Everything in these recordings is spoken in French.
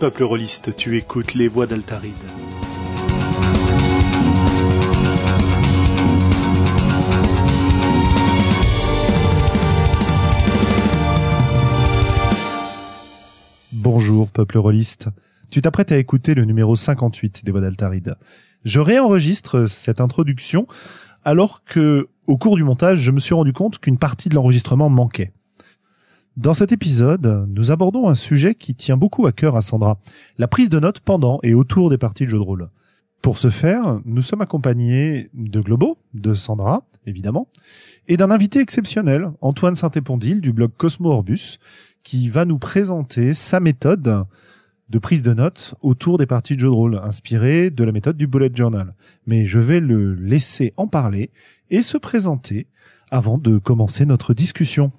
Peuple rôliste, tu écoutes les voix d'Altaride. Bonjour peuple rôliste, tu t'apprêtes à écouter le numéro 58 des voix d'Altaride. Je réenregistre cette introduction alors que, au cours du montage, je me suis rendu compte qu'une partie de l'enregistrement manquait. Dans cet épisode, nous abordons un sujet qui tient beaucoup à cœur à Sandra, la prise de notes pendant et autour des parties de jeux de rôle. Pour ce faire, nous sommes accompagnés de Globo, de Sandra, évidemment, et d'un invité exceptionnel, Antoine Saint-Épondil du blog Cosmo Orbus, qui va nous présenter sa méthode de prise de notes autour des parties de jeux de rôle, inspirée de la méthode du bullet journal. Mais je vais le laisser en parler et se présenter avant de commencer notre discussion.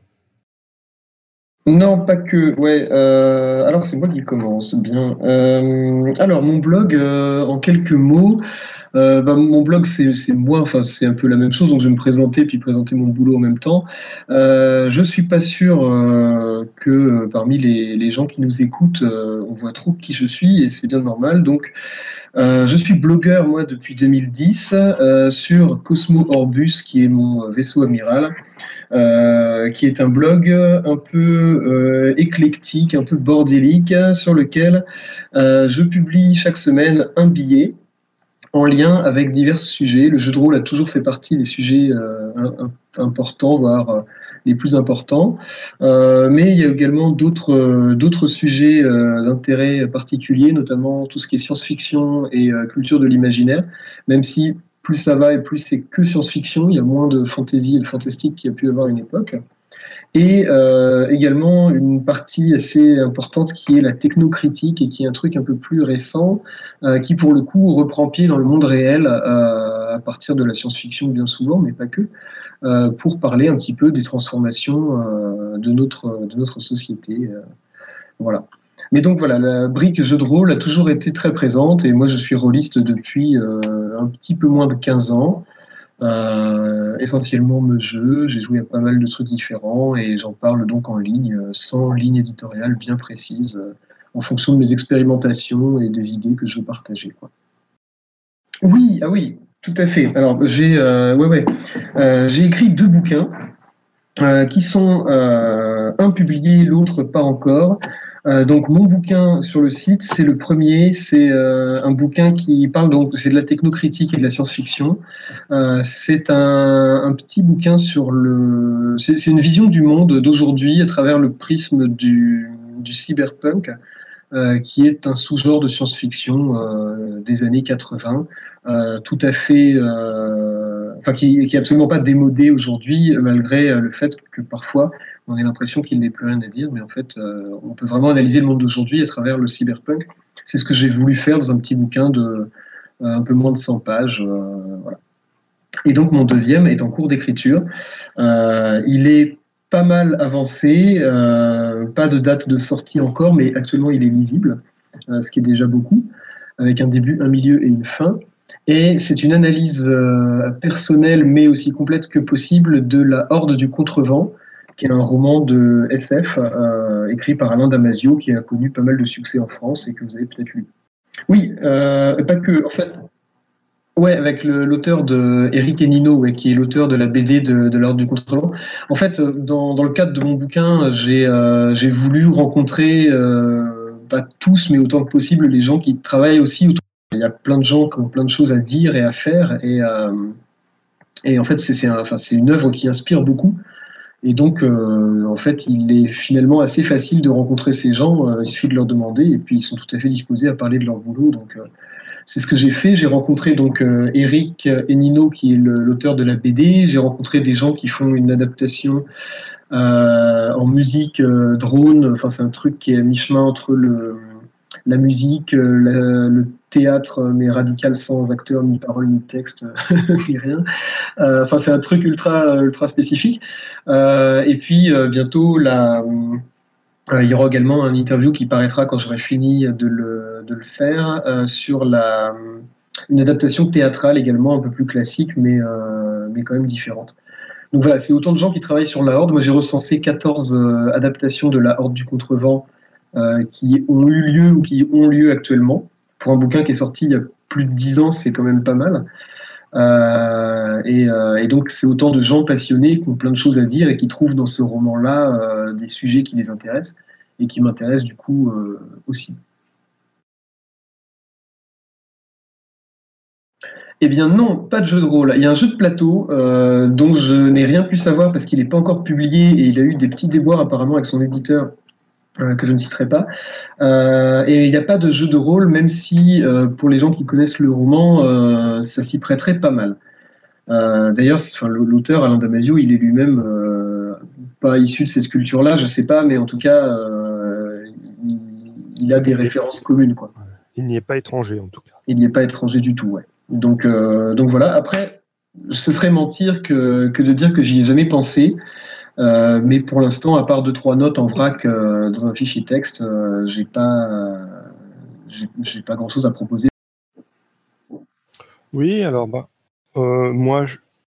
Non, pas que. Ouais. Alors c'est moi qui commence. Bien. Alors mon blog, en quelques mots. Mon blog c'est moi. Enfin c'est un peu la même chose. Donc je vais me présenter puis présenter mon boulot en même temps. Je suis pas sûr que parmi les gens qui nous écoutent, on voit trop qui je suis et c'est bien normal. Donc je suis blogueur moi depuis 2010 sur Cosmo Orbus qui est mon vaisseau amiral. Qui est un blog un peu éclectique, un peu bordélique, sur lequel je publie chaque semaine un billet en lien avec divers sujets. Le jeu de rôle a toujours fait partie des sujets importants, voire les plus importants. Mais il y a également d'autres sujets d'intérêt particulier, notamment tout ce qui est science-fiction et culture de l'imaginaire, même si plus ça va et plus c'est que science-fiction, il y a moins de fantasy et de fantastique qu'il y a pu y avoir à une époque. Et également une partie assez importante qui est la technocritique et qui est un truc un peu plus récent, qui pour le coup reprend pied dans le monde réel à partir de la science-fiction bien souvent, mais pas que, pour parler un petit peu des transformations de notre société. Voilà. Mais donc voilà, la brique jeu de rôle a toujours été très présente et moi je suis rôliste depuis un petit peu moins de 15 ans. Essentiellement me jeu, j'ai joué à pas mal de trucs différents et j'en parle donc en ligne, sans ligne éditoriale bien précise, en fonction de mes expérimentations et des idées que je veux partager, quoi. Oui, ah oui, tout à fait. Alors j'ai j'ai écrit 2 bouquins qui sont un publié, l'autre pas encore. Donc mon bouquin sur le site, c'est le premier, c'est un bouquin qui parle donc c'est de la technocritique et de la science-fiction. C'est un petit bouquin sur c'est une vision du monde d'aujourd'hui à travers le prisme du cyberpunk, qui est un sous-genre de science-fiction des années 80, tout à fait, qui est absolument pas démodé aujourd'hui, malgré le fait que parfois on a l'impression qu'il n'est plus rien à dire, mais en fait, on peut vraiment analyser le monde d'aujourd'hui à travers le cyberpunk. C'est ce que j'ai voulu faire dans un petit bouquin de un peu moins de 100 pages, voilà. Et donc mon deuxième est en cours d'écriture. Il est pas mal avancé, pas de date de sortie encore, mais actuellement il est lisible, ce qui est déjà beaucoup, avec un début, un milieu et une fin. Et c'est une analyse personnelle, mais aussi complète que possible, de La Horde du Contrevent, qui est un roman de SF écrit par Alain Damasio, qui a connu pas mal de succès en France et que vous avez peut-être lu. Oui, pas que, en fait. Ouais, avec l'auteur de Eric Enino, ouais, qui est l'auteur de la BD de l'Ordre du Contrevent. En fait, dans le cadre de mon bouquin, j'ai voulu rencontrer, pas tous, mais autant que possible, les gens qui travaillent aussi autour. Il y a plein de gens qui ont plein de choses à dire et à faire, et en fait, c'est une œuvre qui inspire beaucoup. Et donc, en fait, il est finalement assez facile de rencontrer ces gens. Il suffit de leur demander, et puis ils sont tout à fait disposés à parler de leur boulot. Donc, c'est ce que j'ai fait. J'ai rencontré donc Eric Enino, qui est l'auteur de la BD. J'ai rencontré des gens qui font une adaptation en musique drone. Enfin, c'est un truc qui est à mi-chemin entre la musique, le théâtre, mais radical, sans acteur, ni parole, ni texte, ni rien. Enfin, c'est un truc ultra spécifique. Et puis bientôt, il y aura également une interview qui paraîtra quand j'aurai fini de le faire sur une adaptation théâtrale également un peu plus classique, mais quand même différente. Donc voilà, c'est autant de gens qui travaillent sur la Horde. Moi, j'ai recensé 14 adaptations de la Horde du Contrevent qui ont eu lieu ou qui ont lieu actuellement. Pour un bouquin qui est sorti il y a plus de 10 ans, c'est quand même pas mal. Et donc, c'est autant de gens passionnés qui ont plein de choses à dire et qui trouvent dans ce roman-là des sujets qui les intéressent et qui m'intéressent du coup aussi. Eh bien non, pas de jeu de rôle. Il y a un jeu de plateau dont je n'ai rien pu savoir parce qu'il n'est pas encore publié et il a eu des petits déboires apparemment avec son éditeur que je ne citerai pas. Et il n'y a pas de jeu de rôle, même si pour les gens qui connaissent le roman, ça s'y prêterait pas mal. D'ailleurs, l'auteur Alain Damasio, il est lui-même pas issu de cette culture-là, je sais pas, mais en tout cas, il a des références communes, quoi. Il n'y est pas étranger, en tout cas. Il n'y est pas étranger du tout, ouais. Donc voilà. Après, ce serait mentir que de dire que j'y ai jamais pensé. Mais pour l'instant, à part 2-3 notes en vrac dans un fichier texte, j'ai pas grand-chose à proposer. Oui, alors moi,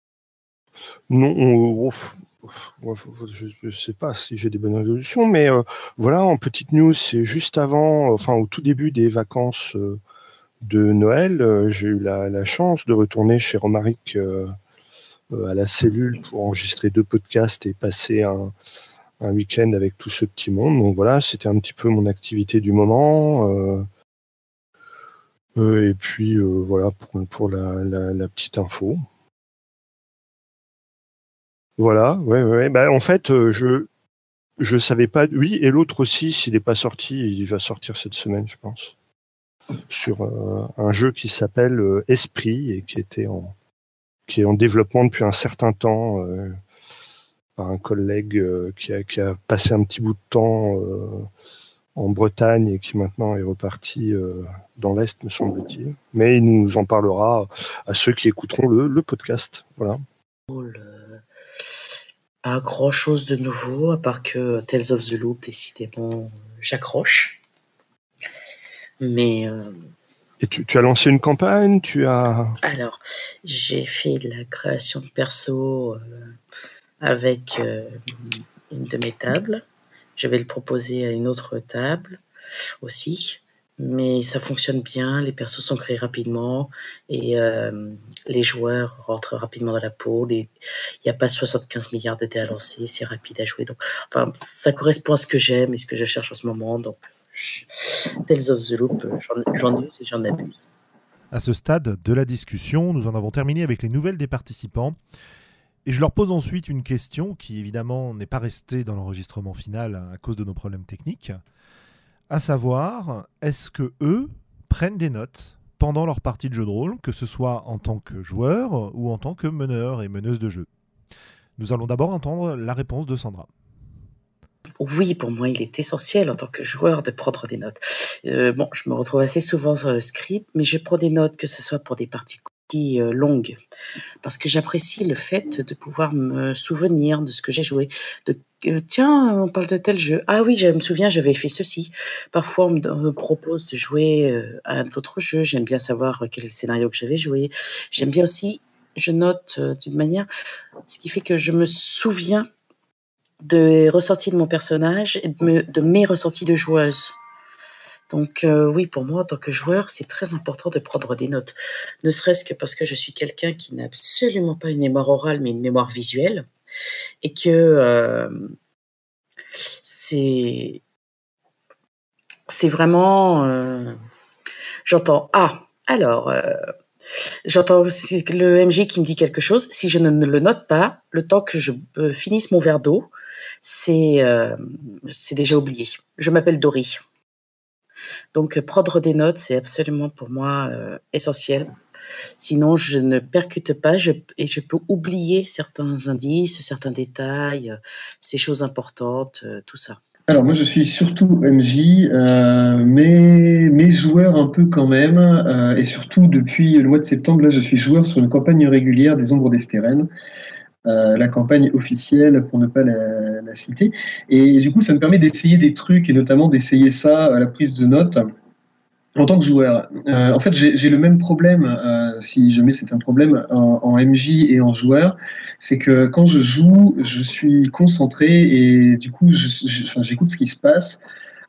non, je sais pas si j'ai des bonnes résolutions, mais voilà, en petite news, c'est juste avant, enfin au tout début des vacances de Noël, j'ai eu la chance de retourner chez Romaric à la cellule pour enregistrer 2 podcasts et passer un week-end avec tout ce petit monde. Donc voilà, c'était un petit peu mon activité du moment. Et puis voilà pour la petite info. Voilà, ouais. Bah, en fait, je savais pas. Oui, et l'autre aussi, s'il n'est pas sorti, il va sortir cette semaine, je pense. Sur un jeu qui s'appelle Esprit et qui est en développement depuis un certain temps par un collègue qui a passé un petit bout de temps en Bretagne et qui maintenant est reparti dans l'Est, me semble-t-il. Mais il nous en parlera à ceux qui écouteront le podcast. Voilà. Pas grand-chose de nouveau, à part que Tales of the Loop, décidément, j'accroche. Mais... Et tu as lancé une campagne, Alors, j'ai fait de la création de perso avec une de mes tables. Je vais le proposer à une autre table aussi. Mais ça fonctionne bien, les persos sont créés rapidement et les joueurs rentrent rapidement dans la pôle. Il n'y a pas 75 milliards de dés à lancer, c'est rapide à jouer. Donc, enfin, ça correspond à ce que j'aime et ce que je cherche en ce moment. Donc, Tales of the Loop, j'en use et j'en abuse. À ce stade de la discussion, nous en avons terminé avec les nouvelles des participants. Et je leur pose ensuite une question qui, évidemment, n'est pas restée dans l'enregistrement final à cause de nos problèmes techniques. À savoir, est-ce que eux prennent des notes pendant leur partie de jeu de rôle, que ce soit en tant que joueur ou en tant que meneur et meneuse de jeu? Nous allons d'abord entendre la réponse de Sandra. Oui, pour moi, il est essentiel en tant que joueur de prendre des notes. Bon, je me retrouve assez souvent sur le script, mais je prends des notes, que ce soit pour des parties longues, parce que j'apprécie le fait de pouvoir me souvenir de ce que j'ai joué. Tiens, on parle de tel jeu. Ah oui, je me souviens, j'avais fait ceci. Parfois, on me propose de jouer à un autre jeu. J'aime bien savoir quel scénario que j'avais joué. J'aime bien aussi, je note d'une manière, ce qui fait que je me souviens des ressentis de mon personnage et de mes ressentis de joueuse. Donc oui, pour moi, en tant que joueur, c'est très important de prendre des notes. Ne serait-ce que parce que je suis quelqu'un qui n'a absolument pas une mémoire orale, mais une mémoire visuelle. Et que c'est vraiment... j'entends « Ah, alors... j'entends le MJ qui me dit quelque chose. Si je ne le note pas, le temps que je finisse mon verre d'eau, c'est déjà oublié. Je m'appelle Dory. Donc, prendre des notes, c'est absolument pour moi essentiel. Sinon, je ne percute pas et je peux oublier certains indices, certains détails, ces choses importantes, tout ça. Alors moi je suis surtout MJ, mais joueur un peu quand même, et surtout depuis le mois de septembre, là je suis joueur sur une campagne régulière des Ombres d'Estérène, la campagne officielle pour ne pas la citer, et du coup ça me permet d'essayer des trucs et notamment d'essayer ça à la prise de notes en tant que joueur. En fait j'ai le même problème, si jamais c'est un problème en MJ et en joueur, c'est que quand je joue, je suis concentré et du coup, j'écoute ce qui se passe.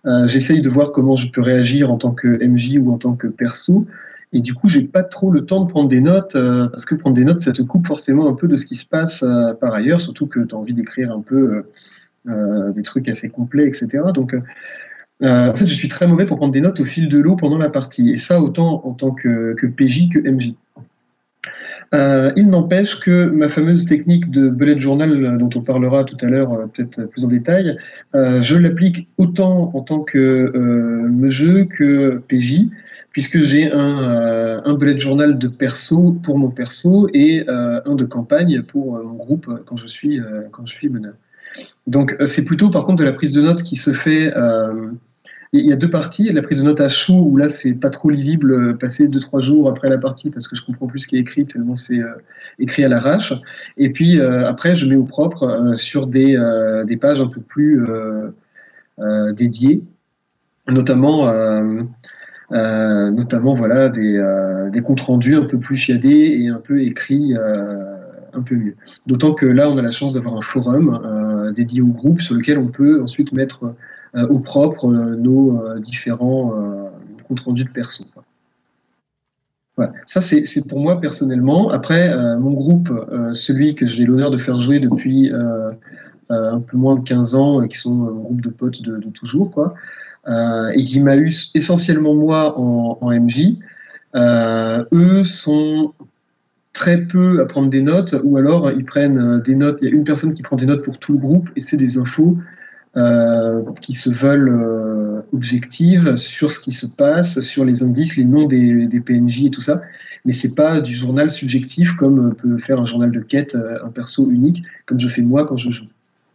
J'essaye de voir comment je peux réagir en tant que MJ ou en tant que perso. Et du coup, j'ai pas trop le temps de prendre des notes, parce que prendre des notes, ça te coupe forcément un peu de ce qui se passe par ailleurs, surtout que tu as envie d'écrire un peu des trucs assez complets, etc. Donc, en fait, je suis très mauvais pour prendre des notes au fil de l'eau pendant la partie. Et ça, autant en tant que PJ que MJ. Il n'empêche que ma fameuse technique de bullet journal, dont on parlera tout à l'heure peut-être plus en détail, je l'applique autant en tant que jeu que PJ, puisque j'ai un bullet journal de perso pour mon perso et un de campagne pour mon groupe quand je suis meneur. Donc c'est plutôt par contre de la prise de notes qui se fait. Il y a deux parties, la prise de notes à chaud, où là, c'est pas trop lisible, passer 2-3 jours après la partie, parce que je comprends plus ce qui est écrit, tellement c'est écrit à l'arrache. Et puis, après, je mets au propre sur des pages un peu plus dédiées, notamment voilà, des comptes rendus un peu plus chiadés et un peu écrits un peu mieux. D'autant que là, on a la chance d'avoir un forum dédié au groupe sur lequel on peut ensuite mettre au propre nos différents comptes rendus de perso. Voilà. Ça, c'est pour moi personnellement. Après, mon groupe, celui que j'ai l'honneur de faire jouer depuis un peu moins de 15 ans, qui sont mon groupe de potes de toujours, quoi, et qui m'a eu essentiellement moi en MJ, eux sont très peu à prendre des notes, ou alors ils prennent des notes. Il y a une personne qui prend des notes pour tout le groupe, et c'est des infos qui se veulent objectives sur ce qui se passe, sur les indices, les noms des PNJ et tout ça. Mais c'est pas du journal subjectif comme peut faire un journal de quête, un perso unique, comme je fais moi quand je joue.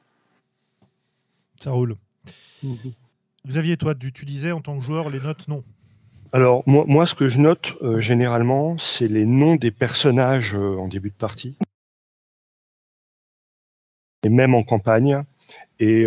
Ça roule. Xavier, toi, tu disais en tant que joueur, les notes, non. Alors, moi, ce que je note généralement, c'est les noms des personnages en début de partie. Et même en campagne. Et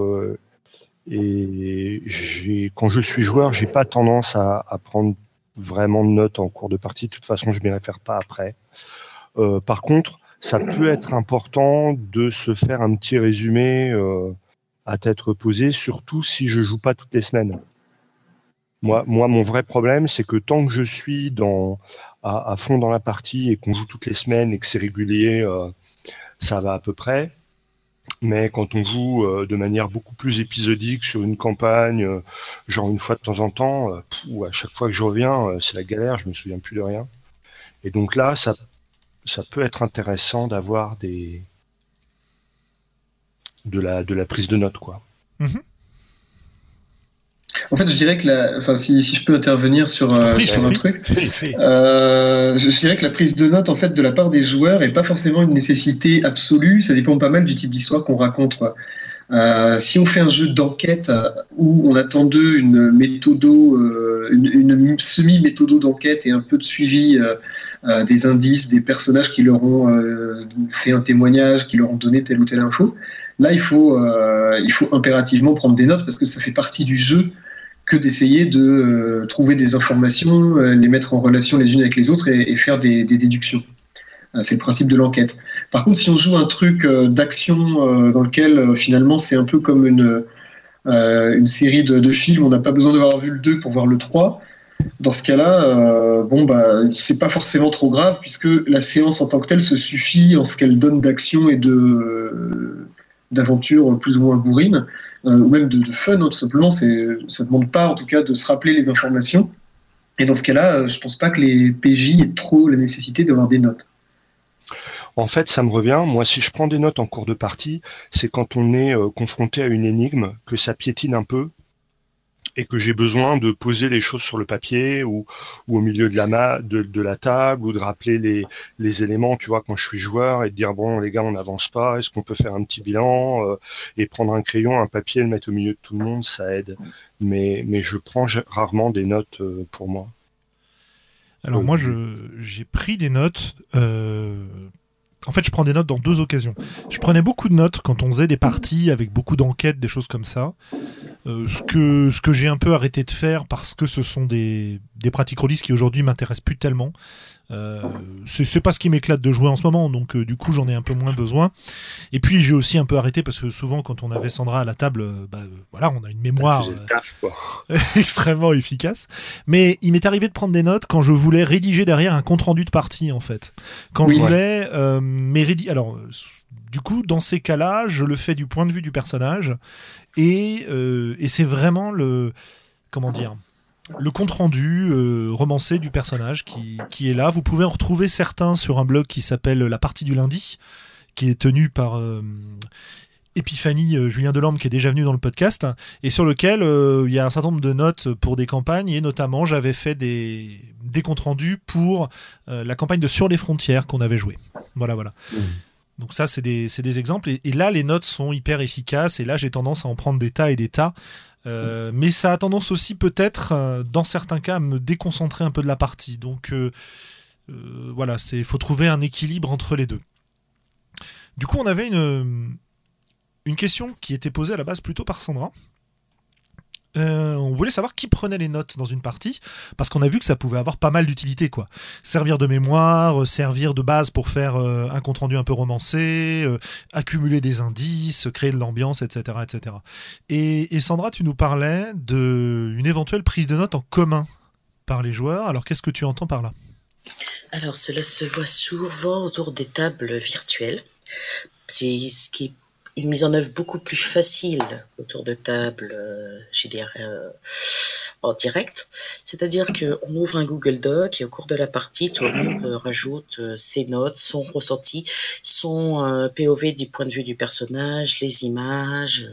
quand je suis joueur, j'ai pas tendance à prendre vraiment de notes en cours de partie. De toute façon, je ne m'y réfère pas après. Par contre, ça peut être important de se faire un petit résumé à tête reposée, surtout si je joue pas toutes les semaines. Moi, mon vrai problème, c'est que tant que je suis à fond dans la partie et qu'on joue toutes les semaines et que c'est régulier, ça va à peu près. Mais quand on joue de manière beaucoup plus épisodique sur une campagne, genre une fois de temps en temps, à chaque fois que je reviens, c'est la galère, je me souviens plus de rien. Et donc là, ça peut être intéressant d'avoir de la prise de notes, quoi. Mm-hmm. En fait, je dirais que si je peux intervenir sur un truc, je dirais que la prise de notes en fait de la part des joueurs est pas forcément une nécessité absolue. Ça dépend pas mal du type d'histoire qu'on raconte, quoi. Si on fait un jeu d'enquête où on attend d'eux une semi-méthodo d'enquête et un peu de suivi des indices, des personnages qui leur ont fait un témoignage, qui leur ont donné telle ou telle info, là il faut impérativement prendre des notes parce que ça fait partie du jeu que d'essayer de trouver des informations, les mettre en relation les unes avec les autres et faire des déductions. C'est le principe de l'enquête. Par contre, si on joue un truc d'action dans lequel finalement c'est un peu comme une série de films, on n'a pas besoin d'avoir vu le 2 pour voir le 3, dans ce cas-là, c'est pas forcément trop grave puisque la séance en tant que telle se suffit en ce qu'elle donne d'action et d'aventure plus ou moins bourrine, ou même de fun, hein, tout simplement. Ça ne demande pas, en tout cas, de se rappeler les informations. Et dans ce cas-là, je pense pas que les PJ aient trop la nécessité d'avoir des notes. En fait, ça me revient. Moi, si je prends des notes en cours de partie, c'est quand on est confronté à une énigme, que ça piétine un peu, et que j'ai besoin de poser les choses sur le papier ou au milieu de la table, ou de rappeler les éléments, tu vois, quand je suis joueur, et de dire, bon, les gars, on n'avance pas, est-ce qu'on peut faire un petit bilan, et prendre un crayon, un papier, le mettre au milieu de tout le monde, ça aide. Mais je prends rarement des notes pour moi. Alors moi, j'ai pris des notes... En fait, je prends des notes dans 2 occasions. Je prenais beaucoup de notes quand on faisait des parties avec beaucoup d'enquêtes, des choses comme ça. Ce que j'ai un peu arrêté de faire parce que ce sont des pratiques rôlistes qui aujourd'hui m'intéressent plus tellement. C'est pas ce qui m'éclate de jouer en ce moment, donc du coup j'en ai un peu moins besoin. Et puis j'ai aussi un peu arrêté parce que souvent quand on avait Sandra à la table, voilà, on a une mémoire extrêmement efficace. Mais il m'est arrivé de prendre des notes quand je voulais rédiger derrière un compte rendu de partie en fait. Quand je voulais alors du coup dans ces cas-là, je le fais du point de vue du personnage et c'est vraiment le compte-rendu romancé du personnage qui est là. Vous pouvez en retrouver certains sur un blog qui s'appelle La Partie du Lundi, qui est tenu par Épiphanie Julien Delambre, qui est déjà venu dans le podcast, et sur lequel il y a un certain nombre de notes pour des campagnes, et notamment j'avais fait des comptes-rendus pour la campagne de Sur les Frontières qu'on avait joué. Voilà. Donc ça, c'est des exemples, et là, les notes sont hyper efficaces, et là, j'ai tendance à en prendre des tas et des tas. Mais ça a tendance aussi peut-être, dans certains cas, à me déconcentrer un peu de la partie. Donc voilà, il faut trouver un équilibre entre les deux. Du coup, on avait une question qui était posée à la base plutôt par Sandra. On voulait savoir qui prenait les notes dans une partie, parce qu'on a vu que ça pouvait avoir pas mal d'utilité, quoi. Servir de mémoire, servir de base pour faire un compte-rendu un peu romancé, accumuler des indices, créer de l'ambiance, etc., etc. Et Sandra, tu nous parlais d'une éventuelle prise de notes en commun par les joueurs. Alors, qu'est-ce que tu entends par là ? Alors, cela se voit souvent autour des tables virtuelles. C'est ce qui est une mise en œuvre beaucoup plus facile autour de tables GDR en direct. C'est-à-dire qu'on ouvre un Google Doc et au cours de la partie, tout le monde rajoute ses notes, son ressenti, son POV du point de vue du personnage, les images.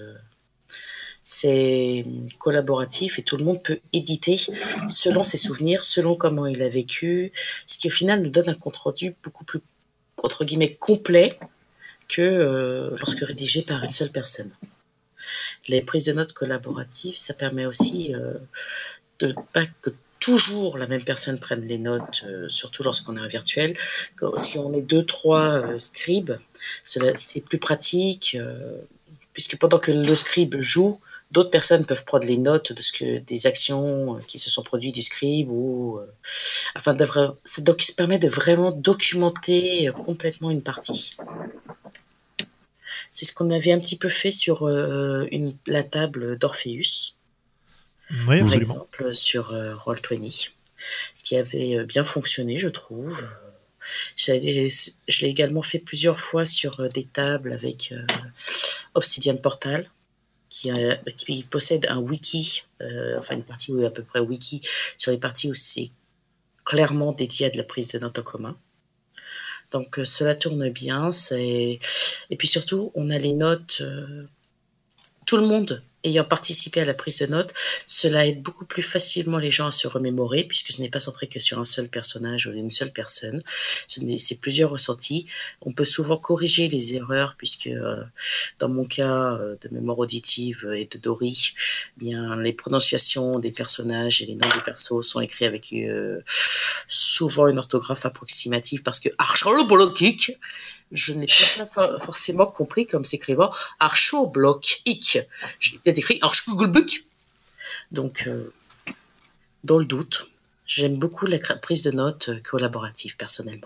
C'est collaboratif et tout le monde peut éditer selon ses souvenirs, selon comment il a vécu, ce qui au final nous donne un compte-rendu beaucoup plus, entre guillemets, complet que lorsque rédigé par une seule personne. Les prises de notes collaboratives, ça permet aussi de pas que toujours la même personne prenne les notes, surtout lorsqu'on est en virtuel. Si on est 2-3 scribes, c'est plus pratique, puisque pendant que le scribe joue, d'autres personnes peuvent prendre les notes des actions qui se sont produites du scribe, ça permet de vraiment documenter complètement une partie. C'est ce qu'on avait un petit peu fait sur la table d'Orpheus, Oui, par absolument. exemple sur Roll20, ce qui avait bien fonctionné, je trouve. Je l'ai également fait plusieurs fois sur des tables avec Obsidian Portal, qui possède un wiki, une partie où à peu près wiki, sur les parties où c'est clairement dédié à de la prise de notes en commun. Donc cela tourne bien. Et puis surtout, on a les notes, tout le monde ayant participé à la prise de notes, cela aide beaucoup plus facilement les gens à se remémorer, puisque ce n'est pas centré que sur un seul personnage ou une seule personne. C'est plusieurs ressentis. On peut souvent corriger les erreurs, puisque dans mon cas de mémoire auditive et de Dory, bien, les prononciations des personnages et les noms des persos sont écrits avec souvent une orthographe approximative, parce que je n'ai pas forcément compris comme s'écrivant Archo-Bloc-Ic. Je l'ai peut-être écrit Archo-Google-Book. Donc, dans le doute, j'aime beaucoup la prise de notes collaborative, personnellement.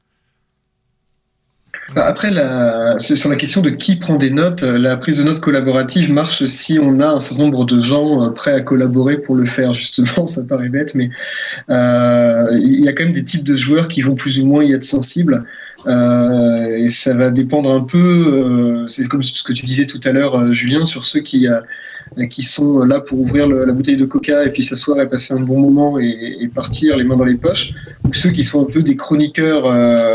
Après, sur la question de qui prend des notes, la prise de notes collaborative marche si on a un certain nombre de gens prêts à collaborer pour le faire, justement. Ça paraît bête, mais il y a quand même des types de joueurs qui vont plus ou moins y être sensibles. Et ça va dépendre un peu, c'est comme ce que tu disais tout à l'heure, Julien, sur ceux qui sont là pour ouvrir la bouteille de coca et puis s'asseoir et passer un bon moment et partir les mains dans les poches, ou ceux qui sont un peu des chroniqueurs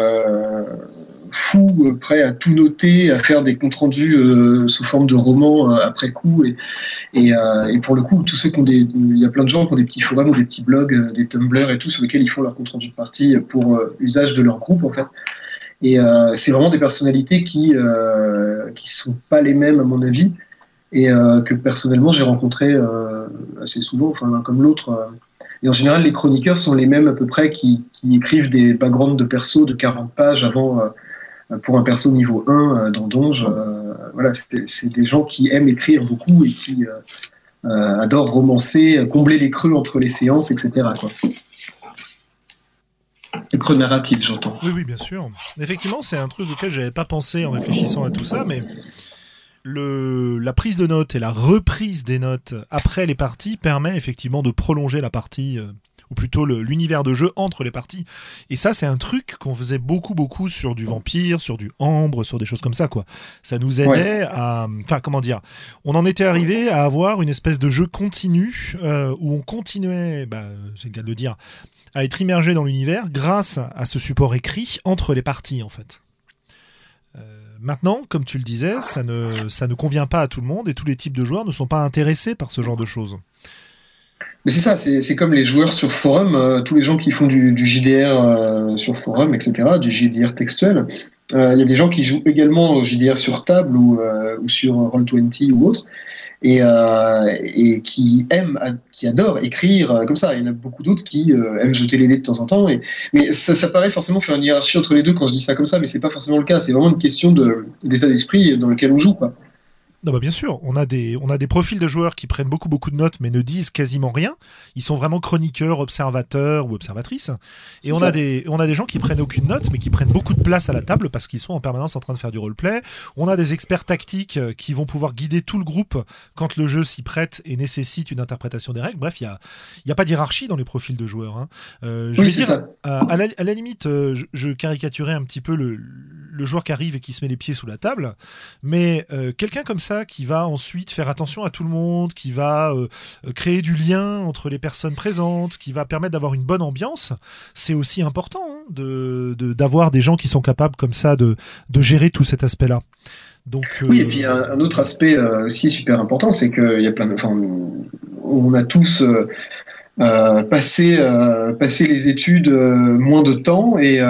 fous, prêts à tout noter, à faire des comptes rendus sous forme de romans après coup, et pour le coup, tous ceux il y a plein de gens qui ont des petits forums ou des petits blogs, des Tumblr et tout, sur lesquels ils font leur compte rendu de partie pour usage de leur groupe, en fait. Et c'est vraiment des personnalités qui sont pas les mêmes, à mon avis, et que personnellement j'ai rencontré assez souvent, comme l'autre. Et en général, les chroniqueurs sont les mêmes à peu près, qui écrivent des backgrounds de persos de 40 pages avant, pour un perso niveau 1 dans Donge. Voilà, c'est des gens qui aiment écrire beaucoup et qui adorent romancer, combler les creux entre les séances, etc., quoi. Le creux narratif, j'entends. Oui, oui, bien sûr. Effectivement, c'est un truc auquel j'avais pas pensé en réfléchissant à tout ça, mais la prise de notes et la reprise des notes après les parties permet effectivement de prolonger la partie, ou plutôt l'univers de jeu entre les parties. Et ça, c'est un truc qu'on faisait beaucoup sur du Vampire, sur du Ambre, sur des choses comme ça, quoi. Ça nous aidait à... Enfin, comment dire, on en était arrivé à avoir une espèce de jeu continu, où on continuait, c'est le cas de le dire, à être immergé dans l'univers grâce à ce support écrit entre les parties, en fait. Maintenant, comme tu le disais, ça ne convient pas à tout le monde et tous les types de joueurs ne sont pas intéressés par ce genre de choses. Mais c'est ça, c'est comme les joueurs sur forum, tous les gens qui font du JDR sur forum, etc., du JDR textuel. Il y a des gens qui jouent également au JDR sur table ou sur Roll20 ou autre, et qui adorent écrire comme ça. Il y en a beaucoup d'autres qui aiment jeter les dés de temps en temps. Mais ça paraît forcément faire une hiérarchie entre les deux quand je dis ça comme ça, mais c'est pas forcément le cas. C'est vraiment une question d'état d'esprit dans lequel on joue, quoi. Non, bien sûr, on a des profils de joueurs qui prennent beaucoup de notes mais ne disent quasiment rien. Ils sont vraiment chroniqueurs, observateurs ou observatrices. Et on a des gens qui prennent aucune note mais qui prennent beaucoup de place à la table parce qu'ils sont en permanence en train de faire du roleplay. On a des experts tactiques qui vont pouvoir guider tout le groupe quand le jeu s'y prête et nécessite une interprétation des règles. Bref, il y a pas d'hierarchie dans les profils de joueurs, hein. Je vais dire, à la limite, je caricaturais un petit peu le joueur qui arrive et qui se met les pieds sous la table, mais quelqu'un comme ça qui va ensuite faire attention à tout le monde, qui va créer du lien entre les personnes présentes, qui va permettre d'avoir une bonne ambiance, c'est aussi important, hein, d'avoir des gens qui sont capables comme ça de gérer tout cet aspect-là. Donc, oui, et puis un autre aspect aussi super important, c'est qu'il y a on a tous passé les études moins de temps et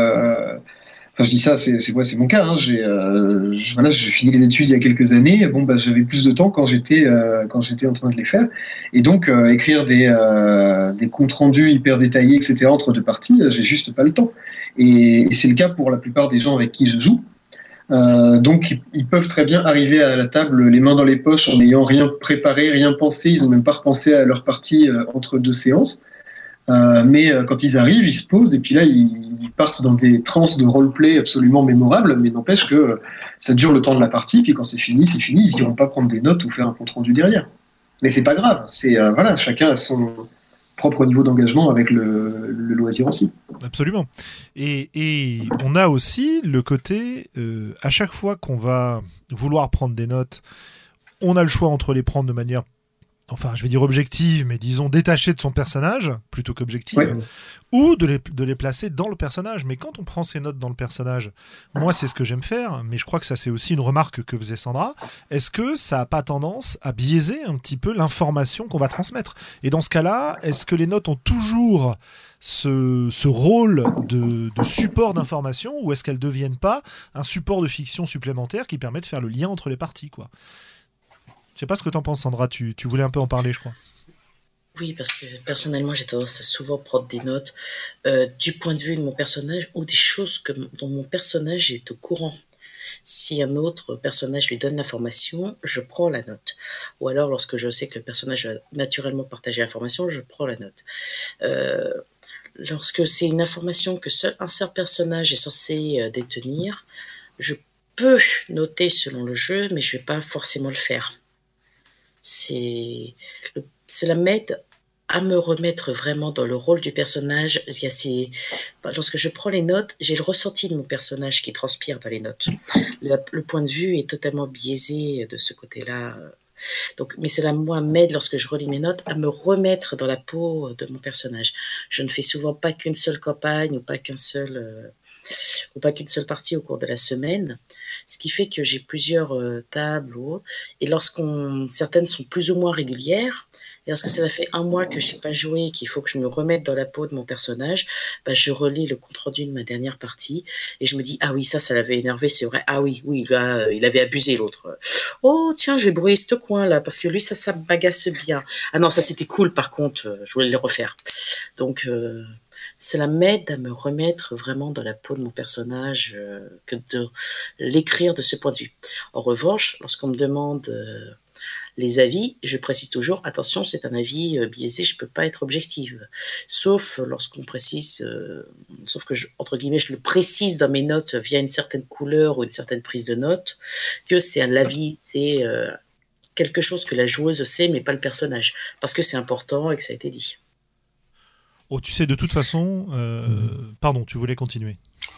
je dis ça, c'est mon cas. Hein. J'ai fini les études il y a quelques années. Bon, j'avais plus de temps quand j'étais en train de les faire. Et donc, écrire des comptes rendus hyper détaillés, etc., entre deux parties, j'ai juste pas le temps. Et c'est le cas pour la plupart des gens avec qui je joue. Donc, ils peuvent très bien arriver à la table les mains dans les poches en n'ayant rien préparé, rien pensé. Ils n'ont même pas repensé à leur partie entre deux séances. Mais quand ils arrivent, ils se posent et puis là, ils partent dans des transes de roleplay absolument mémorables, mais n'empêche que ça dure le temps de la partie, puis quand c'est fini, ils n'iront pas prendre des notes ou faire un compte-rendu derrière. Mais c'est pas grave, chacun a son propre niveau d'engagement avec le loisir aussi. Absolument. Et on a aussi le côté, à chaque fois qu'on va vouloir prendre des notes, on a le choix entre les prendre de manière, enfin je vais dire objective, mais disons détachée de son personnage, plutôt qu'objective, ouais, ou de les placer dans le personnage. Mais quand on prend ses notes dans le personnage, moi c'est ce que j'aime faire, mais je crois que ça c'est aussi une remarque que faisait Sandra, est-ce que ça n'a pas tendance à biaiser un petit peu l'information qu'on va transmettre? Et dans ce cas-là, est-ce que les notes ont toujours ce rôle de support d'information, ou est-ce qu'elles ne deviennent pas un support de fiction supplémentaire qui permet de faire le lien entre les parties, quoi? Je sais pas ce que t'en penses, Sandra, tu voulais un peu en parler, je crois. Oui, parce que personnellement, j'ai tendance à souvent prendre des notes du point de vue de mon personnage ou des choses dont mon personnage est au courant. Si un autre personnage lui donne l'information, je prends la note. Ou alors, lorsque je sais que le personnage a naturellement partagé l'information, je prends la note. Lorsque c'est une information que seul un seul personnage est censé détenir, je peux noter selon le jeu, mais je ne vais pas forcément le faire. Cela m'aide à me remettre vraiment dans le rôle du personnage. Lorsque je prends les notes, j'ai le ressenti de mon personnage qui transpire dans les notes. Le point de vue est totalement biaisé de ce côté-là. Donc, mais cela, moi, m'aide lorsque je relis mes notes à me remettre dans la peau de mon personnage. Je ne fais souvent pas qu'une seule campagne ou pas qu'une seule partie au cours de la semaine, ce qui fait que j'ai plusieurs tables ou autres, et certaines sont plus ou moins régulières, et lorsque ça fait un mois que je n'ai pas joué et qu'il faut que je me remette dans la peau de mon personnage, je relis le compte-rendu de ma dernière partie, et je me dis, ah oui, ça l'avait énervé, c'est vrai, ah oui, là, il avait abusé l'autre. Oh, tiens, je vais brouiller ce coin-là, parce que lui, ça m'agace bien. Ah non, ça c'était cool, par contre, je voulais le refaire. Donc, cela m'aide à me remettre vraiment dans la peau de mon personnage que de l'écrire de ce point de vue. En revanche, lorsqu'on me demande Les avis, je précise toujours, attention, c'est un avis biaisé, je ne peux pas être objective. Sauf lorsqu'on précise, sauf que, entre guillemets, je le précise dans mes notes via une certaine couleur ou une certaine prise de notes, que c'est un avis, c'est quelque chose que la joueuse sait, mais pas le personnage, parce que c'est important et que ça a été dit. Oh, tu sais, de toute façon... Pardon, tu voulais continuer.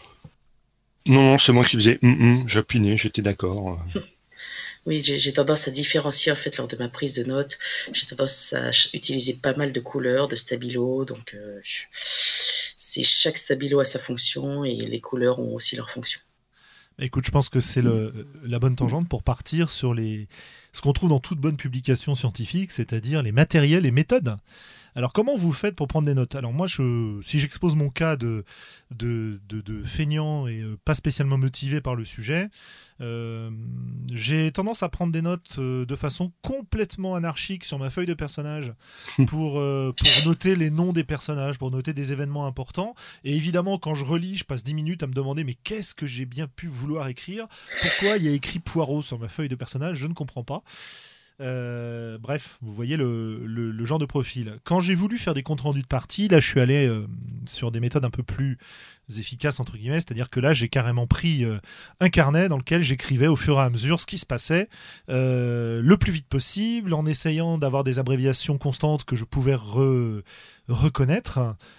Non, c'est moi qui faisais j'appuyais, j'étais d'accord. Oui, j'ai tendance à différencier en fait lors de ma prise de notes. J'ai tendance à utiliser pas mal de couleurs, de stabilo, donc c'est chaque stabilo a sa fonction et les couleurs ont aussi leur fonction. Écoute, je pense que c'est la bonne tangente pour partir sur ce qu'on trouve dans toute bonne publication scientifique, c'est-à-dire les matériels et méthodes. Alors, comment vous faites pour prendre des notes? Alors, moi, si j'expose mon cas de feignant et pas spécialement motivé par le sujet, j'ai tendance à prendre des notes de façon complètement anarchique sur ma feuille de personnage pour noter les noms des personnages, pour noter des événements importants. Et évidemment, quand je relis, je passe 10 minutes à me demander mais qu'est-ce que j'ai bien pu vouloir écrire? Pourquoi il y a écrit Poirot sur ma feuille de personnage? Je ne comprends pas. Bref, vous voyez le genre de profil. Quand j'ai voulu faire des comptes rendus de partie, là je suis allé sur des méthodes un peu plus efficaces entre guillemets, c'est-à-dire que là j'ai carrément pris un carnet dans lequel j'écrivais au fur et à mesure ce qui se passait le plus vite possible, en essayant d'avoir des abréviations constantes que je pouvais reconnaître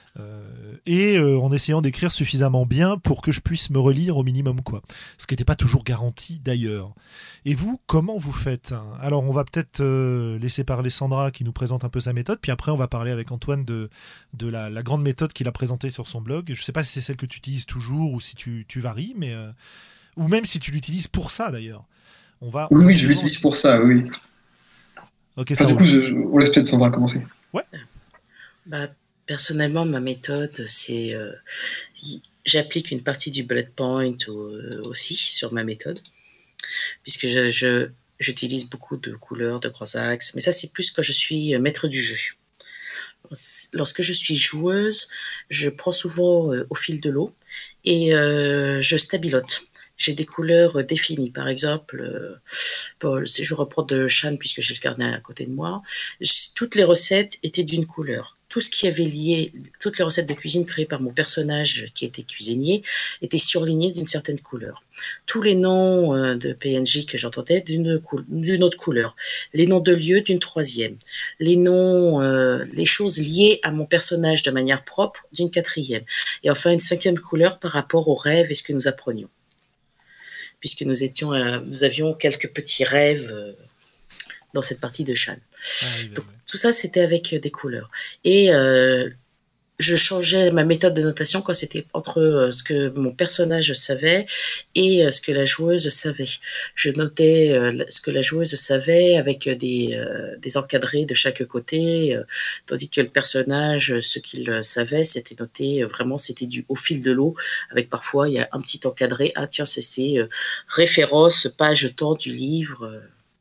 et en essayant d'écrire suffisamment bien pour que je puisse me relire au minimum, quoi. Ce qui n'était pas toujours garanti d'ailleurs. Et vous, comment vous faites? Alors on va peut-être laisser parler Sandra qui nous présente un peu sa méthode, puis après on va parler avec Antoine de la grande méthode qu'il a présentée sur son blog. Je ne sais pas si c'est celle que tu utilises toujours ou si tu varies, mais ou même si tu l'utilises pour ça d'ailleurs. Oui, je l'utilise pour ça, oui. Ok, enfin, ça du coup, on laisse peut-être Sandra commencer. Ouais. Bah, personnellement, ma méthode, c'est j'applique une partie du bullet point aussi sur ma méthode, puisque j'utilise beaucoup de couleurs, de grands axes, mais ça c'est plus quand je suis maître du jeu. Lorsque je suis joueuse, je prends souvent au fil de l'eau et je stabilote. J'ai des couleurs définies. Par exemple, si je reprends de Shan, puisque j'ai le carnet à côté de moi, toutes les recettes étaient d'une couleur. Tout ce qui avait lié, toutes les recettes de cuisine créées par mon personnage qui était cuisinier étaient surlignées d'une certaine couleur. Tous les noms de PNJ que j'entendais d'une autre couleur. Les noms de lieux d'une troisième. Les noms, les choses liées à mon personnage de manière propre d'une quatrième. Et enfin une cinquième couleur par rapport aux rêves et ce que nous apprenions. Puisque nous avions quelques petits rêves dans cette partie de Shan. Donc, tout ça, c'était avec des couleurs. Et je changeais ma méthode de notation quand c'était entre ce que mon personnage savait et ce que la joueuse savait. Je notais ce que la joueuse savait avec des encadrés de chaque côté, tandis que le personnage, ce qu'il savait, c'était noté vraiment, c'était au fil de l'eau, avec parfois il y a un petit encadré, ah tiens, c'est référence, page temps du livre.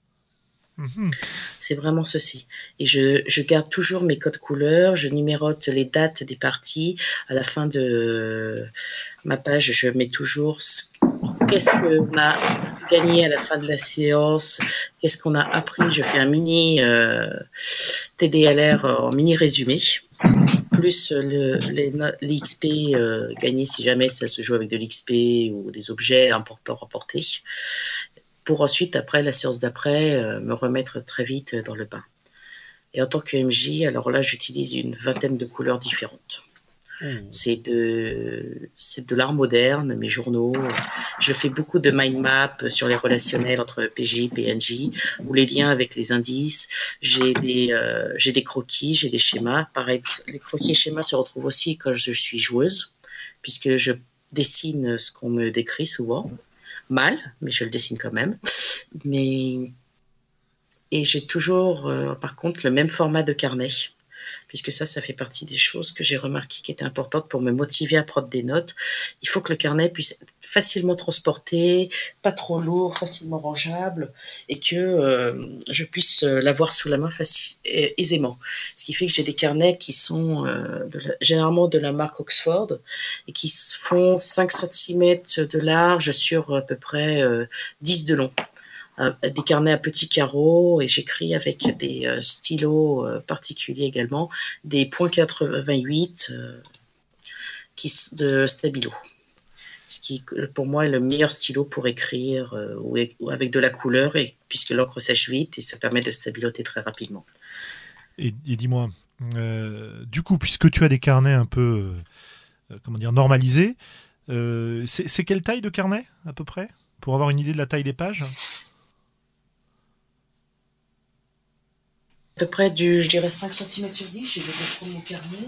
C'est vraiment ceci. Et je garde toujours mes codes couleurs, je numérote les dates des parties. À la fin de ma page, je mets toujours qu'est-ce qu'on a gagné à la fin de la séance, qu'est-ce qu'on a appris. Je fais un mini TDLR en mini résumé, plus l'XP gagné si jamais ça se joue avec de l'XP ou des objets importants remportés, pour ensuite, après la séance d'après, me remettre très vite dans le bain. Et en tant que MJ, alors là, j'utilise une vingtaine de couleurs différentes. C'est de l'art moderne, mes journaux. Je fais beaucoup de mind map sur les relationnels entre PJ, PNJ, ou les liens avec les indices. J'ai des croquis, j'ai des schémas. Pareil, les croquis et schémas se retrouvent aussi quand je suis joueuse, puisque je dessine ce qu'on me décrit souvent. Mal, mais je le dessine quand même. Et j'ai toujours, par contre, le même format de carnet, puisque ça fait partie des choses que j'ai remarquées qui étaient importantes pour me motiver à prendre des notes. Il faut que le carnet puisse être facilement transporté, pas trop lourd, facilement rangeable, et que je puisse l'avoir sous la main aisément. Ce qui fait que j'ai des carnets qui sont généralement de la marque Oxford et qui font 5 cm de large sur à peu près 10 de long. des carnets à petits carreaux et j'écris avec des stylos particuliers également, des .88 de Stabilo. Ce qui, pour moi, est le meilleur stylo pour écrire ou avec de la couleur, puisque l'encre sèche vite et ça permet de stabiloter très rapidement. Et dis-moi, du coup, puisque tu as des carnets un peu, normalisés, c'est quelle taille de carnet, à peu près, pour avoir une idée de la taille des pages? À peu près je dirais 5 cm sur 10, je vais reprendre mon carnet.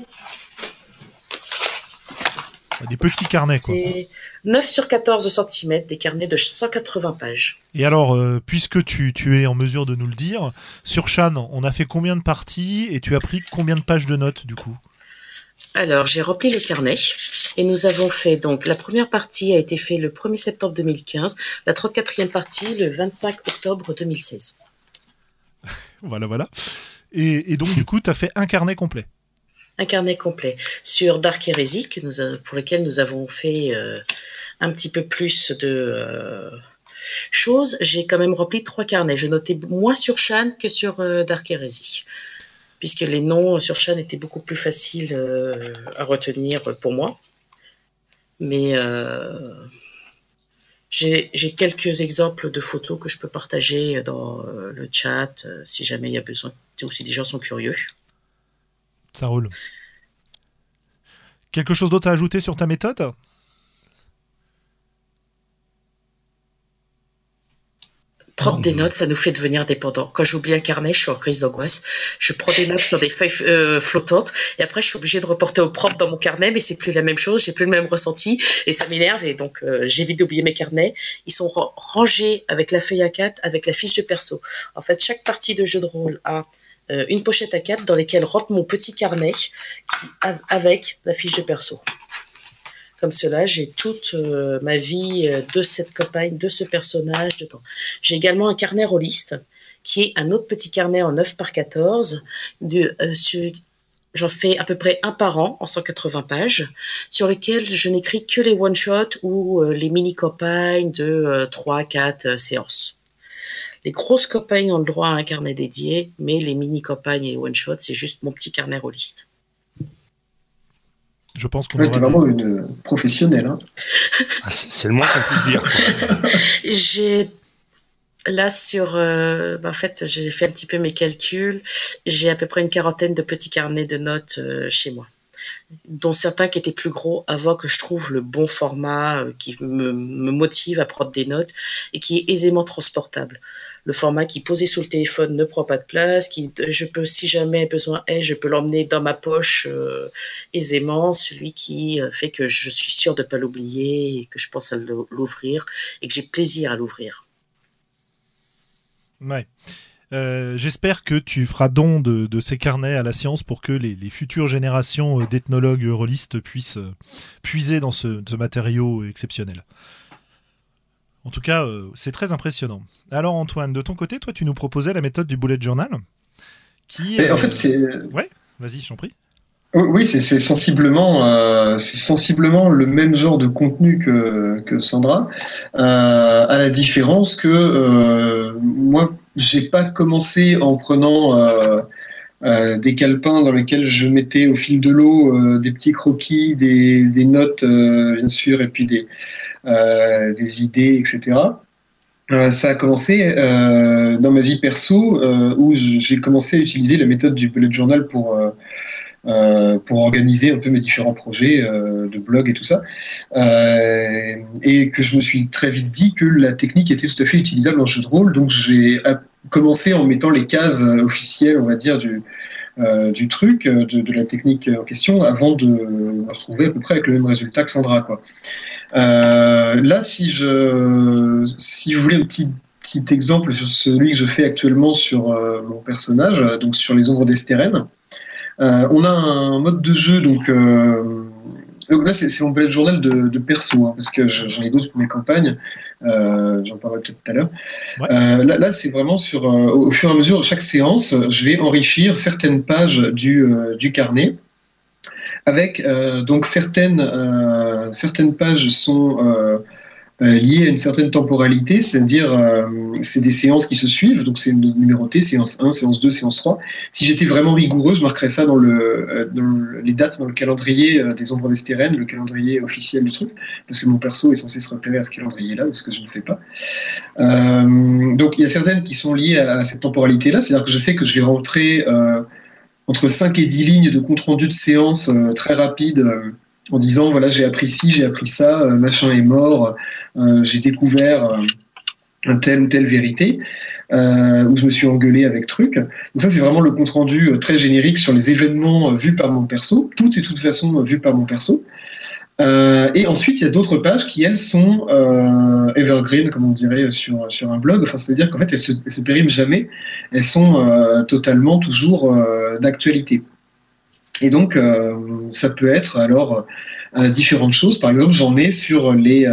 Des petits carnets, quoi. C'est 9 sur 14 cm, des carnets de 180 pages. Et alors, puisque tu es en mesure de nous le dire, sur Shan, on a fait combien de parties et tu as pris combien de pages de notes, du coup? Alors, j'ai rempli le carnet et nous avons fait, donc, la première partie a été faite le 1er septembre 2015, la 34e partie le 25 octobre 2016. Voilà. Et donc, du coup, tu as fait un carnet complet. Un carnet complet sur Dark Heresy pour lequel nous avons fait un petit peu plus de choses. J'ai quand même rempli 3 carnets. Je notais moins sur Shan que sur Dark Heresy, puisque les noms sur Shan étaient beaucoup plus faciles à retenir pour moi. Mais j'ai quelques exemples de photos que je peux partager dans le chat si jamais il y a besoin, ou si des gens sont curieux. Ça roule. Quelque chose d'autre à ajouter sur ta méthode ? Prendre des notes, ça nous fait devenir dépendants. Quand j'oublie un carnet, je suis en crise d'angoisse. Je prends des notes sur des feuilles flottantes et après, je suis obligée de reporter au propre dans mon carnet, mais c'est plus la même chose, j'ai plus le même ressenti et ça m'énerve. Et donc, j'évite d'oublier mes carnets. Ils sont rangés avec la feuille A4, avec la fiche de perso. En fait, chaque partie de jeu de rôle a une pochette A4 dans laquelle rentre mon petit carnet avec la fiche de perso. Comme cela, j'ai toute ma vie de cette campagne, de ce personnage dedans. J'ai également un carnet rôliste, qui est un autre petit carnet en 9 par 14. J'en fais à peu près un par an, en 180 pages, sur lesquels je n'écris que les one-shots ou les mini-campagnes de 3-4 séances. Les grosses campagnes ont le droit à un carnet dédié, mais les mini-campagnes et les one-shots, c'est juste mon petit carnet rôliste. Je pense qu'on aura vraiment une professionnelle. Hein. C'est le moins qu'on puisse dire. Là, en fait, j'ai fait un petit peu mes calculs. J'ai à peu près une quarantaine de petits carnets de notes chez moi, dont certains qui étaient plus gros avant que je trouve le bon format qui me motive à prendre des notes et qui est aisément transportable. Le format qui, posé sous le téléphone, ne prend pas de place, si jamais besoin est, je peux l'emmener dans ma poche aisément, celui qui fait que je suis sûre de ne pas l'oublier et que je pense à l'ouvrir et que j'ai plaisir à l'ouvrir. Ouais. J'espère que tu feras don de ces carnets à la science pour que les futures générations d'ethnologues rôlistes puissent puiser dans ce matériau exceptionnel. En tout cas, c'est très impressionnant. Alors Antoine, de ton côté, toi, tu nous proposais la méthode du bullet journal, qui. En fait, c'est. Ouais, vas-y, je t'en prie. Oui, c'est sensiblement le même genre de contenu que Sandra, à la différence que moi, j'ai pas commencé en prenant des calepins dans lesquels je mettais au fil de l'eau des petits croquis, des notes, bien sûr, et puis des idées, etc. Ça a commencé dans ma vie perso, où j'ai commencé à utiliser la méthode du bullet journal pour organiser un peu mes différents projets de blog et tout ça. Et que je me suis très vite dit que la technique était tout à fait utilisable en jeu de rôle. Donc j'ai commencé en mettant les cases officielles, on va dire, du truc, de la technique en question, avant de me retrouver à peu près avec le même résultat que Sandra, quoi. Là, si vous voulez un petit exemple sur celui que je fais actuellement sur mon personnage, donc sur les ombres d'Estérène, on a un mode de jeu, donc là c'est mon bullet journal de perso, hein, parce que j'en ai d'autres pour mes campagnes, j'en parlerai peut-être tout à l'heure. Ouais. Là c'est vraiment au fur et à mesure de chaque séance, je vais enrichir certaines pages du carnet, avec donc certaines pages sont liées à une certaine temporalité, c'est-à-dire c'est des séances qui se suivent, donc c'est numéroté, séance 1, séance 2, séance 3. Si j'étais vraiment rigoureux, je marquerais ça dans les dates dans le calendrier des ombres d'Estérène, le calendrier officiel du truc, parce que mon perso est censé se repérer à ce calendrier-là, ce que je ne fais pas. Donc il y a certaines qui sont liées à cette temporalité-là, c'est-à-dire que je sais que je vais rentrer entre 5 et 10 lignes de compte-rendu de séance très rapide, en disant voilà, j'ai appris ci, j'ai appris ça, machin est mort, j'ai découvert telle ou telle vérité, où je me suis engueulé avec truc. Donc ça, c'est vraiment le compte-rendu très générique sur les événements vus par mon perso. Tout est de toute façon vu par mon perso. Et ensuite, il y a d'autres pages qui, elles, sont evergreen, comme on dirait sur un blog. Enfin, c'est-à-dire qu'en fait, elles se périment jamais. Elles sont totalement toujours d'actualité. Et donc, ça peut être alors différentes choses. Par exemple, j'en ai sur les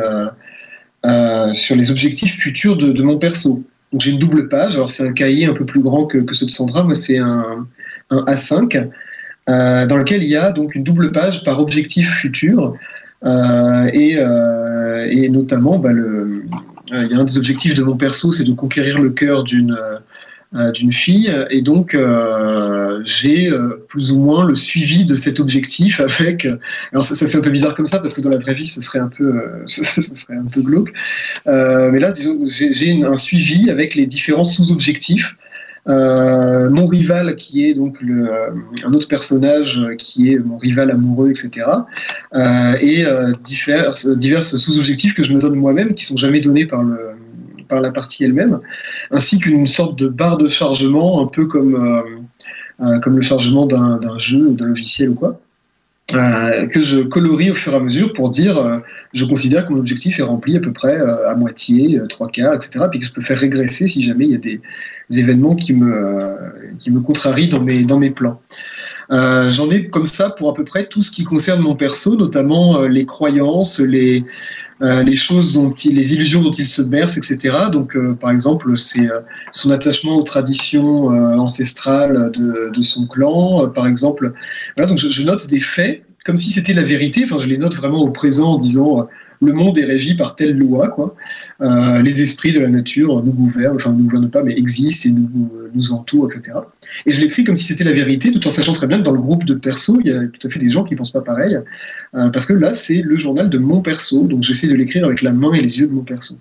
objectifs futurs de mon perso. Donc, j'ai une double page. Alors, c'est un cahier un peu plus grand que ceux de Sandra. Moi, c'est un A5 dans lequel il y a donc une double page par objectif futur. Et notamment, il y a un des objectifs de mon perso, c'est de conquérir le cœur d'une fille, et donc j'ai plus ou moins le suivi de cet objectif avec. Alors ça fait un peu bizarre comme ça parce que dans la vraie vie ce serait un peu glauque, mais là disons, j'ai un suivi avec les différents sous-objectifs. Mon rival qui est donc un autre personnage qui est mon rival amoureux, etc. Et diverses sous-objectifs que je me donne moi-même qui sont jamais donnés par la partie elle-même, ainsi qu'une sorte de barre de chargement un peu comme le chargement d'un jeu ou d'un logiciel ou quoi, que je colorie au fur et à mesure pour dire je considère que mon objectif est rempli à peu près à moitié, 3/4, etc. Puis que je peux faire régresser si jamais il y a des événements qui me contrarient dans mes plans. J'en ai comme ça pour à peu près tout ce qui concerne mon perso, notamment les croyances, les choses les illusions dont il se berce, etc. Donc, par exemple, c'est son attachement aux traditions ancestrales de son clan, par exemple. Voilà, donc je note des faits comme si c'était la vérité. Enfin, je les note vraiment au présent en disant le monde est régi par telle loi, quoi. Les esprits de la nature nous gouvernent, enfin, nous gouvernent pas, mais existent et nous entourent, etc. Et je l'écris comme si c'était la vérité, tout en sachant très bien que dans le groupe de perso, il y a tout à fait des gens qui ne pensent pas pareil, parce que là, c'est le journal de mon perso, donc j'essaie de l'écrire avec la main et les yeux de mon perso.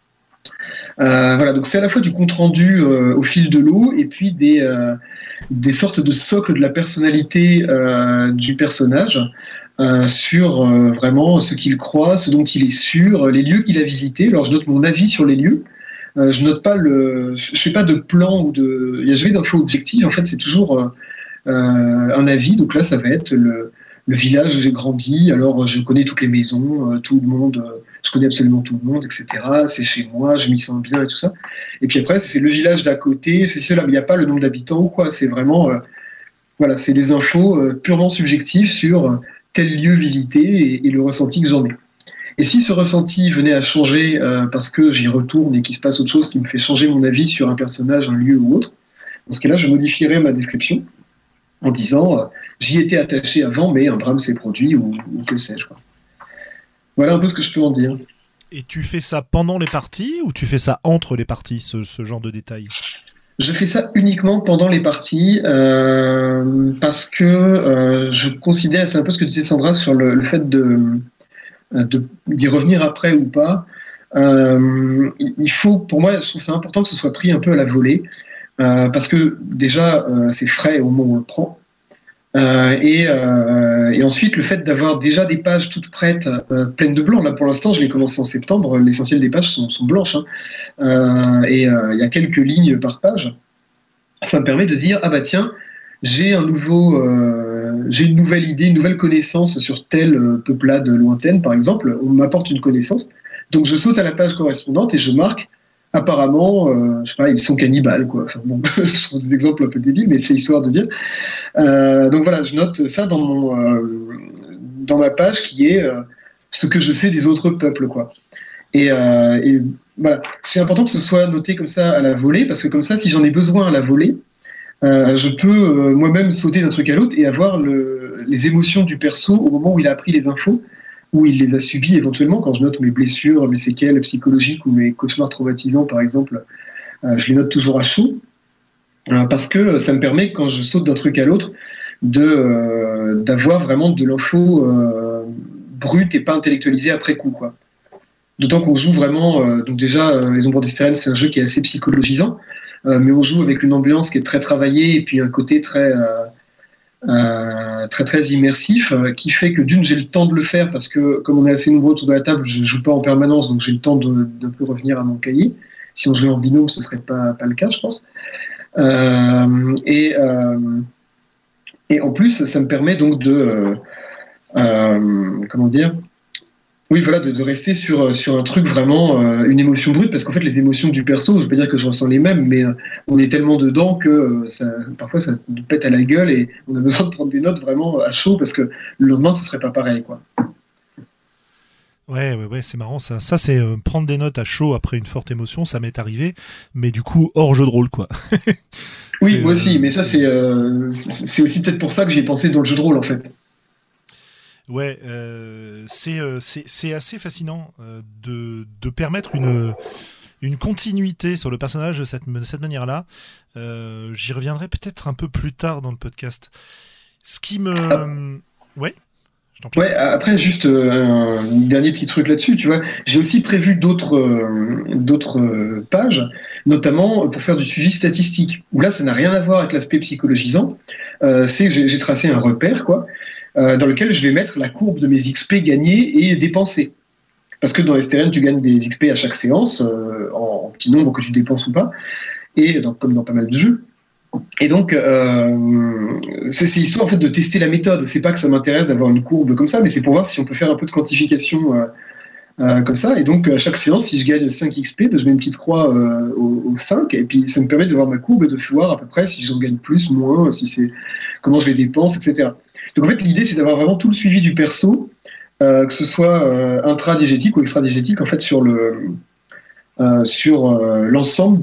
Voilà, donc c'est à la fois du compte-rendu au fil de l'eau, et puis des sortes de socles de la personnalité du personnage, sur vraiment ce qu'il croit, ce dont il est sûr, les lieux qu'il a visités. Alors je note mon avis sur les lieux. Je note pas je fais pas de plan il y a jamais d'infos objectives. En fait, c'est toujours un avis. Donc là, ça va être le village où j'ai grandi. Alors je connais toutes les maisons, tout le monde. Je connais absolument tout le monde, etc. C'est chez moi, je m'y sens bien et tout ça. Et puis après, c'est le village d'à côté. C'est cela, mais il n'y a pas le nombre d'habitants ou quoi. C'est vraiment, voilà, c'est des infos purement subjectives sur tel lieu visité et le ressenti que j'en ai. Et si ce ressenti venait à changer parce que j'y retourne et qu'il se passe autre chose qui me fait changer mon avis sur un personnage, un lieu ou autre, dans ce cas-là, je modifierais ma description en disant j'y étais attaché avant, mais un drame s'est produit ou que sais-je, quoi. Voilà un peu ce que je peux en dire. Et tu fais ça pendant les parties ou tu fais ça entre les parties, ce genre de détails ? Je fais ça uniquement pendant les parties parce que je considère, c'est un peu ce que disait Sandra sur le fait d'y revenir après ou pas. Il faut, pour moi, je trouve ça important que ce soit pris un peu à la volée parce que déjà c'est frais au moment où on le prend. Et ensuite, le fait d'avoir déjà des pages toutes prêtes, pleines de blanc. Là, pour l'instant, je l'ai commencé en septembre. L'essentiel des pages sont blanches. Et il y a quelques lignes par page. Ça me permet de dire, ah bah tiens, j'ai une nouvelle idée, une nouvelle connaissance sur telle peuplade lointaine, par exemple. On m'apporte une connaissance. Donc, je saute à la page correspondante et je marque, apparemment, je sais pas, ils sont cannibales, quoi. Enfin, bon, je trouve des exemples un peu débiles, mais c'est histoire de dire. Donc voilà, je note ça dans ma page qui est ce que je sais des autres peuples, quoi. Et voilà, c'est important que ce soit noté comme ça à la volée, parce que comme ça, si j'en ai besoin à la volée, je peux moi-même sauter d'un truc à l'autre et avoir les émotions du perso au moment où il a appris les infos où il les a subis éventuellement. Quand je note mes blessures, mes séquelles psychologiques ou mes cauchemars traumatisants, par exemple, je les note toujours à chaud, parce que ça me permet, quand je saute d'un truc à l'autre, d'avoir vraiment de l'info brute et pas intellectualisée après coup, quoi. D'autant qu'on joue vraiment, donc déjà, Les Ombres des Sirènes, c'est un jeu qui est assez psychologisant, mais on joue avec une ambiance qui est très travaillée et puis un côté très très immersif, qui fait que d'une, j'ai le temps de le faire parce que comme on est assez nombreux autour de la table, je joue pas en permanence, donc j'ai le temps de peu revenir à mon cahier. Si on jouait en binôme, ce serait pas le cas, je pense. Et en plus, ça me permet donc comment dire, oui, voilà, de rester sur un truc vraiment, une émotion brute, parce qu'en fait, les émotions du perso, je veux pas dire que je ressens les mêmes, mais on est tellement dedans que parfois ça nous pète à la gueule et on a besoin de prendre des notes vraiment à chaud, parce que le lendemain, ce serait pas pareil, quoi. Ouais, c'est marrant ça. Ça, c'est prendre des notes à chaud après une forte émotion, ça m'est arrivé, mais du coup, hors jeu de rôle, quoi. Oui, moi aussi, mais ça, c'est aussi peut-être pour ça que j'ai pensé dans le jeu de rôle, en fait. Ouais, c'est assez fascinant de permettre une continuité sur le personnage de cette manière-là. J'y reviendrai peut-être un peu plus tard dans le podcast. Ce qui me... Ouais, je t'en prie. Ouais, après, juste un dernier petit truc là-dessus, tu vois. J'ai aussi prévu d'autres pages, notamment pour faire du suivi statistique, où là, ça n'a rien à voir avec l'aspect psychologisant. C'est que j'ai tracé un repère, quoi, dans lequel je vais mettre la courbe de mes XP gagnés et dépensés. Parce que dans STRN, tu gagnes des XP à chaque séance, en petit nombre que tu dépenses ou pas, et donc, comme dans pas mal de jeux. Et donc, c'est histoire en fait de tester la méthode. C'est pas que ça m'intéresse d'avoir une courbe comme ça, mais c'est pour voir si on peut faire un peu de quantification comme ça. Et donc, à chaque séance, si je gagne 5 XP, ben, je mets une petite croix au 5, et puis ça me permet de voir ma courbe et de voir à peu près si j'en gagne plus, moins, si c'est comment je les dépense, etc. Donc en fait, l'idée, c'est d'avoir vraiment tout le suivi du perso, que ce soit intradiégétique ou extradiégétique, en fait, sur l'ensemble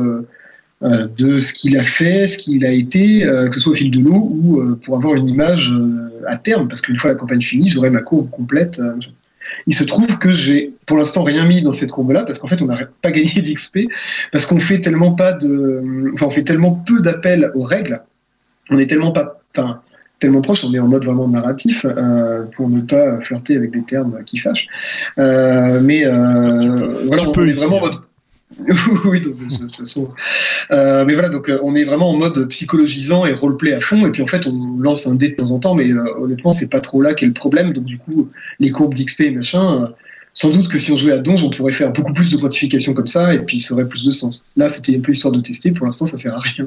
de ce qu'il a fait, ce qu'il a été, que ce soit au fil de l'eau ou pour avoir une image à terme, parce qu'une fois la campagne finie, j'aurai ma courbe complète. Il se trouve que j'ai pour l'instant rien mis dans cette courbe-là, parce qu'en fait on n'a pas gagné d'XP, parce qu'on fait tellement on fait tellement peu d'appels aux règles, on est tellement pas, enfin, tellement proche, on est en mode vraiment narratif, pour ne pas flirter avec des termes qui fâchent. Mais voilà, on est vraiment en mode. Oui, donc, de toute façon. Mais voilà, donc on est vraiment en mode psychologisant et roleplay à fond, et puis en fait on lance un dé de temps en temps, mais honnêtement c'est pas trop là qu'est le problème, donc du coup les courbes d'XP et machin, sans doute que si on jouait à Donge on pourrait faire beaucoup plus de quantification comme ça, et puis ça aurait plus de sens. Là c'était un peu histoire de tester, pour l'instant ça sert à rien.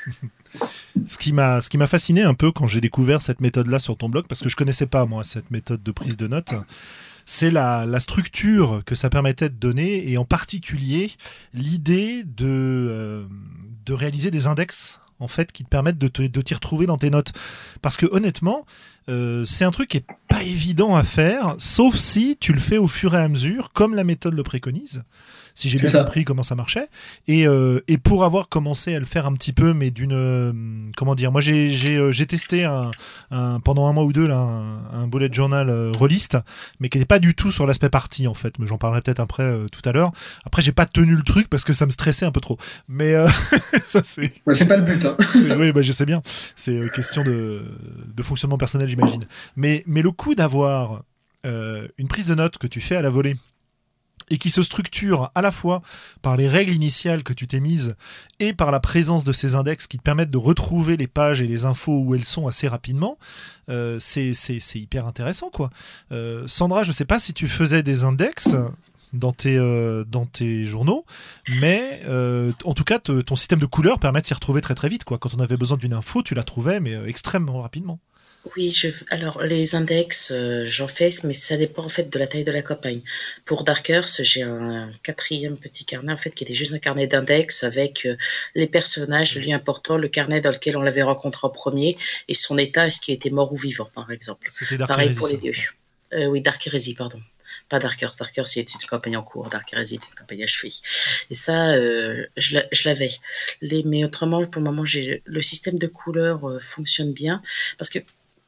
Ce qui m'a fasciné un peu quand j'ai découvert cette méthode-là sur ton blog, parce que je connaissais pas moi cette méthode de prise de notes, c'est la structure que ça permettait de donner, et en particulier l'idée de réaliser des index en fait qui te permettent de t'y retrouver dans tes notes. Parce que honnêtement, c'est un truc qui est pas évident à faire, sauf si tu le fais au fur et à mesure, comme la méthode le préconise. Si j'ai bien compris comment ça marchait, et pour avoir commencé à le faire un petit peu, mais comment dire, moi j'ai testé pendant un mois ou deux là, un bullet journal rôliste, mais qui n'était pas du tout sur l'aspect partie en fait, mais j'en parlerai peut-être après tout à l'heure. Après j'ai pas tenu le truc parce que ça me stressait un peu trop, mais ça c'est. Ouais, c'est pas le but. Hein. Oui, bah, je sais bien, c'est question de fonctionnement personnel j'imagine, mais le coup d'avoir une prise de notes que tu fais à la volée, et qui se structure à la fois par les règles initiales que tu t'es mises et par la présence de ces index qui te permettent de retrouver les pages et les infos où elles sont assez rapidement, c'est hyper intéressant, quoi. Sandra, je sais pas si tu faisais des index dans tes journaux, mais en tout cas ton système de couleurs permet de s'y retrouver très très vite, quoi. Quand on avait besoin d'une info, tu la trouvais, mais extrêmement rapidement. Oui, alors les index, j'en fais, mais ça dépend en fait de la taille de la campagne. Pour Dark Earth, j'ai un quatrième petit carnet en fait qui était juste un carnet d'index avec les personnages, le lieu important, le carnet dans lequel on l'avait rencontré en premier et son état, est-ce qu'il était mort ou vivant, par exemple. C'était Dark Pareil Heresy, pour les ça. lieux. Oui, Dark Heresy, pardon. Pas Dark Earth. Dark Earth, c'est une campagne en cours. Dark Heresy, c'est une campagne achevée. Et ça, je l'avais. Mais autrement, pour le moment, le système de couleurs fonctionne bien parce que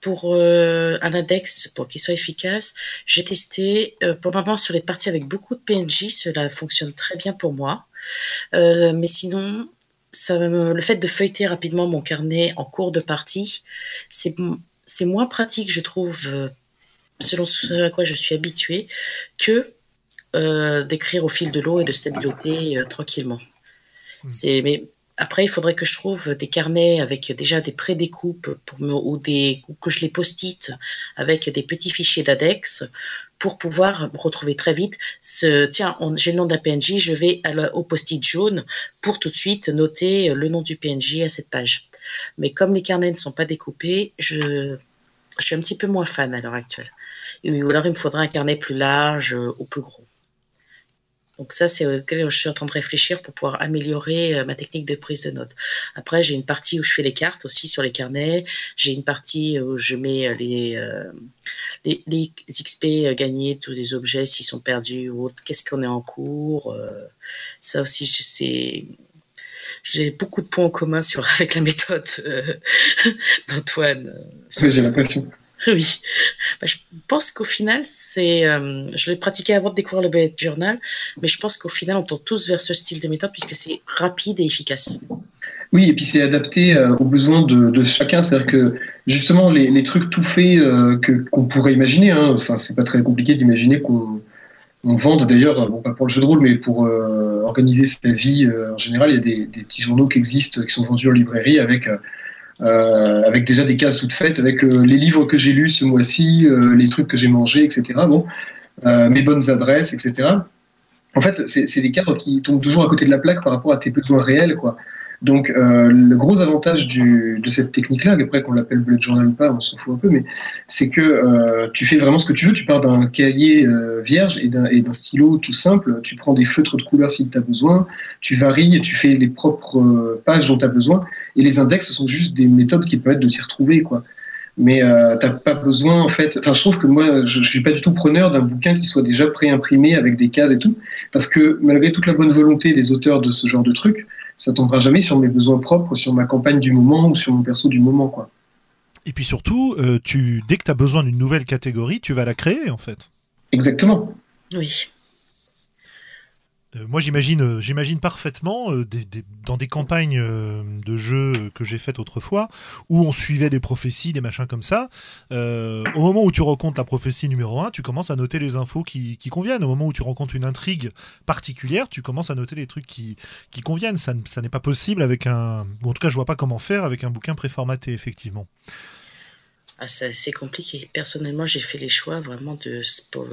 pour un index, pour qu'il soit efficace, j'ai testé pour le moment sur les parties avec beaucoup de PNJ, cela fonctionne très bien pour moi. Mais sinon, le fait de feuilleter rapidement mon carnet en cours de partie, c'est moins pratique, je trouve, selon ce à quoi je suis habituée, que d'écrire au fil de l'eau et de stabiloter tranquillement. Mais après, il faudrait que je trouve des carnets avec déjà des pré-découpes ou que je les post-it avec des petits fichiers d'index pour pouvoir me retrouver très vite. Tiens, j'ai le nom d'un PNJ, je vais au post-it jaune pour tout de suite noter le nom du PNJ à cette page. Mais comme les carnets ne sont pas découpés, je suis un petit peu moins fan à l'heure actuelle. Ou alors, il me faudrait un carnet plus large ou plus gros. Donc ça, c'est auquel je suis en train de réfléchir pour pouvoir améliorer ma technique de prise de notes. Après, j'ai une partie où je fais les cartes aussi sur les carnets. J'ai une partie où je mets les XP gagnés, tous les objets s'ils sont perdus ou autres. Qu'est-ce qu'on est en cours. Ça aussi, j'ai beaucoup de points en commun avec la méthode d'Antoine. Oui, j'ai l'impression. Oui, je pense qu'au final, je l'ai pratiqué avant de découvrir le bullet journal, mais je pense qu'au final, on tend tous vers ce style de méthode puisque c'est rapide et efficace. Oui, et puis c'est adapté aux besoins de chacun. C'est-à-dire que justement, les trucs tout faits qu'on pourrait imaginer, enfin, c'est pas très compliqué d'imaginer qu'on vende d'ailleurs, bon, pas pour le jeu de rôle, mais pour organiser sa vie en général. Il y a des petits journaux qui existent, qui sont vendus en librairie avec déjà des cases toutes faites, avec les livres que j'ai lus ce mois-ci, les trucs que j'ai mangés, etc. Bon, mes bonnes adresses, etc. En fait, c'est des cadres qui tombent toujours à côté de la plaque par rapport à tes besoins réels, quoi. Donc, le gros avantage de cette technique-là, après qu'on l'appelle bullet journal ou pas, on s'en fout un peu, mais c'est que tu fais vraiment ce que tu veux. Tu pars d'un cahier vierge et d'un stylo tout simple. Tu prends des feutres de couleur si tu as besoin. Tu varies et tu fais les propres pages dont tu as besoin. Et les index, ce sont juste des méthodes qui te permettent de t'y retrouver, quoi. Mais t'as pas besoin, en fait. Enfin, je trouve que moi, je suis pas du tout preneur d'un bouquin qui soit déjà pré-imprimé avec des cases et tout, parce que malgré toute la bonne volonté des auteurs de ce genre de truc, ça tombera jamais sur mes besoins propres, sur ma campagne du moment ou sur mon perso du moment, quoi. Et puis surtout, dès que tu as besoin d'une nouvelle catégorie, tu vas la créer, en fait. Exactement. Oui. Moi, j'imagine parfaitement dans des campagnes de jeux que j'ai faites autrefois, où on suivait des prophéties, des machins comme ça. Au moment où tu rencontres la prophétie numéro 1, tu commences à noter les infos qui conviennent. Au moment où tu rencontres une intrigue particulière, tu commences à noter les trucs qui conviennent. Ça n'est pas possible avec ou en tout cas, je vois pas comment faire avec un bouquin préformaté, effectivement. Ah, c'est compliqué. Personnellement, j'ai fait les choix vraiment de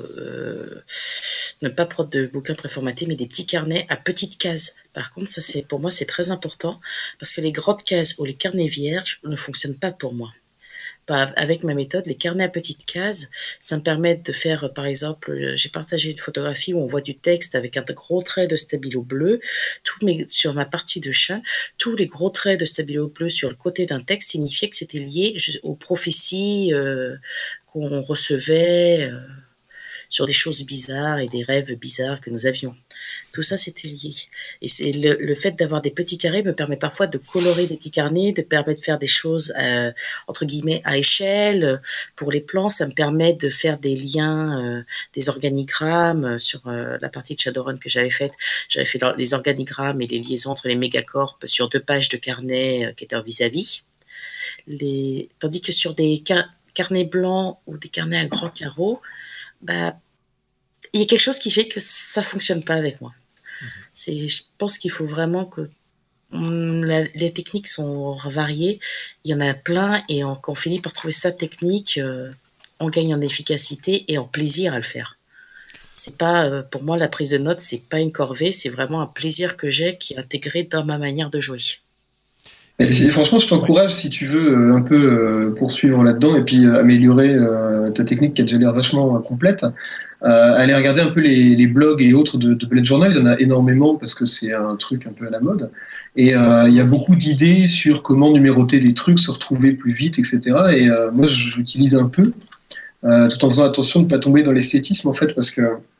ne pas prendre de bouquins préformatés, mais des petits carnets à petites cases. Par contre, ça, pour moi, c'est très important parce que les grandes cases ou les carnets vierges ne fonctionnent pas pour moi. Avec ma méthode, les carnets à petites cases, ça me permet de faire, par exemple, j'ai partagé une photographie où on voit du texte avec un gros trait de stabilo bleu. Sur ma partie de chat, tous les gros traits de stabilo bleu sur le côté d'un texte signifiaient que c'était lié aux prophéties qu'on recevait sur des choses bizarres et des rêves bizarres que nous avions. Tout ça, c'était lié. Et c'est le fait d'avoir des petits carrés me permet parfois de colorer des petits carnets, de permettre de faire des choses, entre guillemets, à échelle. Pour les plans, ça me permet de faire des liens, des organigrammes sur la partie de Shadowrun que j'avais faite. J'avais fait les organigrammes et les liaisons entre les mégacorps sur 2 pages de carnets qui étaient en vis-à-vis. Tandis que sur des carnets blancs ou des carnets à grands carreaux, il y a quelque chose qui fait que ça fonctionne pas avec moi. Je pense qu'il faut vraiment que les techniques sont variées. Il y en a plein et quand on finit par trouver sa technique, on gagne en efficacité et en plaisir à le faire. C'est pas, pour moi, la prise de notes, c'est pas une corvée, c'est vraiment un plaisir que j'ai qui est intégré dans ma manière de jouer. Franchement, je t'encourage, si tu veux un peu poursuivre là-dedans et puis améliorer ta technique qui a déjà l'air vachement complète. Aller regarder un peu les blogs et autres de bullet journal, il y en a énormément parce que c'est un truc un peu à la mode. Et il y a beaucoup d'idées sur comment numéroter des trucs, se retrouver plus vite, etc. Et moi, j'utilise un peu, tout en faisant attention de ne pas tomber dans l'esthétisme, en fait, parce que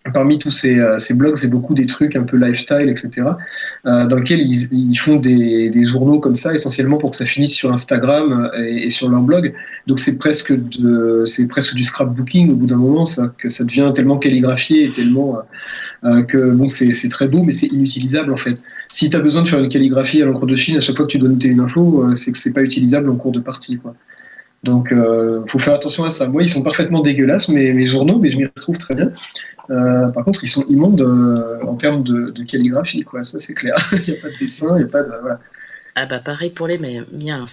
parmi tous ces blogs, c'est beaucoup des trucs un peu lifestyle, etc., dans lesquels ils font des journaux comme ça, essentiellement pour que ça finisse sur Instagram et sur leur blog. Donc c'est presque du scrapbooking au bout d'un moment, ça, que ça devient tellement calligraphié et tellement que bon, c'est très beau, mais c'est inutilisable en fait. Si tu as besoin de faire une calligraphie à l'encre de Chine à chaque fois que tu dois noter une info, c'est que c'est pas utilisable en cours de partie, quoi. Donc, faut faire attention à ça. Moi, ils sont parfaitement dégueulasses, mes journaux, mais je m'y retrouve très bien. Par contre, ils sont immondes en termes de calligraphie, quoi. Ça, c'est clair. Il n'y a pas de dessin, il n'y a pas de. Voilà. Ah bah pareil pour les miens,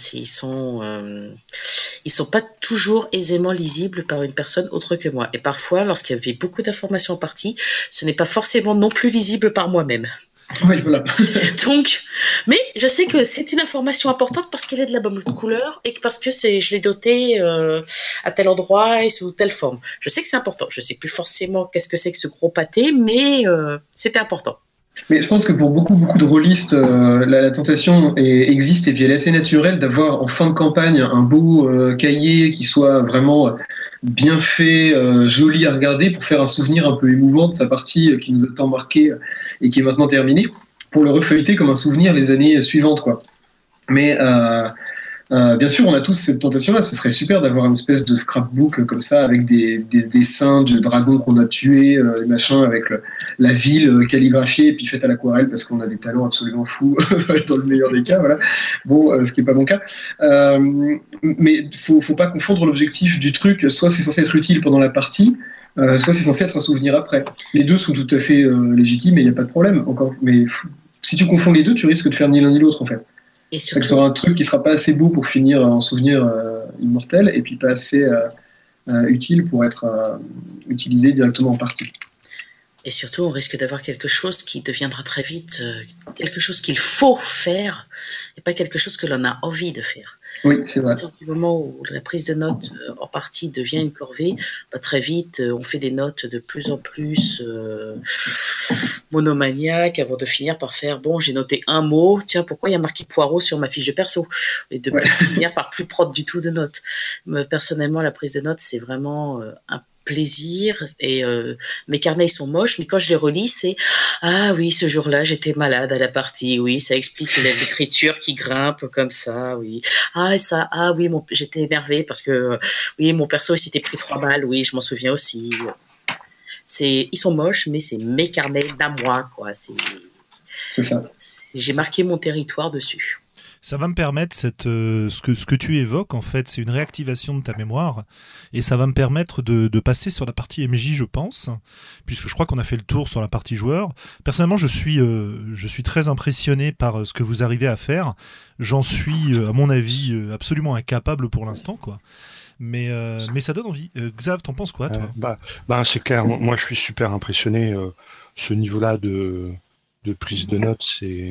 ils sont pas toujours aisément lisibles par une personne autre que moi. Et parfois, lorsqu'il y avait beaucoup d'informations en partie, ce n'est pas forcément non plus lisible par moi-même. Oui, voilà. Donc, mais je sais que c'est une information importante parce qu'elle est de la bonne couleur et que parce que je l'ai dotée à tel endroit et sous telle forme. Je sais que c'est important. Je sais plus forcément qu'est-ce que c'est que ce gros pâté, mais c'était important. Mais je pense que pour beaucoup de rôlistes, la tentation existe et puis elle est assez naturelle d'avoir en fin de campagne un beau cahier qui soit vraiment bien fait, joli à regarder pour faire un souvenir un peu émouvant de sa partie qui nous a tant marqué et qui est maintenant terminée, pour le refeuilleter comme un souvenir les années suivantes, quoi. Mais bien sûr, on a tous cette tentation-là. Ce serait super d'avoir une espèce de scrapbook comme ça, avec des dessins de dragons qu'on a tués, machin, avec la ville calligraphiée et puis faite à l'aquarelle parce qu'on a des talents absolument fous dans le meilleur des cas. Voilà. Bon, ce qui n'est pas mon cas. Mais faut pas confondre l'objectif du truc. Soit c'est censé être utile pendant la partie, soit c'est censé être un souvenir après. Les deux sont tout à fait légitimes et il n'y a pas de problème. Encore, mais si tu confonds les deux, tu risques de faire ni l'un ni l'autre en fait. Et C'est que surtout, tu auras un truc qui sera pas assez beau pour finir en souvenir immortel et puis pas assez utile pour être utilisé directement en partie. et surtout, on risque d'avoir quelque chose qui deviendra très vite quelque chose qu'il faut faire et pas quelque chose que l'on a envie de faire. Oui, c'est vrai. À partir du moment où la prise de notes en partie devient une corvée, bah, très vite, on fait des notes de plus en plus monomaniaques avant de finir par faire bon, j'ai noté un mot, tiens, pourquoi il y a marqué poireau sur ma fiche de perso? Et de finir par plus prendre du tout de notes. Mais personnellement, la prise de notes, c'est vraiment un plaisir et mes carnets ils sont moches mais quand je les relis c'est ah oui ce jour-là j'étais malade à la partie, oui ça explique l'écriture qui grimpe comme ça, oui ah ça ah oui j'étais énervée parce que oui mon perso il s'était pris 3 balles, oui je m'en souviens aussi, ils sont moches mais c'est mes carnets d'à moi quoi, C'est ça. J'ai marqué mon territoire dessus. Ça va me permettre ce que tu évoques, en fait, c'est une réactivation de ta mémoire, et ça va me permettre de passer sur la partie MJ, je pense, puisque je crois qu'on a fait le tour sur la partie joueur. Personnellement, je suis très impressionné par ce que vous arrivez à faire. J'en suis, à mon avis, absolument incapable pour l'instant, quoi. Mais ça donne envie. Xav, t'en penses quoi, toi? C'est clair. Moi, je suis super impressionné. Ce niveau-là de prise de notes,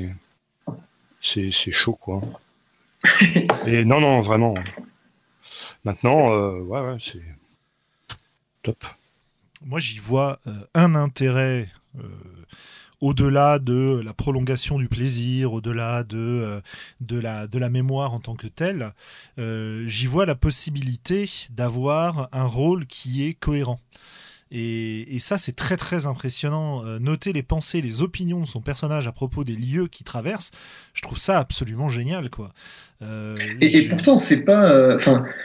c'est chaud, quoi. Et non, vraiment. Maintenant, ouais, c'est top. Moi, j'y vois un intérêt au-delà de la prolongation du plaisir, au-delà de la mémoire en tant que telle. J'y vois la possibilité d'avoir un rôle qui est cohérent. Et ça, c'est très très impressionnant. Noter les pensées, les opinions de son personnage à propos des lieux qu'il traverse, je trouve ça absolument génial, quoi. Et pourtant, c'est pas.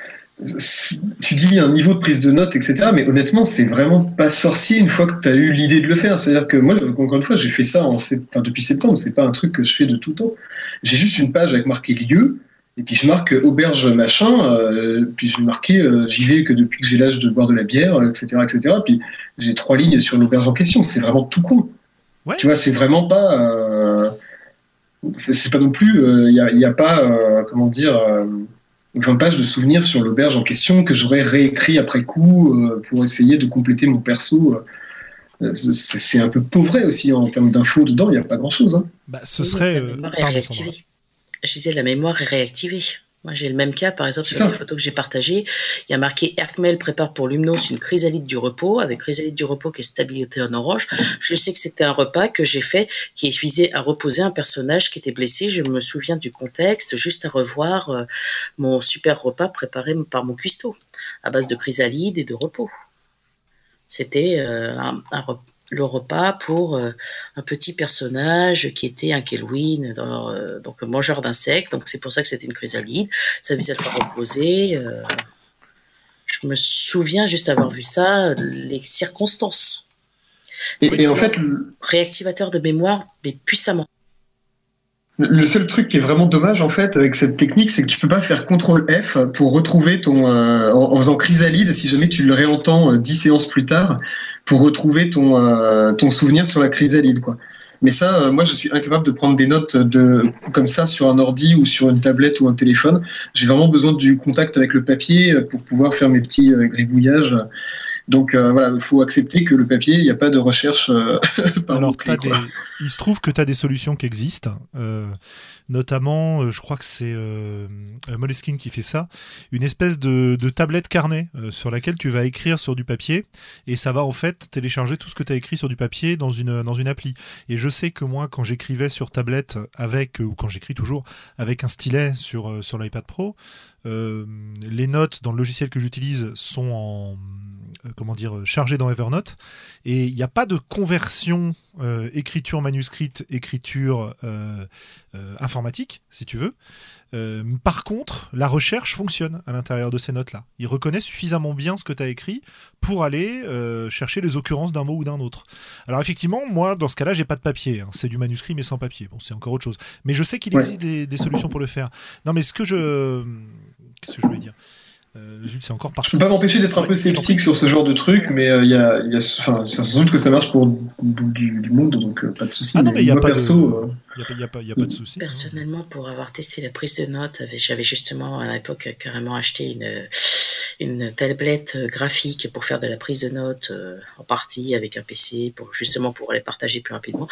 Tu dis un niveau de prise de notes, etc. Mais honnêtement, c'est vraiment pas sorcier une fois que tu as eu l'idée de le faire. C'est-à-dire que moi, encore une fois, j'ai fait ça depuis septembre. C'est pas un truc que je fais de tout temps. J'ai juste une page avec marqué lieu. Et puis je marque auberge machin, puis je vais marquer j'y vais que depuis que j'ai l'âge de boire de la bière, etc., etc. Puis j'ai 3 lignes sur l'auberge en question. C'est vraiment tout con. Ouais. Tu vois, c'est vraiment pas. C'est pas non plus. Il y a pas comment dire 20 pages de souvenirs sur l'auberge en question que j'aurais réécrit après coup pour essayer de compléter mon perso. C'est un peu pauvret aussi en termes d'infos dedans. Il n'y a pas grand-chose. Hein. Ce serait. La mémoire est réactivée. Je disais, la mémoire est réactivée. Moi, j'ai le même cas, par exemple, sur les photos que j'ai partagées. Il y a marqué Hercmel prépare pour Lumnos une chrysalide du repos, avec chrysalide du repos qui est stabilité en orange. Je sais que c'était un repas que j'ai fait qui visait à reposer un personnage qui était blessé. Je me souviens du contexte, juste à revoir mon super repas préparé par mon cuistot, à base de chrysalide et de repos. C'était le repas pour un petit personnage qui était un Kelwyn, donc mangeur d'insectes. Donc c'est pour ça que c'était une chrysalide. Ça visait à le faire reposer. Je me souviens juste avoir vu ça, les circonstances. Et en fait, réactivateur de mémoire, mais puissamment. Le seul truc qui est vraiment dommage en fait avec cette technique, c'est que tu peux pas faire CTRL F pour retrouver ton en faisant chrysalide, si jamais tu le réentends 10 séances plus tard, pour retrouver ton souvenir sur la chrysalide, quoi. Mais ça, moi, je suis incapable de prendre des notes comme ça sur un ordi ou sur une tablette ou un téléphone. J'ai vraiment besoin du contact avec le papier pour pouvoir faire mes petits gribouillages. Donc voilà, il faut accepter que le papier, il n'y a pas de recherche par mots-clés, il se trouve que tu as des solutions qui existent, notamment, je crois que c'est Moleskine qui fait ça, une espèce de tablette carnet sur laquelle tu vas écrire sur du papier et ça va en fait télécharger tout ce que tu as écrit sur du papier dans une appli. Et je sais que moi, quand j'écrivais sur tablette ou quand j'écris toujours avec un stylet sur l'iPad Pro, les notes dans le logiciel que j'utilise sont chargées dans Evernote et il n'y a pas de conversion écriture manuscrite, écriture informatique, si tu veux. Par contre, la recherche fonctionne à l'intérieur de ces notes-là. Il reconnaît suffisamment bien ce que tu as écrit pour aller chercher les occurrences d'un mot ou d'un autre. Alors effectivement, moi, dans ce cas-là, j'ai pas de papier. Hein. C'est du manuscrit, mais sans papier. Bon, c'est encore autre chose. Mais je sais qu'il existe des solutions pour le faire. Non, mais qu'est-ce que je voulais dire ? Jules, c'est encore parti. Je peux pas m'empêcher d'être un peu sceptique sur ce genre de truc, mais ça se doute que ça marche pour du monde, donc pas de souci. Ah non, mais il n'y a, pas de souci. Personnellement, pour avoir testé la prise de notes, j'avais justement à l'époque carrément acheté une tablette graphique pour faire de la prise de notes en partie avec un PC pour les partager plus rapidement.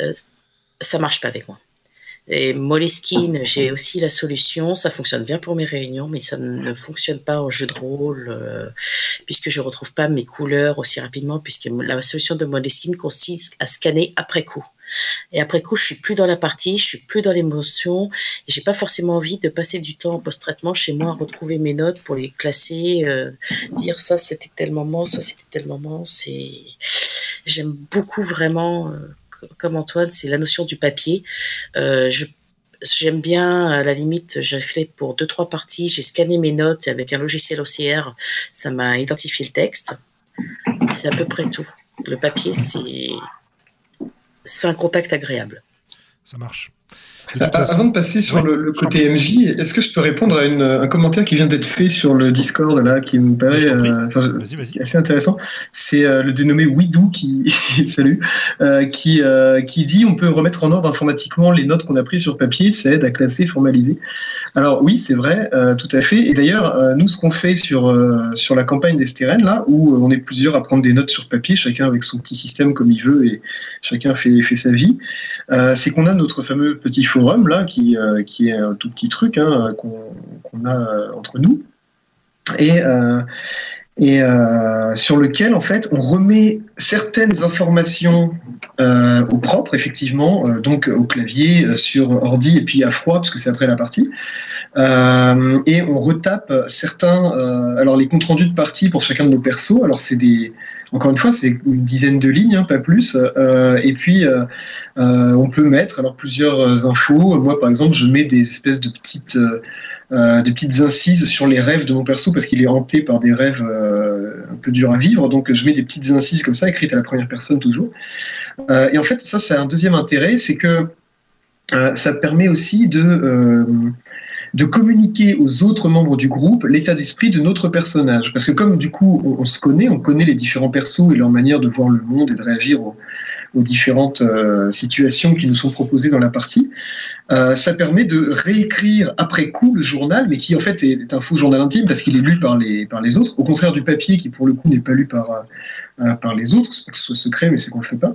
Ça marche pas avec moi. Et Moleskine, j'ai aussi la solution, ça fonctionne bien pour mes réunions, mais ça ne fonctionne pas en jeu de rôle, puisque je retrouve pas mes couleurs aussi rapidement, puisque la solution de Moleskine consiste à scanner après coup. Et après coup, je suis plus dans la partie, je suis plus dans l'émotion, et j'ai pas forcément envie de passer du temps en post-traitement chez moi à retrouver mes notes pour les classer, dire ça c'était tel moment, ça c'était tel moment. J'aime beaucoup vraiment. Comme Antoine, c'est la notion du papier. J'aime bien, à la limite, j'ai fait pour 2-3 parties, j'ai scanné mes notes et avec un logiciel OCR, ça m'a identifié le texte. C'est à peu près tout. Le papier, c'est un contact agréable. Ça marche. Avant de passer sur le côté MJ, est-ce que je peux répondre à un commentaire qui vient d'être fait sur le Discord là, qui me paraît vas-y. assez intéressant. C'est le dénommé Widou qui salut, qui dit on peut remettre en ordre informatiquement les notes qu'on a prises sur papier, ça aide à classer, formaliser. Alors oui, c'est vrai, tout à fait. Et d'ailleurs, nous, ce qu'on fait sur la campagne d'Estérène, là, où on est plusieurs à prendre des notes sur papier, chacun avec son petit système comme il veut et chacun fait sa vie, c'est qu'on a notre fameux petit forum là, qui est un tout petit truc qu'on a entre nous, et sur lequel en fait on remet certaines informations au propre, effectivement, donc au clavier, sur ordi et puis à froid parce que c'est après la partie. Et on retape certains, alors les comptes rendus de partie pour chacun de nos persos. Alors encore une fois, c'est une dizaine de lignes, pas plus. Et puis on peut mettre alors plusieurs infos. Moi, par exemple, je mets des espèces de petites incises sur les rêves de mon perso parce qu'il est hanté par des rêves un peu durs à vivre. Donc, je mets des petites incises comme ça, écrites à la première personne toujours. Et en fait, ça a un deuxième intérêt, c'est que ça permet aussi de communiquer aux autres membres du groupe l'état d'esprit de notre personnage. Parce que comme du coup, on connaît les différents persos et leur manière de voir le monde et de réagir aux différentes situations qui nous sont proposées dans la partie, ça permet de réécrire après coup le journal, mais qui en fait est un faux journal intime parce qu'il est lu par les autres, au contraire du papier qui pour le coup n'est pas lu par les autres, c'est pas que ce soit secret, mais c'est qu'on le fait pas.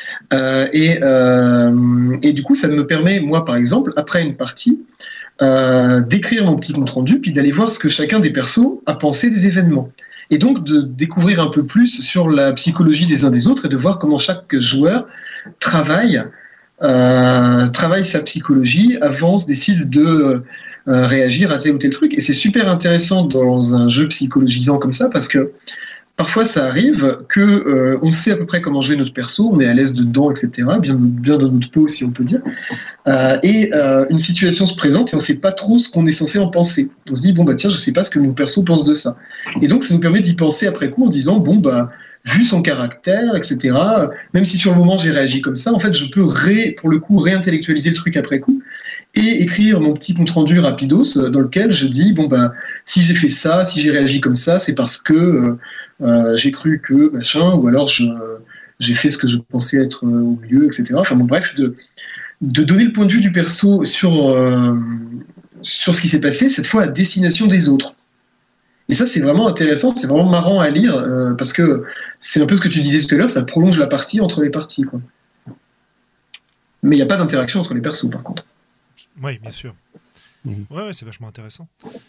Et du coup, ça me permet, moi par exemple, après une partie, d'écrire mon petit compte rendu, puis d'aller voir ce que chacun des persos a pensé des événements. Et donc de découvrir un peu plus sur la psychologie des uns des autres et de voir comment chaque joueur travaille sa psychologie, avance, décide de réagir à tel ou tel truc. Et c'est super intéressant dans un jeu psychologisant comme ça parce que parfois ça arrive que on sait à peu près comment jouer notre perso, on est à l'aise dedans, etc., bien dans notre peau, si on peut dire. Une situation se présente et on ne sait pas trop ce qu'on est censé en penser. On se dit, bon, bah tiens, je ne sais pas ce que mon perso pense de ça. Et donc, ça nous permet d'y penser après coup en disant, bon, bah, vu son caractère, etc., même si sur le moment j'ai réagi comme ça, en fait, je peux, pour le coup, réintellectualiser le truc après coup et écrire mon petit compte-rendu rapidos dans lequel je dis, bon, bah, si j'ai fait ça, si j'ai réagi comme ça, c'est parce que j'ai cru que, machin, ou alors j'ai fait ce que je pensais être au mieux, etc. Enfin, bon, bref, de donner le point de vue du perso sur ce qui s'est passé, cette fois à destination des autres. Et ça, c'est vraiment intéressant, c'est vraiment marrant à lire, parce que c'est un peu ce que tu disais tout à l'heure, ça prolonge la partie entre les parties, quoi. Mais il n'y a pas d'interaction entre les persos, par contre. Oui, bien sûr. Ouais, c'est vachement intéressant.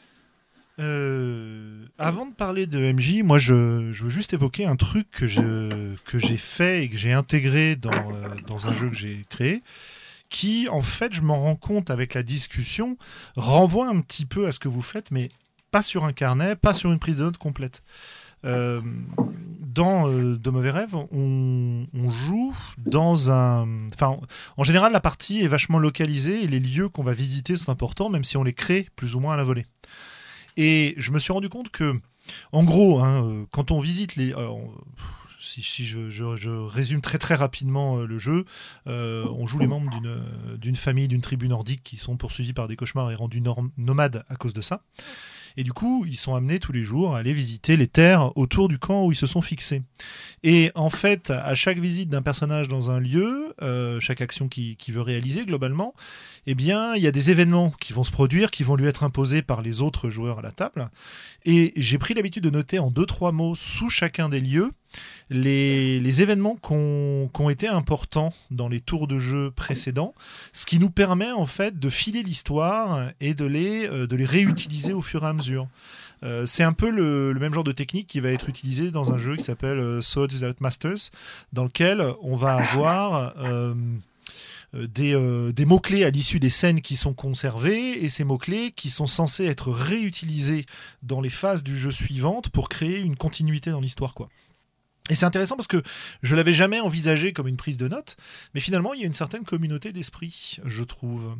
Avant de parler de MJ, moi je veux juste évoquer un truc que j'ai fait et que j'ai intégré dans un jeu que j'ai créé, qui, en fait, je m'en rends compte avec la discussion, renvoie un petit peu à ce que vous faites, mais pas sur un carnet, pas sur une prise de notes complète. Dans De Mauvais Rêves, on joue dans un... Enfin, en général, la partie est vachement localisée et les lieux qu'on va visiter sont importants, même si on les crée plus ou moins à la volée. Et je me suis rendu compte que, en gros, quand on visite les... si je résume très très rapidement le jeu, on joue les membres d'une famille, d'une tribu nordique qui sont poursuivis par des cauchemars et rendus nomades à cause de ça. Et du coup, ils sont amenés tous les jours à aller visiter les terres autour du camp où ils se sont fixés. Et en fait, à chaque visite d'un personnage dans un lieu, chaque action qu'il veut réaliser globalement, eh bien, il y a des événements qui vont se produire, qui vont lui être imposés par les autres joueurs à la table. Et j'ai pris l'habitude de noter en 2-3 mots sous chacun des lieux les événements qui ont été importants dans les tours de jeu précédents, ce qui nous permet en fait de filer l'histoire et de les réutiliser au fur et à mesure. C'est un peu le même genre de technique qui va être utilisé dans un jeu qui s'appelle Swords Without Masters, dans lequel on va avoir des mots-clés à l'issue des scènes qui sont conservés, et ces mots-clés qui sont censés être réutilisés dans les phases du jeu suivantes pour créer une continuité dans l'histoire, quoi. Et c'est intéressant parce que je l'avais jamais envisagé comme une prise de notes, mais finalement il y a une certaine communauté d'esprit, je trouve.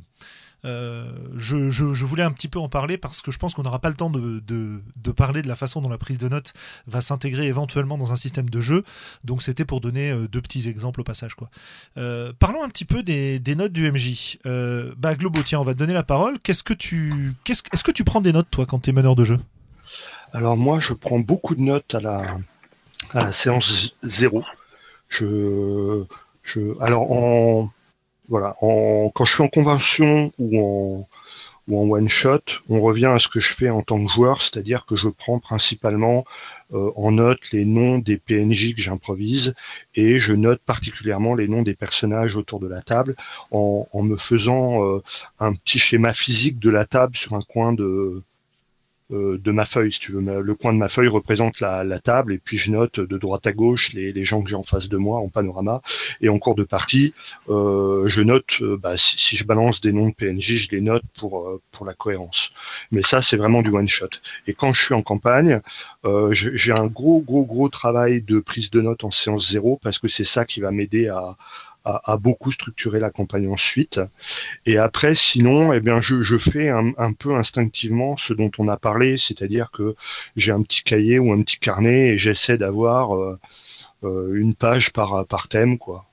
Je voulais un petit peu en parler parce que je pense qu'on n'aura pas le temps de parler de la façon dont la prise de notes va s'intégrer éventuellement dans un système de jeu. Donc c'était pour donner deux petits exemples au passage, quoi. Parlons un petit peu des notes du MJ. Globo, tiens, on va te donner la parole. Est-ce que tu prends des notes, toi, quand tu es meneur de jeu ? Alors moi, je prends beaucoup de notes à la séance 0. Quand je suis en convention ou en one shot, on revient à ce que je fais en tant que joueur, c'est-à-dire que je prends principalement en note les noms des PNJ que j'improvise et je note particulièrement les noms des personnages autour de la table en me faisant un petit schéma physique de la table sur un coin de ma feuille, si tu veux. Le coin de ma feuille représente la table et puis je note de droite à gauche les gens que j'ai en face de moi en panorama, et en cours de partie je note si je balance des noms de PNJ, je les note pour la cohérence. Mais ça, c'est vraiment du one shot. Et quand je suis en campagne, j'ai un gros travail de prise de notes en séance 0 parce que c'est ça qui va m'aider à beaucoup structurer la campagne ensuite. Et après, sinon, je fais un peu instinctivement ce dont on a parlé, c'est-à-dire que j'ai un petit cahier ou un petit carnet et j'essaie d'avoir une page par thème, quoi,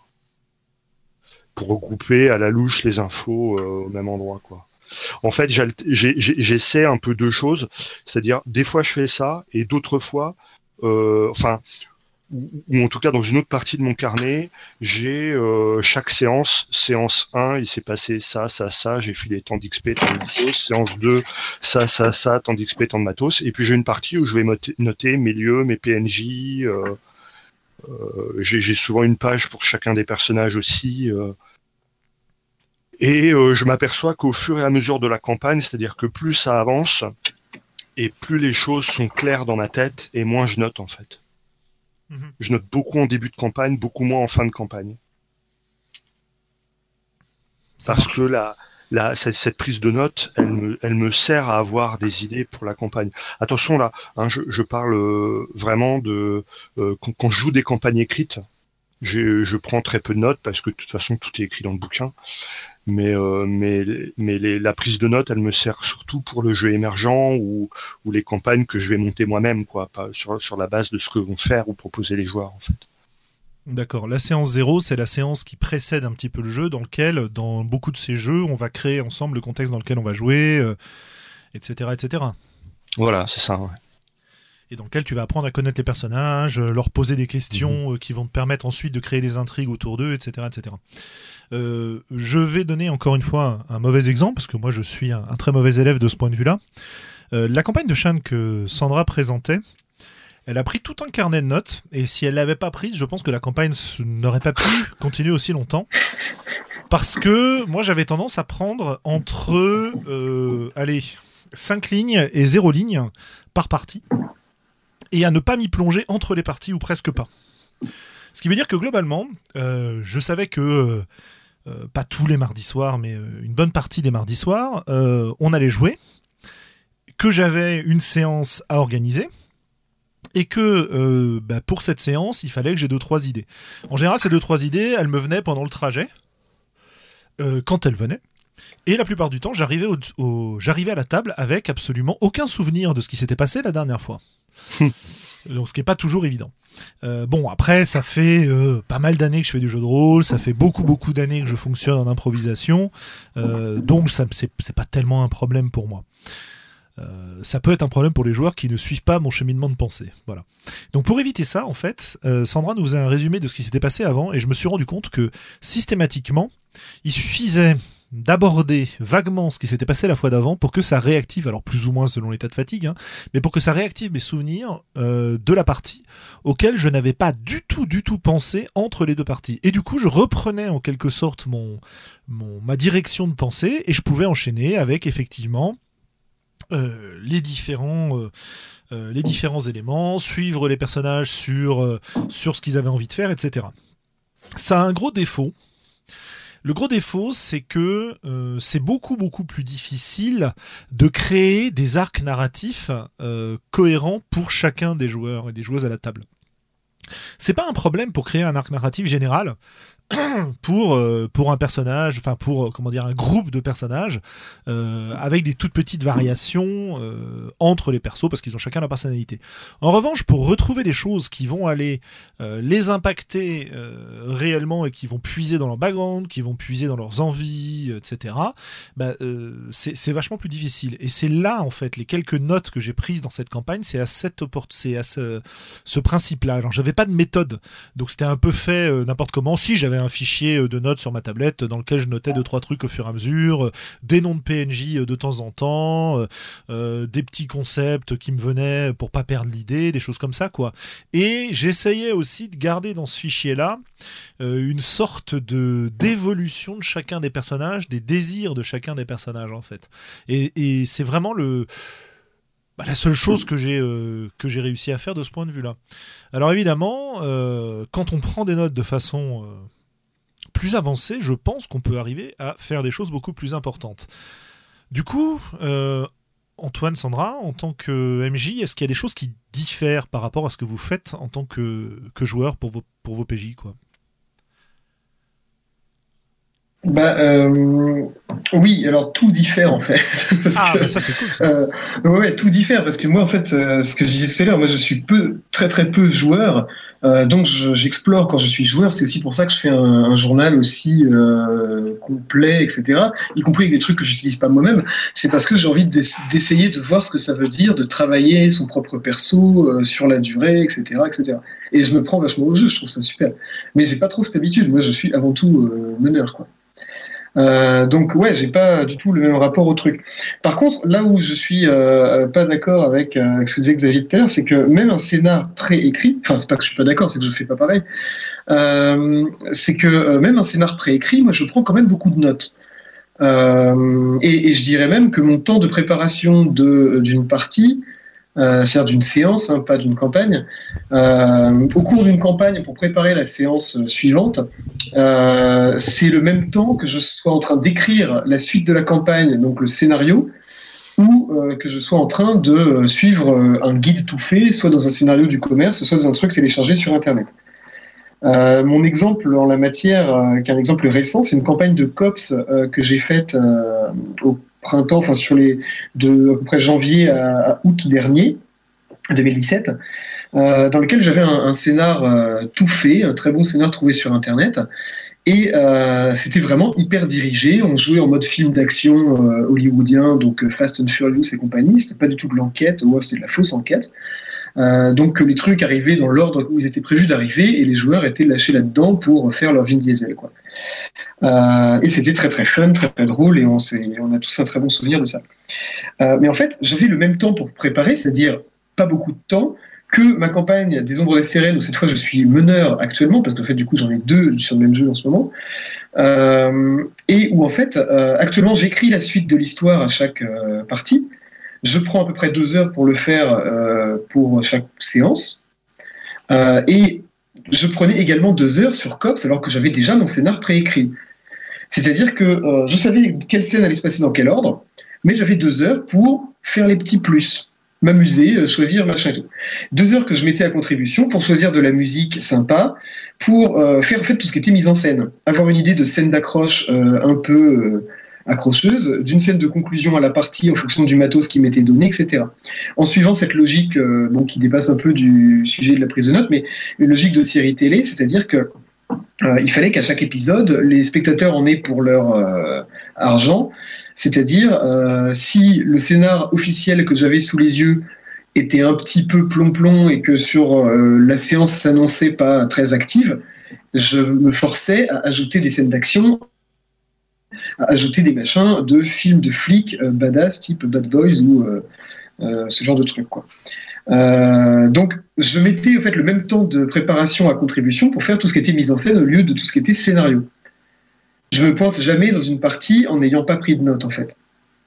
pour regrouper à la louche les infos au même endroit, quoi. En fait, j'essaie un peu deux choses, c'est-à-dire des fois je fais ça et d'autres fois, ou en tout cas dans une autre partie de mon carnet, j'ai chaque séance 1, il s'est passé ça, j'ai filé tant d'XP, tant de matos, séance 2, ça, tant d'XP, tant de matos, et puis j'ai une partie où je vais noter mes lieux, mes PNJ, j'ai souvent une page pour chacun des personnages aussi, et je m'aperçois qu'au fur et à mesure de la campagne, c'est-à-dire que plus ça avance, et plus les choses sont claires dans ma tête, et moins je note en fait. Je note beaucoup en début de campagne, beaucoup moins en fin de campagne. Parce que cette prise de notes, elle me sert à avoir des idées pour la campagne. Attention là, hein, je parle vraiment de quand je joue des campagnes écrites, je prends très peu de notes parce que de toute façon tout est écrit dans le bouquin. Mais la prise de notes, elle me sert surtout pour le jeu émergent ou les campagnes que je vais monter moi-même, quoi, pas sur la base de ce que vont faire ou proposer les joueurs, en fait. D'accord. La séance 0, c'est la séance qui précède un petit peu le jeu, dans lequel, dans beaucoup de ces jeux, on va créer ensemble le contexte dans lequel on va jouer, etc., etc. Voilà, c'est ça. Ouais. Et dans lequel tu vas apprendre à connaître les personnages, leur poser des questions qui vont te permettre ensuite de créer des intrigues autour d'eux, etc., etc. Je vais donner encore une fois un mauvais exemple, parce que moi je suis un très mauvais élève de ce point de vue-là. La campagne de Shan que Sandra présentait, elle a pris tout un carnet de notes, et si elle l'avait pas prise, je pense que la campagne n'aurait pas pu continuer aussi longtemps. Parce que moi j'avais tendance à prendre entre 5 lignes et 0 ligne par partie, et à ne pas m'y plonger entre les parties, ou presque pas. Ce qui veut dire que globalement, je savais que, pas tous les mardis soirs, mais une bonne partie des mardis soirs, on allait jouer, que j'avais une séance à organiser, et que pour cette séance, il fallait que j'ai 2-3 idées. En général, ces 2-3 idées, elles me venaient pendant le trajet, quand elles venaient, et la plupart du temps, j'arrivais à la table avec absolument aucun souvenir de ce qui s'était passé la dernière fois. Donc, ce qui n'est pas toujours évident. Bon, après, ça fait pas mal d'années que je fais du jeu de rôle, ça fait beaucoup d'années que je fonctionne en improvisation, donc c'est pas tellement un problème pour moi. Ça peut être un problème pour les joueurs qui ne suivent pas mon cheminement de pensée. Voilà. Donc pour éviter ça, en fait, Sandra nous faisait un résumé de ce qui s'était passé avant, et je me suis rendu compte que systématiquement, il suffisait d'aborder vaguement ce qui s'était passé la fois d'avant pour que ça réactive, alors plus ou moins selon l'état de fatigue, hein, mais pour que ça réactive mes souvenirs de la partie auxquels je n'avais pas du tout pensé entre les deux parties. Et du coup, je reprenais en quelque sorte ma direction de pensée, et je pouvais enchaîner avec effectivement les différents éléments, suivre les personnages sur ce qu'ils avaient envie de faire, etc. Ça a un gros défaut. Le gros défaut, c'est que c'est beaucoup plus difficile de créer des arcs narratifs cohérents pour chacun des joueurs et des joueuses à la table. C'est pas un problème pour créer un arc narratif général pour un personnage, enfin pour un groupe de personnages avec des toutes petites variations entre les persos parce qu'ils ont chacun leur personnalité. En revanche, pour retrouver des choses qui vont aller les impacter réellement et qui vont puiser dans leur background, qui vont puiser dans leurs envies, etc. C'est vachement plus difficile. Et c'est là en fait les quelques notes que j'ai prises dans cette campagne, c'est à ce principe-là. Alors j'avais pas de méthode, donc c'était un peu fait n'importe comment. Si j'avais un fichier de notes sur ma tablette dans lequel je notais 2-3 trucs au fur et à mesure, des noms de PNJ de temps en temps, des petits concepts qui me venaient pour pas perdre l'idée, des choses comme ça quoi. Et j'essayais aussi de garder dans ce fichier-là une sorte d'évolution de chacun des personnages, des désirs de chacun des personnages en fait. Et c'est vraiment la seule chose que j'ai réussi à faire de ce point de vue-là. Alors évidemment, quand on prend des notes de façon plus avancée, je pense qu'on peut arriver à faire des choses beaucoup plus importantes. Du coup, Antoine, Sandra, en tant que MJ, est-ce qu'il y a des choses qui diffèrent par rapport à ce que vous faites en tant que joueur pour vos PJ, quoi ? Oui, alors tout diffère en fait. Ça c'est cool ça. Ouais, tout diffère parce que moi en fait, ce que je disais tout à l'heure, moi je suis très peu joueur, donc j'explore quand je suis joueur. C'est aussi pour ça que je fais un journal aussi complet, etc. Y compris avec des trucs que j'utilise pas moi-même. C'est parce que j'ai envie d'essayer de voir ce que ça veut dire de travailler son propre perso sur la durée, etc., etc. Et je me prends vachement au jeu, je trouve ça super. Mais j'ai pas trop cette habitude. Moi, je suis avant tout meneur, quoi. Donc ouais, j'ai pas du tout le même rapport au truc. Par contre, là où je suis pas d'accord avec ce que disait Xavier tout à l'heure, c'est que même un scénar préécrit, enfin c'est pas que je suis pas d'accord, c'est que je fais pas pareil, c'est que même un scénar préécrit, moi je prends quand même beaucoup de notes. Et je dirais même que mon temps de préparation d'une partie, c'est-à-dire d'une séance, hein, pas d'une campagne. Au cours d'une campagne, pour préparer la séance suivante, c'est le même temps que je sois en train d'écrire la suite de la campagne, donc le scénario, ou que je sois en train de suivre un guide tout fait, soit dans un scénario du commerce, soit dans un truc téléchargé sur Internet. Mon exemple en la matière, qui est un exemple récent, c'est une campagne de COPS que j'ai faite au printemps, enfin de à peu près janvier à août dernier, 2017, dans lequel j'avais un scénar tout fait, un très bon scénar trouvé sur Internet. Et c'était vraiment hyper dirigé. On jouait en mode film d'action hollywoodien, donc Fast and Furious et compagnie. C'était pas du tout de l'enquête, c'était de la fausse enquête. Donc les trucs arrivaient dans l'ordre où ils étaient prévus d'arriver et les joueurs étaient lâchés là-dedans pour faire leur Vin Diesel, quoi. Et c'était très très fun, très très drôle et on a tous un très bon souvenir de ça. Mais en fait, j'avais le même temps pour préparer, c'est-à-dire pas beaucoup de temps, que ma campagne des Ombres des Sirènes, où cette fois je suis meneur actuellement, parce qu'en fait du coup j'en ai 2 sur le même jeu en ce moment, et où en fait actuellement j'écris la suite de l'histoire à chaque partie. Je prends à peu près 2 heures pour le faire pour chaque séance, et je prenais également 2 heures sur COPS alors que j'avais déjà mon scénar préécrit. C'est-à-dire que je savais quelle scène allait se passer dans quel ordre, mais j'avais 2 heures pour faire les petits plus, m'amuser, choisir machin et tout. 2 heures que je mettais à contribution pour choisir de la musique sympa, pour faire en fait tout ce qui était mise en scène, avoir une idée de scène d'accroche un peu accrocheuse, d'une scène de conclusion à la partie en fonction du matos qui m'était donné, etc. En suivant cette logique qui dépasse un peu du sujet de la prise de notes, mais une logique de série télé, c'est-à-dire que il fallait qu'à chaque épisode, les spectateurs en aient pour leur argent, c'est-à-dire si le scénar officiel que j'avais sous les yeux était un petit peu plomb-plomb et que sur la séance s'annonçait pas très active, je me forçais à ajouter des scènes d'action, à ajouter des machins de films de flics badass type Bad Boys ou ce genre de trucs, quoi. Donc, je mettais en fait le même temps de préparation à contribution pour faire tout ce qui était mise en scène au lieu de tout ce qui était scénario. Je me pointe jamais dans une partie en n'ayant pas pris de notes, en fait.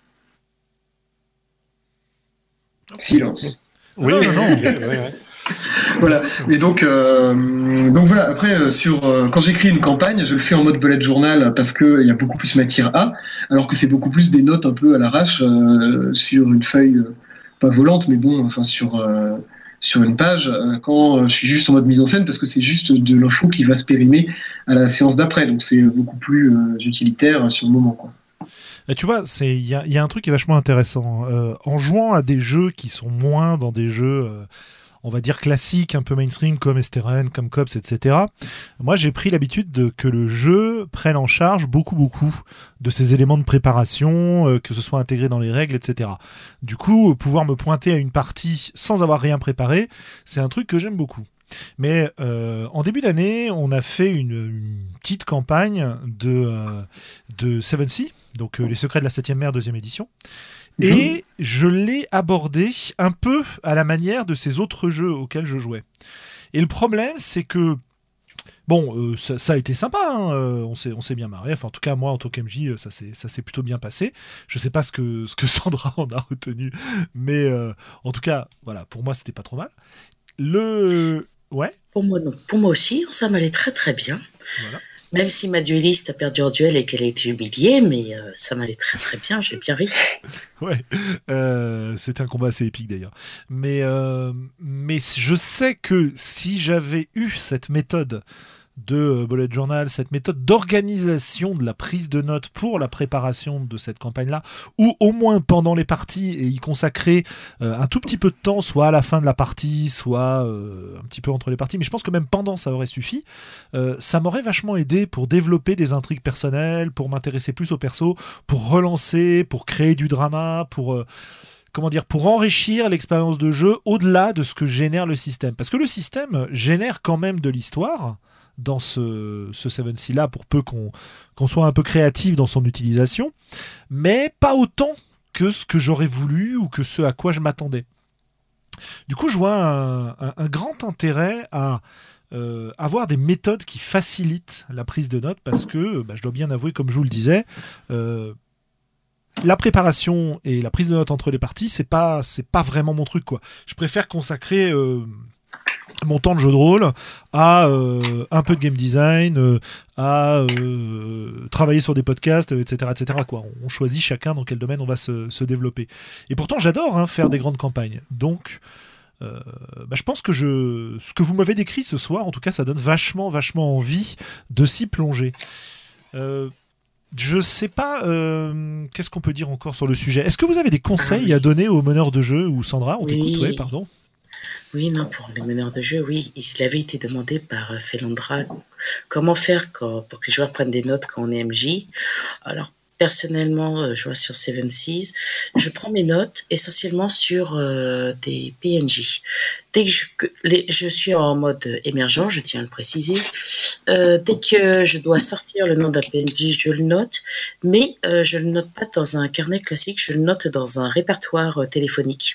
Silence. Oui, non. Voilà. Et donc voilà. Après, quand j'écris une campagne, je le fais en mode bullet journal parce qu'il y a beaucoup plus matière à, alors que c'est beaucoup plus des notes un peu à l'arrache sur une feuille, pas volante, mais bon, enfin sur une page, quand je suis juste en mode mise en scène, parce que c'est juste de l'info qui va se périmer à la séance d'après, donc c'est beaucoup plus utilitaire sur le moment, quoi. Et tu vois, il y a un truc qui est vachement intéressant. En jouant à des jeux qui sont moins dans des jeux, on va dire classiques, un peu mainstream, comme STRN, comme COPS, etc. Moi, j'ai pris l'habitude que le jeu prenne en charge beaucoup de ces éléments de préparation, que ce soit intégré dans les règles, etc. Du coup, pouvoir me pointer à une partie sans avoir rien préparé, c'est un truc que j'aime beaucoup. Mais en début d'année, on a fait une petite campagne de Seven Sea, donc Les Secrets de la 7e mer, 2e édition. Et je l'ai abordé un peu à la manière de ces autres jeux auxquels je jouais. Et le problème, c'est que bon, ça a été sympa, hein, on s'est bien marré. Enfin, en tout cas, moi, en tant qu'MJ, ça s'est plutôt bien passé. Je sais pas ce que Sandra en a retenu, mais en tout cas, voilà, pour moi, c'était pas trop mal. Ouais. Pour moi, non. Pour moi aussi, ça m'allait très très bien. Voilà. Même si ma dueliste a perdu en duel et qu'elle a été humiliée, mais ça m'allait très très bien, j'ai bien ri. Ouais, c'était un combat assez épique d'ailleurs. Mais je sais que si j'avais eu cette méthode de bullet journal, cette méthode d'organisation de la prise de notes pour la préparation de cette campagne-là, ou au moins pendant les parties et y consacrer un tout petit peu de temps, soit à la fin de la partie, soit un petit peu entre les parties, mais je pense que même pendant ça aurait suffi, ça m'aurait vachement aidé pour développer des intrigues personnelles, pour m'intéresser plus au perso, pour relancer, pour créer du drama, pour enrichir l'expérience de jeu au-delà de ce que génère le système. Parce que le système génère quand même de l'histoire dans ce 7C là, pour peu qu'on soit un peu créatif dans son utilisation, mais pas autant que ce que j'aurais voulu ou que ce à quoi je m'attendais. Du coup, je vois un grand intérêt à avoir des méthodes qui facilitent la prise de notes, parce que je dois bien avouer, comme je vous le disais, la préparation et la prise de notes entre les parties, c'est pas vraiment mon truc, quoi. Je préfère consacrer mon temps de jeu de rôle à un peu de game design, à travailler sur des podcasts, etc., quoi. On choisit chacun dans quel domaine on va se développer. Et pourtant, j'adore faire des grandes campagnes. Donc, je pense que ce que vous m'avez décrit ce soir, en tout cas, ça donne vachement envie de s'y plonger. Je sais pas, qu'est-ce qu'on peut dire encore sur le sujet. Est-ce que vous avez des conseils à donner aux meneurs de jeu, ou Sandra, on t'écoute, ouais, pardon. Oui, non, pour les meneurs de jeu, oui, il avait été demandé par Felandra comment faire pour que les joueurs prennent des notes quand on est MJ. Alors, personnellement, je vois sur Seven Seas, je prends mes notes essentiellement sur des PNJ. Dès que je suis en mode émergent, je tiens à le préciser, dès que je dois sortir le nom d'un PNJ, je le note, mais je ne le note pas dans un carnet classique, je le note dans un répertoire téléphonique.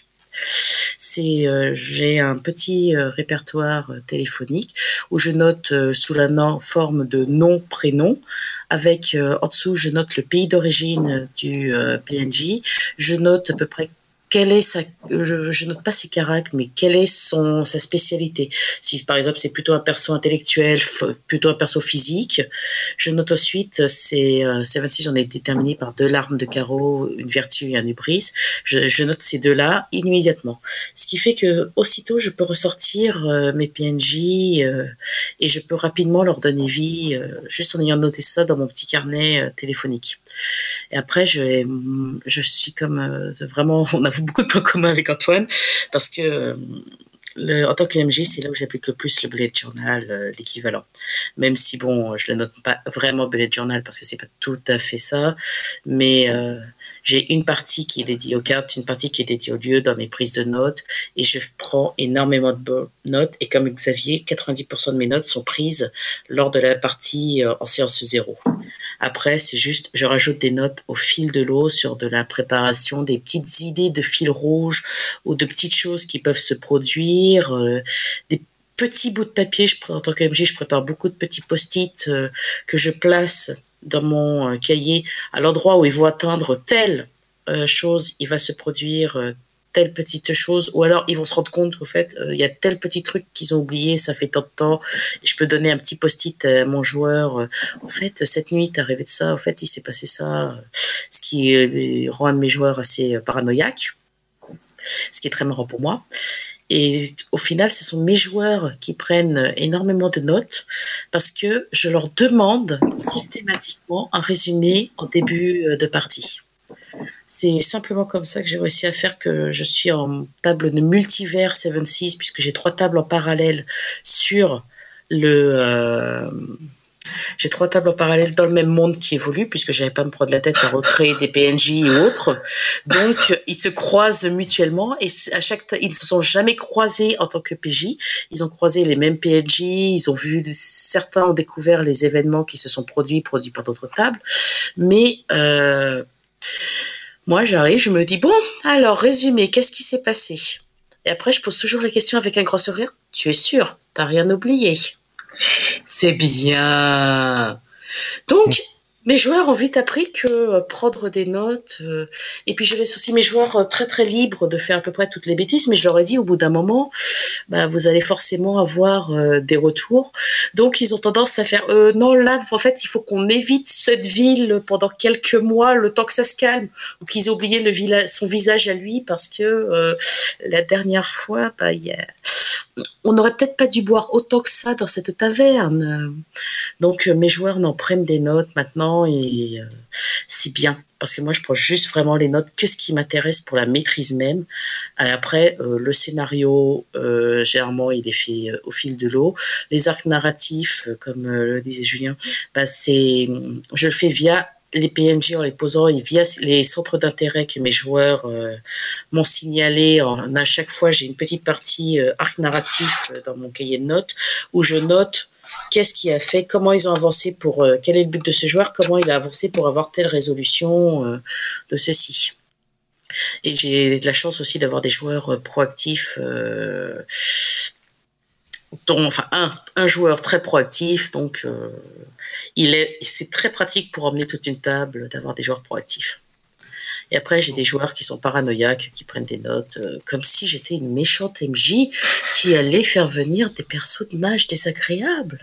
J'ai un petit répertoire téléphonique où je note sous la forme de nom, prénom, avec en dessous, je note le pays d'origine du PNJ, je note à peu près quelle est je note pas ses caractères, mais quelle est sa spécialité. Si par exemple c'est plutôt un perso intellectuel, plutôt un perso physique, je note ensuite ces 26, j'en ai déterminé par 2 larmes de carreau, une vertu et un hubris. Je note ces 2-là immédiatement. Ce qui fait que aussitôt je peux ressortir mes PNJ et je peux rapidement leur donner vie, juste en ayant noté ça dans mon petit carnet téléphonique. Et après, je suis comme vraiment, on a beaucoup de points communs avec Antoine, parce que en tant que MJ, c'est là où j'applique le plus le bullet journal, l'équivalent. Même si, bon, je le note pas vraiment bullet journal, parce que c'est pas tout à fait ça, mais j'ai une partie qui est dédiée aux cartes, une partie qui est dédiée au lieu dans mes prises de notes, et je prends énormément de notes, et comme Xavier, 90% de mes notes sont prises lors de la partie en séance 0. Après, c'est juste, je rajoute des notes au fil de l'eau sur de la préparation, des petites idées de fil rouge ou de petites choses qui peuvent se produire, des petits bouts de papier. En tant que MJ, je prépare beaucoup de petits post-it que je place dans mon cahier à l'endroit où ils vont atteindre telle chose, il va se produire telle petite chose, ou alors ils vont se rendre compte qu'au fait, il y a tel petit truc qu'ils ont oublié, ça fait tant de temps, et je peux donner un petit post-it à mon joueur, en fait, cette nuit, t'es arrivé de ça, en fait, il s'est passé ça, ce qui rend un de mes joueurs assez paranoïaque, ce qui est très marrant pour moi. Et au final, ce sont mes joueurs qui prennent énormément de notes parce que je leur demande systématiquement un résumé en début de partie. C'est simplement comme ça que j'ai réussi à faire que je suis en table de multivers 7-6 puisque j'ai 3 tables en parallèle sur j'ai 3 tables en parallèle dans le même monde qui évolue, puisque je n'avais pas à me prendre la tête à recréer des PNJ ou autres. Donc, ils se croisent mutuellement et ils ne se sont jamais croisés en tant que PJ. Ils ont croisé les mêmes PNJ, certains ont découvert les événements qui se sont produits par d'autres tables. Mais moi, j'arrive, je me dis, bon, alors, résumé, qu'est-ce qui s'est passé? Et après, je pose toujours la question avec un grand sourire. Tu es sûr? T'as rien oublié? C'est bien. Donc, mes joueurs ont vite appris que prendre des notes, et puis je laisse aussi mes joueurs très très libres de faire à peu près toutes les bêtises, mais je leur ai dit au bout d'un moment, vous allez forcément avoir des retours. Donc ils ont tendance à faire non, là en fait il faut qu'on évite cette ville pendant quelques mois, le temps que ça se calme, ou qu'ils aient oublié son visage à lui parce que la dernière fois, on n'aurait peut-être pas dû boire autant que ça dans cette taverne. Donc mes joueurs n'en prennent des notes maintenant et c'est bien. Parce que moi, je prends juste vraiment les notes que ce qui m'intéresse pour la maîtrise même. Et après, le scénario, généralement, il est fait au fil de l'eau. Les arcs narratifs, comme le disait Julien, je le fais via les PNJ en les posant et via les centres d'intérêt que mes joueurs m'ont signalé. À chaque fois, j'ai une petite partie arc narratif dans mon cahier de notes où je note qu'est-ce qui a fait, comment ils ont avancé quel est le but de ce joueur, comment il a avancé pour avoir telle résolution de ceci. Et j'ai de la chance aussi d'avoir des joueurs proactifs, un joueur très proactif, donc c'est très pratique pour emmener toute une table d'avoir des joueurs proactifs. Et après, j'ai des joueurs qui sont paranoïaques, qui prennent des notes, comme si j'étais une méchante MJ qui allait faire venir des personnages désagréables.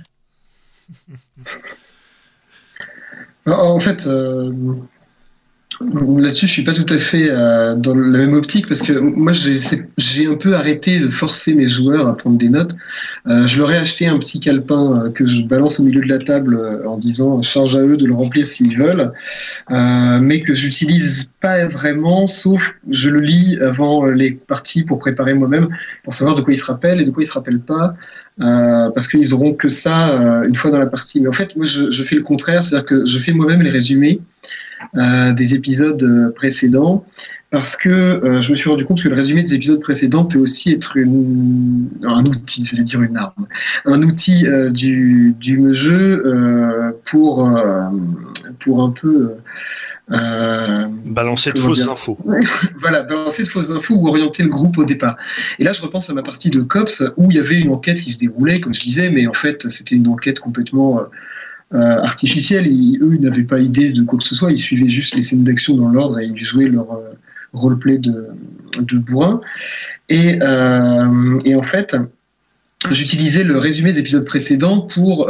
En fait, là-dessus, je suis pas tout à fait dans la même optique parce que moi, j'ai un peu arrêté de forcer mes joueurs à prendre des notes. Je leur ai acheté un petit calepin que je balance au milieu de la table en disant charge à eux de le remplir s'ils veulent, mais que j'utilise pas vraiment, sauf je le lis avant les parties pour préparer moi-même, pour savoir de quoi ils se rappellent et de quoi ils se rappellent pas. Parce qu'ils auront que ça une fois dans la partie. Mais en fait, moi, je fais le contraire, c'est-à-dire que je fais moi-même les résumés des épisodes précédents, parce que je me suis rendu compte que le résumé des épisodes précédents peut aussi être un outil, j'allais dire une arme, un outil du jeu pour un peu balancer de fausses infos. Voilà, balancer de fausses infos ou orienter le groupe au départ. Et là, je repense à ma partie de Cops où il y avait une enquête qui se déroulait, comme je disais, mais en fait, c'était une enquête complètement artificielle. Eux, ils n'avaient pas idée de quoi que ce soit. Ils suivaient juste les scènes d'action dans l'ordre et ils jouaient leur roleplay de bourrin. Et en fait, j'utilisais le résumé des épisodes précédents pour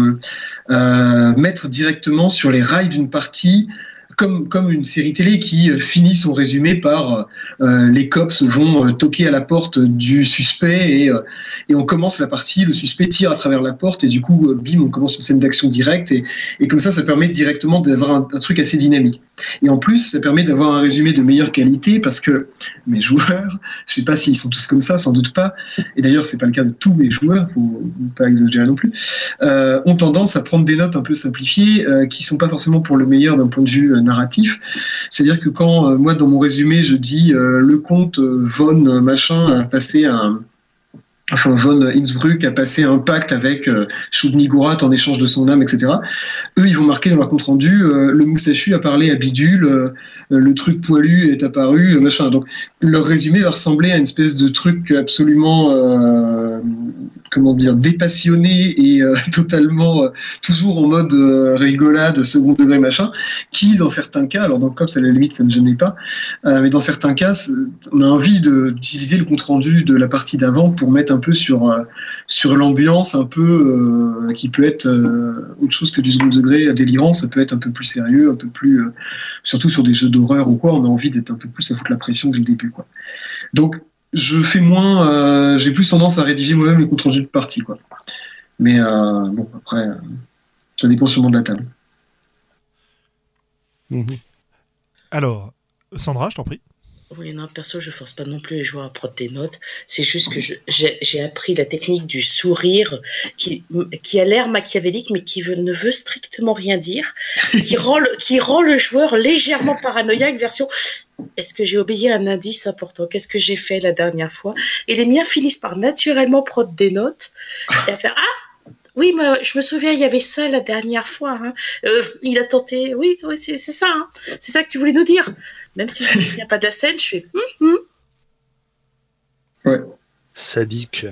mettre directement sur les rails d'une partie, comme une série télé qui finit son résumé par les cops vont toquer à la porte du suspect et on commence la partie, le suspect tire à travers la porte et du coup, bim, on commence une scène d'action directe et comme ça permet directement d'avoir un truc assez dynamique. Et en plus, ça permet d'avoir un résumé de meilleure qualité parce que mes joueurs, je sais pas s'ils sont tous comme ça, sans doute pas, et d'ailleurs c'est pas le cas de tous mes joueurs, faut pas exagérer non plus, ont tendance à prendre des notes un peu simplifiées qui sont pas forcément pour le meilleur d'un point de vue narratif. C'est-à-dire que quand moi dans mon résumé je dis le comte von machin a passé von Innsbruck a passé un pacte avec Choudni-Gorat en échange de son âme, etc. Eux, ils vont marquer dans leur compte-rendu le moustachu a parlé à Bidule, le truc poilu est apparu, machin. Donc, leur résumé va ressembler à une espèce de truc absolument, dépassionné et totalement toujours en mode rigolade, second degré, machin, qui, dans certains cas, alors dans le COPS, à la limite, ça ne gênait pas, mais dans certains cas, on a envie d'utiliser le compte-rendu de la partie d'avant pour mettre un peu sur l'ambiance, un peu qui peut être autre chose que du second degré délirant, ça peut être un peu plus sérieux, un peu plus, surtout sur des jeux d'horreur ou quoi, on a envie d'être un peu plus à foutre la pression dès le début, quoi. Donc, je fais moins, j'ai plus tendance à rédiger moi-même les comptes rendus de partie, quoi. Mais bon, après, ça dépend sûrement de la table. Alors, Sandra, je t'en prie. Oui, non, perso, je force pas non plus les joueurs à prendre des notes. C'est juste que j'ai appris la technique du sourire qui a l'air machiavélique, mais qui ne veut strictement rien dire, qui rend le joueur légèrement paranoïaque, version est-ce que j'ai obéi à un indice important? Qu'est-ce que j'ai fait la dernière fois? Et les miens finissent par naturellement prendre des notes et à faire oui, mais je me souviens, il y avait ça la dernière fois. Hein. Il a tenté. Oui, c'est ça. Hein. C'est ça que tu voulais nous dire. Même si je ne me souviens pas de la scène, je fais. Ouais. Sadique.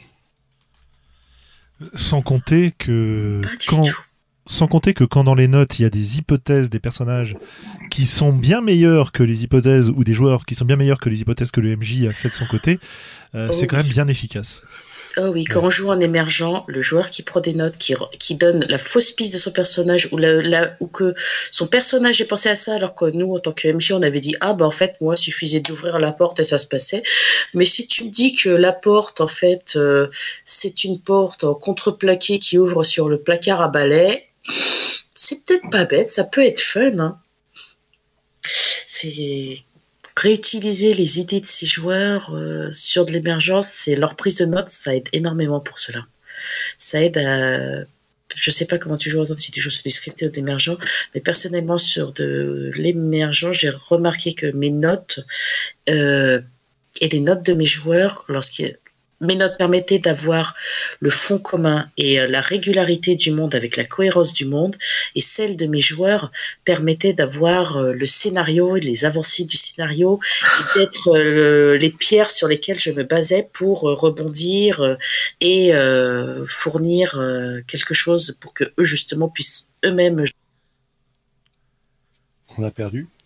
Sans compter que quand dans les notes il y a des hypothèses des personnages qui sont bien meilleures que les hypothèses ou des joueurs qui sont bien meilleurs que les hypothèses que le MJ a fait de son côté, c'est quand même bien efficace. Oh oui, quand on joue en émergent, le joueur qui prend des notes, qui donne la fausse piste de son personnage ou que son personnage ait pensé à ça alors que nous, en tant que MJ, on avait dit en fait, moi, il suffisait d'ouvrir la porte et ça se passait. Mais si tu me dis que la porte, en fait, c'est une porte en contreplaqué qui ouvre sur le placard à balai, c'est peut-être pas bête, ça peut être fun. Hein. C'est... Réutiliser les idées de ces joueurs sur de l'émergence et leur prise de notes, ça aide énormément pour cela. Ça aide à... Je sais pas comment tu joues, si tu joues sur du scripté ou d'émergent, mais personnellement, sur de l'émergent, j'ai remarqué que mes notes et les notes de mes joueurs, mes notes permettaient d'avoir le fond commun et la régularité du monde avec la cohérence du monde, et celles de mes joueurs permettaient d'avoir le scénario et les avancées du scénario et d'être les pierres sur lesquelles je me basais pour rebondir et fournir quelque chose pour que eux justement puissent eux-mêmes. On a perdu.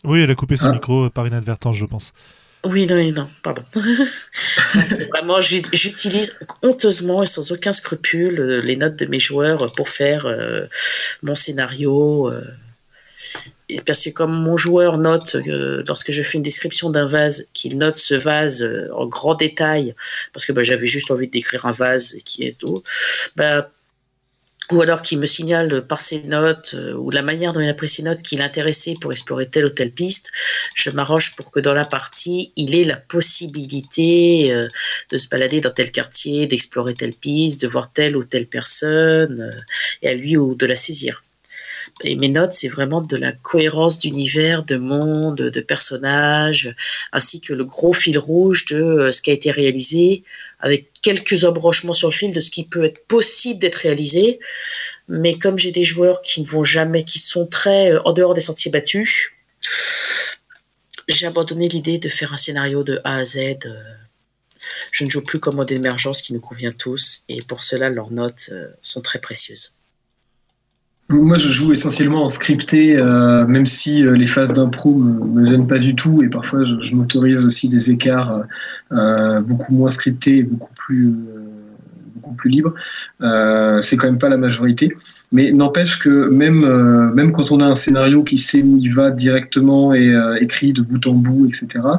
Oui, elle a coupé son Ah. micro par inadvertance, je pense. Oui, non, pardon. Non, c'est vraiment, j'utilise honteusement et sans aucun scrupule les notes de mes joueurs pour faire mon scénario. Et parce que comme mon joueur note, lorsque je fais une description d'un vase, qu'il note ce vase en grand détail, parce que j'avais juste envie de décrire un vase et qui est tout, bah, ou alors qu'il me signale par ses notes ou la manière dont il a pris ses notes qu'il est intéressé pour explorer telle ou telle piste, je m'arrange pour que dans la partie, il ait la possibilité de se balader dans tel quartier, d'explorer telle piste, de voir telle ou telle personne, et à lui ou de la saisir. Et mes notes, c'est vraiment de la cohérence d'univers, de monde, de personnages, ainsi que le gros fil rouge de ce qui a été réalisé, avec quelques embranchements sur le fil de ce qui peut être possible d'être réalisé. Mais comme j'ai des joueurs qui ne vont jamais, qui sont très en dehors des sentiers battus, j'ai abandonné l'idée de faire un scénario de A à Z. Je ne joue plus comme mode d'émergence qui nous convient tous, et pour cela, leurs notes sont très précieuses. Moi, je joue essentiellement en scripté, même si les phases d'impro me gênent pas du tout, et parfois je m'autorise aussi des écarts beaucoup moins scriptés et beaucoup plus libres. C'est quand même pas la majorité, mais n'empêche que même quand on a un scénario qui sait où il va directement et écrit de bout en bout, etc.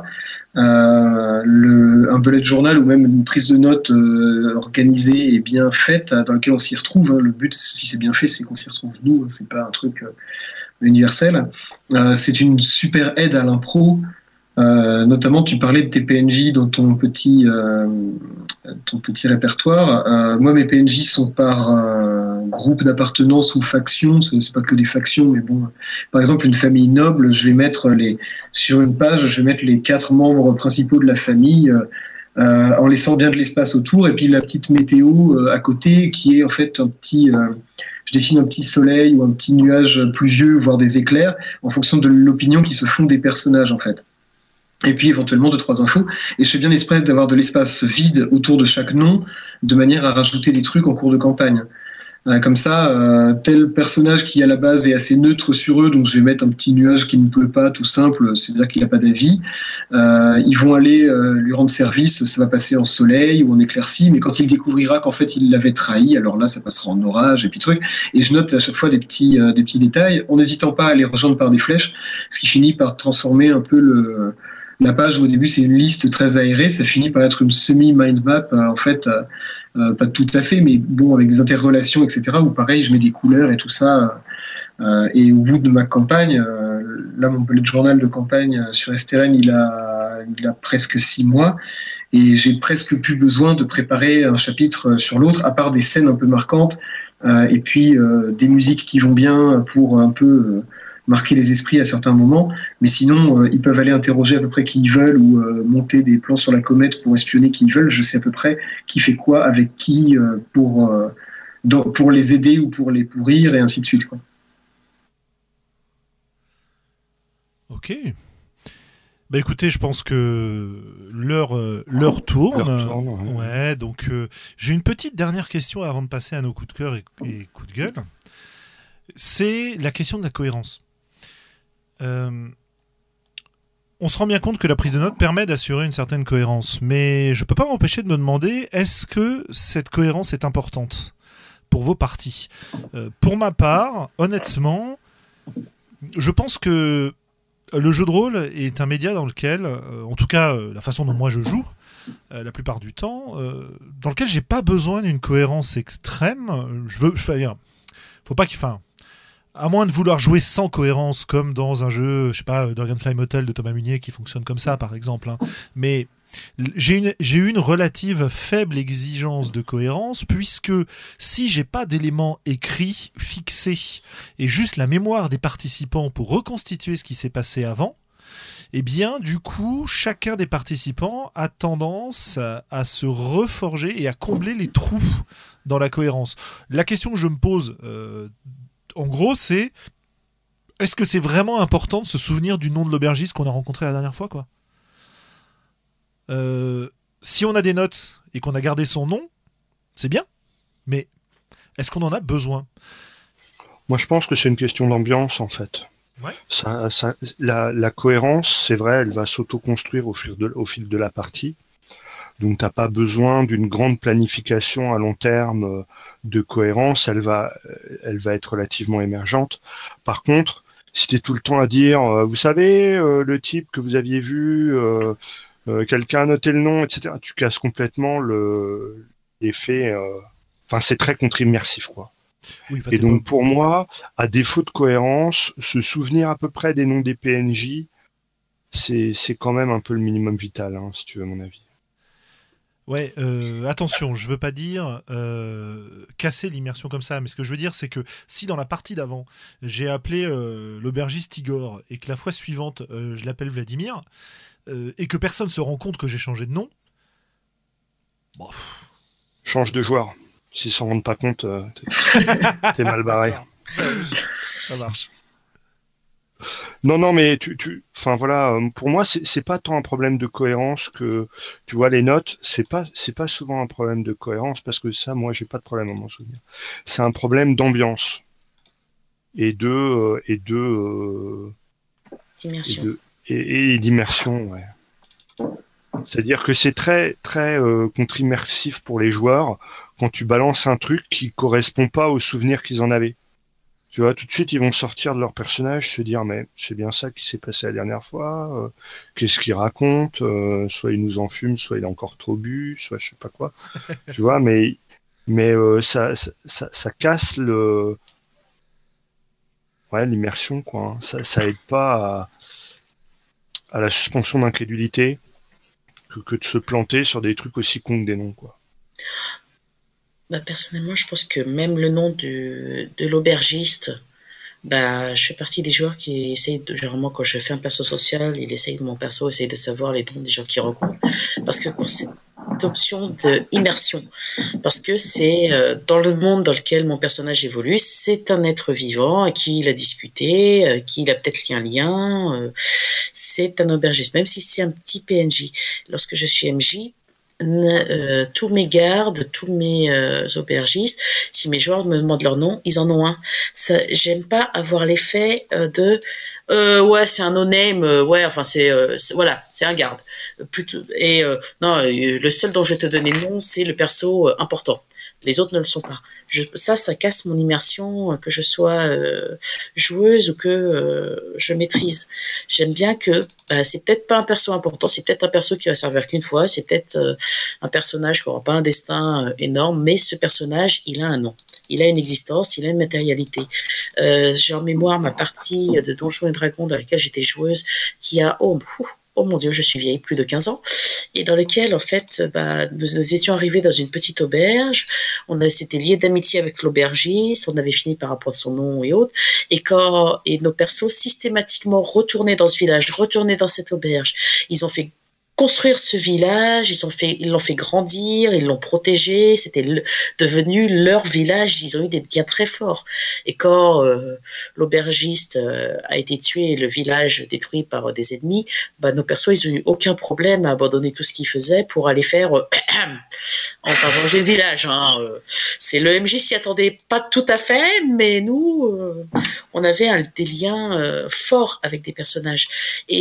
Un bullet journal ou même une prise de notes organisée et bien faite dans laquelle on s'y retrouve. Hein. Le but, si c'est bien fait, c'est qu'on s'y retrouve nous. Hein. C'est pas un truc universel. C'est une super aide à l'impro. Notamment, tu parlais de tes PNJ dans ton petit répertoire. Moi, mes PNJ sont par groupe d'appartenance ou faction. C'est pas que des factions, mais bon. Par exemple, une famille noble, je vais mettre sur une page, je vais mettre les 4 membres principaux de la famille. En laissant bien de l'espace autour, et puis la petite météo à côté, qui est en fait je dessine un petit soleil ou un petit nuage pluvieux, voire des éclairs, en fonction de l'opinion qui se font des personnages en fait. Et puis éventuellement 2-3 infos. Et je fais bien esprit d'avoir de l'espace vide autour de chaque nom, de manière à rajouter des trucs en cours de campagne. Comme ça, tel personnage qui à la base est assez neutre sur eux, donc je vais mettre un petit nuage qui ne pleut pas, tout simple, c'est-à-dire qu'il n'a pas d'avis. Ils vont aller lui rendre service, ça va passer en soleil ou en éclaircie, mais quand il découvrira qu'en fait il l'avait trahi, alors là ça passera en orage et puis truc. Et je note à chaque fois des petits détails, en n'hésitant pas à les rejoindre par des flèches, ce qui finit par transformer un peu la page où au début c'est une liste très aérée, ça finit par être une semi-mind map en fait. Pas tout à fait, mais bon, avec des interrelations, etc., où pareil, je mets des couleurs et tout ça. Et au bout de ma campagne, là, mon bullet journal de campagne sur STRN, il a presque 6 mois, et j'ai presque plus besoin de préparer un chapitre sur l'autre, à part des scènes un peu marquantes, et puis des musiques qui vont bien pour un peu marquer les esprits à certains moments, mais sinon ils peuvent aller interroger à peu près qui ils veulent ou monter des plans sur la comète pour espionner qui ils veulent. Je sais à peu près qui fait quoi avec qui pour les aider ou pour les pourrir et ainsi de suite, quoi. Ok. Bah écoutez, je pense que l'heure tourne. Ouais, donc j'ai une petite dernière question avant de passer à nos coups de cœur et coups de gueule. C'est la question de la cohérence. On se rend bien compte que la prise de notes permet d'assurer une certaine cohérence, mais je peux pas m'empêcher de me demander, est-ce que cette cohérence est importante pour vos parties ? Pour ma part, honnêtement, je pense que le jeu de rôle est un média dans lequel, en tout cas la façon dont moi je joue, la plupart du temps, dans lequel j'ai pas besoin d'une cohérence extrême. Faut pas qu'il... à moins de vouloir jouer sans cohérence, comme dans un jeu, je sais pas, Dragonfly Motel de Thomas Munier qui fonctionne comme ça, par exemple. Hein. Mais j'ai eu une relative faible exigence de cohérence, puisque si j'ai pas d'éléments écrits, fixés, et juste la mémoire des participants pour reconstituer ce qui s'est passé avant, eh bien, du coup, chacun des participants a tendance à se reforger et à combler les trous dans la cohérence. La question que je me pose... en gros, c'est est-ce que c'est vraiment important de se souvenir du nom de l'aubergiste qu'on a rencontré la dernière fois, quoi ? Si on a des notes et qu'on a gardé son nom, c'est bien, mais est-ce qu'on en a besoin ? Moi, je pense que c'est une question d'ambiance, en fait. Ouais. La cohérence, c'est vrai, elle va s'auto-construire au fil de la partie. Donc, t'as pas besoin d'une grande planification à long terme de cohérence. Elle va être relativement émergente. Par contre, si t'es tout le temps à dire, vous savez, le type que vous aviez vu, quelqu'un a noté le nom, etc., tu casses complètement l'effet. Enfin, c'est très contre-immersif, quoi. Oui, enfin, Et t'es pas... donc, pour moi, à défaut de cohérence, se souvenir à peu près des noms des PNJ, c'est quand même un peu le minimum vital, hein, si tu veux mon avis. Ouais, attention, je veux pas dire casser l'immersion comme ça, mais ce que je veux dire, c'est que si dans la partie d'avant, j'ai appelé l'aubergiste Igor et que la fois suivante, je l'appelle Vladimir, et que personne se rend compte que j'ai changé de nom, bon, Change de joueur. S'ils s'en rendent pas compte, t'es mal barré. d'accord. Bah oui, ça marche. Non, mais enfin voilà, pour moi, c'est pas tant un problème de cohérence que, tu vois, les notes, c'est pas souvent un problème de cohérence parce que ça, moi, j'ai pas de problème à m'en souvenir. C'est un problème d'ambiance et Immersion. et d'immersion, ouais. C'est-à-dire que c'est très, très contre-immersif pour les joueurs quand tu balances un truc qui correspond pas aux souvenirs qu'ils en avaient. Tu vois, tout de suite, ils vont sortir de leur personnage, se dire, mais c'est bien ça qui s'est passé la dernière fois, qu'est-ce qu'il raconte, soit il nous enfume, soit il a encore trop bu, soit je sais pas quoi. Tu vois, mais ça casse l'immersion, quoi. Hein. Ça aide pas à la suspension d'incrédulité que de se planter sur des trucs aussi cons que des noms, quoi. Bah, personnellement, je pense que même le nom de l'aubergiste, bah, je fais partie des joueurs qui essayent généralement quand je fais un perso social, mon perso essaye de savoir les noms des gens qui rencontrent. Parce que pour cette option de immersion, parce que c'est dans le monde dans lequel mon personnage évolue, c'est un être vivant à qui il a discuté, qui il a peut-être lié un lien, c'est un aubergiste, même si c'est un petit PNJ. Lorsque je suis MJ, tous mes gardes, tous mes aubergistes, si mes joueurs me demandent leur nom, ils en ont un. J'aime pas avoir l'effet de ouais, c'est un no-name, ouais, enfin voilà, c'est un garde. Plutôt, et non, le seul dont je vais te donner le nom, c'est le perso important. Les autres ne le sont pas. Ça casse mon immersion, que je sois joueuse ou que je maîtrise. J'aime bien que c'est peut-être pas un perso important, c'est peut-être un perso qui va servir qu'une fois, c'est peut-être un personnage qui n'aura pas un destin énorme, mais ce personnage, il a un nom. Il a une existence, il a une matérialité. J'ai en mémoire ma partie de Donjons et Dragons dans laquelle j'étais joueuse, qui a, oh mon Dieu, je suis vieille, plus de 15 ans, et dans lequel, en fait, nous étions arrivés dans une petite auberge, on s'était liés d'amitié avec l'aubergiste, on avait fini par apprendre son nom et autres, et nos persos systématiquement retournaient dans ce village, retournaient dans cette auberge. Ils ont fait construire ce village, ils l'ont fait grandir, ils l'ont protégé, c'était devenu leur village, ils ont eu des liens très forts. Et quand l'aubergiste a été tué et le village détruit par des ennemis, nos persos, ils n'ont eu aucun problème à abandonner tout ce qu'ils faisaient pour aller faire enfin venger le village. Hein. C'est le MJ s'y attendait pas tout à fait, mais nous, on avait des liens forts avec des personnages. Et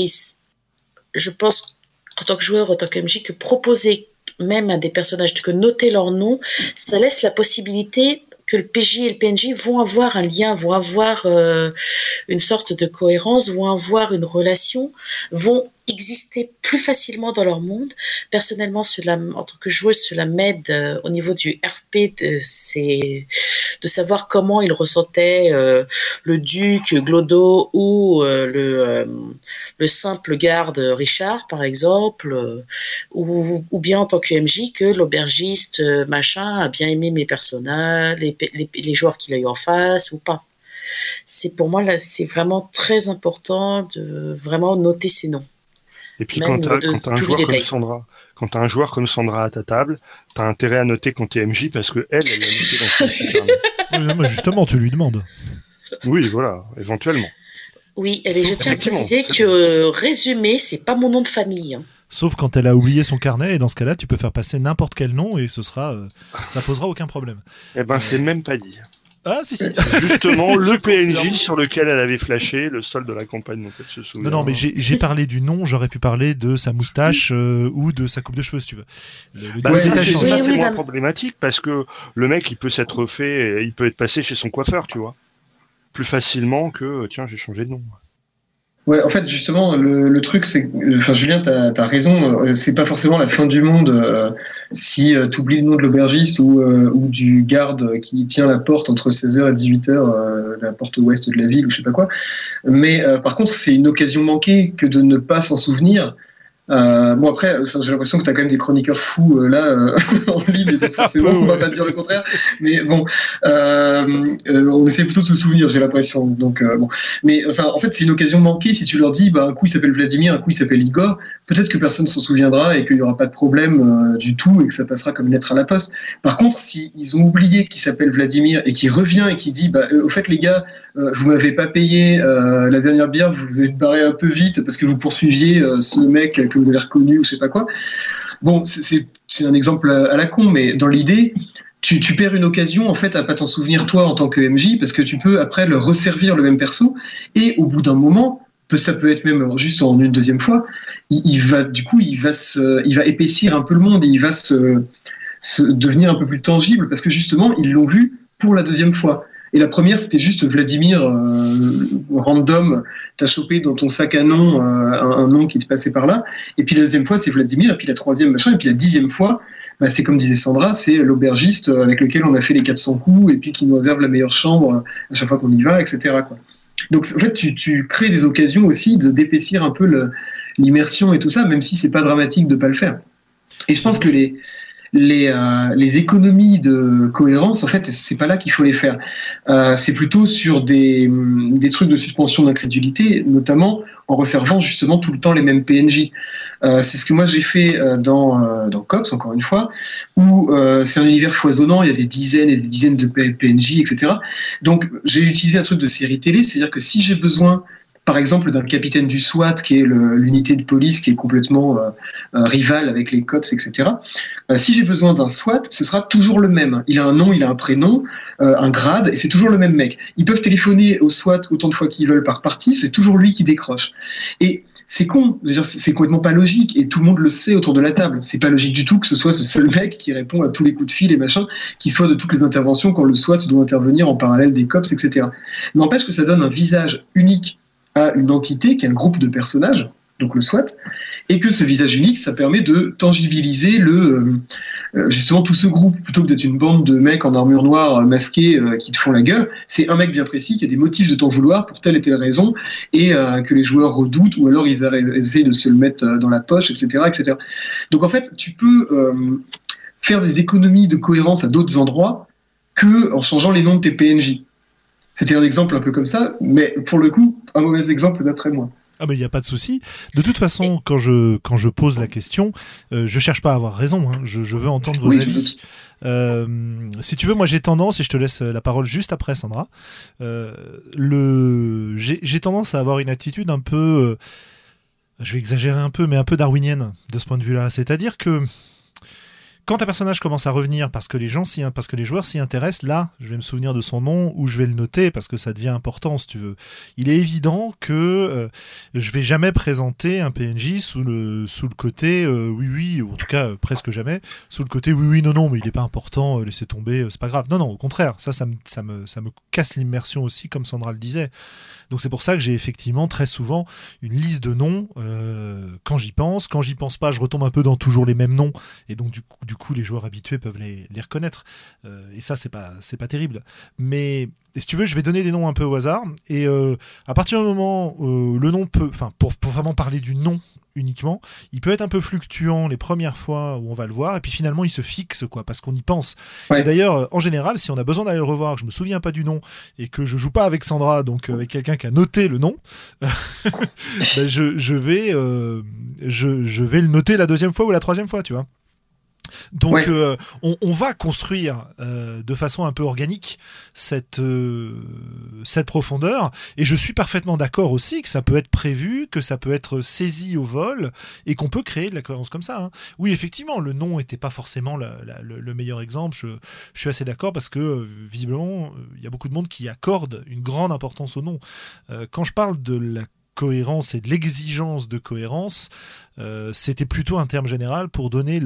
je pense en tant que joueur, en tant que MJ, que proposer même à des personnages que noter leur nom, ça laisse la possibilité que le PJ et le PNJ vont avoir un lien, vont avoir une sorte de cohérence, vont avoir une relation, vont exister plus facilement dans leur monde. Personnellement, en tant que joueuse, cela m'aide au niveau du RP de savoir comment il ressentait le duc Glodo ou le simple garde Richard, par exemple, ou bien en tant que MJ que l'aubergiste machin a bien aimé mes personnages, les joueurs qu'il a eu en face ou pas. Pour moi, là, c'est vraiment très important de vraiment noter ces noms. Et puis Même quand t'as un joueur comme Sandra, quand t'as un joueur comme Sandra à ta table, t'as intérêt à noter quand t'es MJ parce que elle l'a noté dans son petit carnet. Mais justement, tu lui demandes. Oui, voilà, éventuellement. Oui, et je tiens à préciser que résumé, c'est pas mon nom de famille. Hein. Sauf quand elle a oublié son carnet, et dans ce cas-là, tu peux faire passer n'importe quel nom et ça posera aucun problème. Eh ben, c'est même pas dit. Ah, si. C'est justement le PNJ sur lequel elle avait flashé le sol de la campagne, donc elle se souvient. Non, mais j'ai parlé du nom, j'aurais pu parler de sa moustache ou de sa coupe de cheveux, si tu veux. C'est moins Oui, problématique parce que le mec, il peut s'être fait, il peut être passé chez son coiffeur, tu vois. Plus facilement que, tiens, j'ai changé de nom. Ouais, en fait, justement, le truc, c'est que, enfin, Julien, t'as raison, c'est pas forcément la fin du monde si tu oublies le nom de l'aubergiste ou du garde qui tient la porte entre 16h et 18h, la porte ouest de la ville ou je sais pas quoi. Mais par contre, c'est une occasion manquée que de ne pas s'en souvenir. Bon après, j'ai l'impression que tu as quand même des chroniqueurs fous en ligne, donc forcément on va pas dire le contraire, mais bon, on essaie plutôt de se souvenir, j'ai l'impression. Donc bon, mais enfin en fait c'est une occasion manquée si tu leur dis un coup il s'appelle Vladimir, un coup il s'appelle Igor, peut-être que personne s'en souviendra et qu'il y aura pas de problème du tout et que ça passera comme une lettre à la poste. Par contre, si ils ont oublié qu'il s'appelle Vladimir et qu'il revient et qu'il dit au fait les gars, vous m'avez pas payé la dernière bière, vous vous êtes barré un peu vite parce que vous poursuiviez ce mec que vous avez reconnu ou je sais pas quoi. Bon, c'est un exemple à la con, mais dans l'idée, tu perds une occasion en fait à pas t'en souvenir toi en tant que MJ parce que tu peux après le resservir le même perso et au bout d'un moment, ça peut être même juste en une deuxième fois, il va épaissir un peu le monde et il va se devenir un peu plus tangible parce que justement ils l'ont vu pour la deuxième fois. Et la première, c'était juste Vladimir, random, t'as chopé dans ton sac à nom un nom qui te passait par là. Et puis la deuxième fois, c'est Vladimir. Et puis la troisième, machin. Et puis la 10e fois, c'est comme disait Sandra, c'est l'aubergiste avec lequel on a fait les 400 coups et puis qui nous réserve la meilleure chambre à chaque fois qu'on y va, etc. quoi. Donc en fait, tu crées des occasions aussi d'épaissir un peu l'immersion et tout ça, même si c'est pas dramatique de pas le faire. Et je pense que les économies de cohérence, en fait, c'est pas là qu'il faut les faire. C'est plutôt sur des trucs de suspension d'incrédulité, notamment en resservant justement tout le temps les mêmes PNJ. C'est ce que moi j'ai fait dans Cops, encore une fois, où c'est un univers foisonnant, il y a des dizaines et des dizaines de PNJ, etc. Donc j'ai utilisé un truc de série télé, c'est-à-dire que si j'ai besoin par exemple d'un capitaine du SWAT qui est l'unité de police qui est complètement rivale avec les cops, etc. Si j'ai besoin d'un SWAT, ce sera toujours le même. Il a un nom, il a un prénom, un grade, et c'est toujours le même mec. Ils peuvent téléphoner au SWAT autant de fois qu'ils veulent par partie, c'est toujours lui qui décroche. Et c'est con, je veux dire, c'est complètement pas logique, et tout le monde le sait autour de la table. C'est pas logique du tout que ce soit ce seul mec qui répond à tous les coups de fil et machin, qui soit de toutes les interventions quand le SWAT doit intervenir en parallèle des cops, etc. N'empêche que ça donne un visage unique à une entité qui est un groupe de personnages, donc le SWAT, et que ce visage unique, ça permet de tangibiliser justement tout ce groupe, plutôt que d'être une bande de mecs en armure noire masqués qui te font la gueule, c'est un mec bien précis qui a des motifs de t'en vouloir pour telle et telle raison, et que les joueurs redoutent, ou alors ils essaient de se le mettre dans la poche, etc., etc. Donc en fait, tu peux faire des économies de cohérence à d'autres endroits que en changeant les noms de tes PNJ. C'était un exemple un peu comme ça, mais pour le coup, un mauvais exemple d'après moi. Ah mais il n'y a pas de souci. De toute façon, quand je pose la question, je cherche pas à avoir raison. Hein. Je veux entendre vos avis. Si tu veux, moi j'ai tendance, et je te laisse la parole juste après, Sandra. J'ai tendance à avoir une attitude un peu, je vais exagérer un peu, mais un peu darwinienne de ce point de vue-là. C'est-à-dire que quand un personnage commence à revenir parce que les joueurs s'y intéressent, là, je vais me souvenir de son nom ou je vais le noter parce que ça devient important, si tu veux. Il est évident que je vais jamais présenter un PNJ sous le côté oui, ou en tout cas presque jamais, sous le côté oui, non, mais il est pas important, laissez tomber, c'est pas grave. Non, au contraire, ça me casse l'immersion aussi, comme Sandra le disait. Donc c'est pour ça que j'ai effectivement très souvent une liste de noms quand j'y pense. Quand j'y pense pas, je retombe un peu dans toujours les mêmes noms et donc du coup les joueurs habitués peuvent les reconnaître. Et ça c'est pas terrible. Mais si tu veux, je vais donner des noms un peu au hasard et à partir du moment où le nom peut, enfin pour vraiment parler du nom uniquement, il peut être un peu fluctuant les premières fois où on va le voir et puis finalement il se fixe quoi parce qu'on y pense. Ouais. Et d'ailleurs en général si on a besoin d'aller le revoir, que je me souviens pas du nom et que je joue pas avec Sandra donc avec quelqu'un qui a noté le nom, je vais le noter la deuxième fois ou la troisième fois, tu vois. Donc on va construire de façon un peu organique cette profondeur, et je suis parfaitement d'accord aussi que ça peut être prévu, que ça peut être saisi au vol, et qu'on peut créer de la cohérence comme ça. Oui, effectivement, le nom n'était pas forcément le meilleur exemple, je suis assez d'accord, parce que visiblement, il y a beaucoup de monde qui accorde une grande importance au nom. Quand je parle de la cohérence et de l'exigence de cohérence, c'était plutôt un terme général pour donner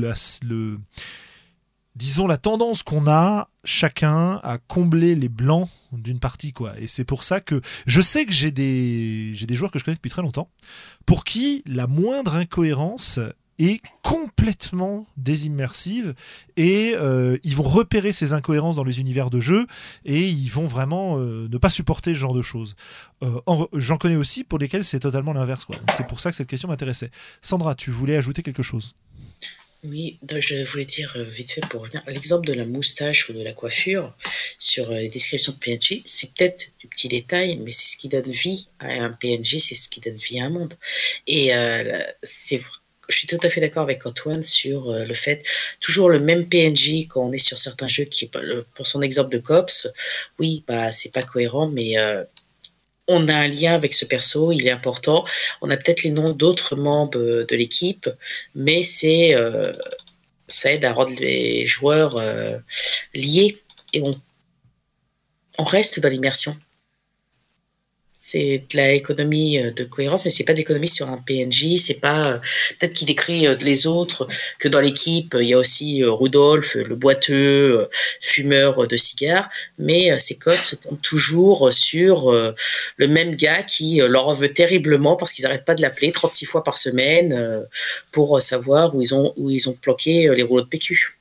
disons la tendance qu'on a chacun à combler les blancs d'une partie, quoi. Et c'est pour ça que je sais que j'ai des joueurs que je connais depuis très longtemps pour qui la moindre incohérence est complètement désimmersive, et ils vont repérer ces incohérences dans les univers de jeu, et ils vont vraiment ne pas supporter ce genre de choses. J'en connais aussi pour lesquels c'est totalement l'inverse, quoi. Donc c'est pour ça que cette question m'intéressait. Sandra, tu voulais ajouter quelque chose? Oui, je voulais dire vite fait pour revenir à l'exemple de la moustache ou de la coiffure sur les descriptions de PNJ, c'est peut-être du petit détail, mais c'est ce qui donne vie à un PNJ, c'est ce qui donne vie à un monde. Et je suis tout à fait d'accord avec Antoine sur le fait, toujours le même PNJ quand on est sur certains jeux, pour son exemple de Cops, oui, bah c'est pas cohérent, mais on a un lien avec ce perso, il est important. On a peut-être les noms d'autres membres de l'équipe, mais ça aide à rendre les joueurs liés, et on reste dans l'immersion. C'est de l'économie de cohérence, mais c'est pas d'économie sur un PNJ. C'est pas peut-être qu'il décrit les autres, que dans l'équipe il y a aussi Rudolf, le boiteux, fumeur de cigares, mais ces codes se tombent toujours sur le même gars qui leur en veut terriblement parce qu'ils n'arrêtent pas de l'appeler 36 fois par semaine pour savoir où ils ont planqué les rouleaux de PQ.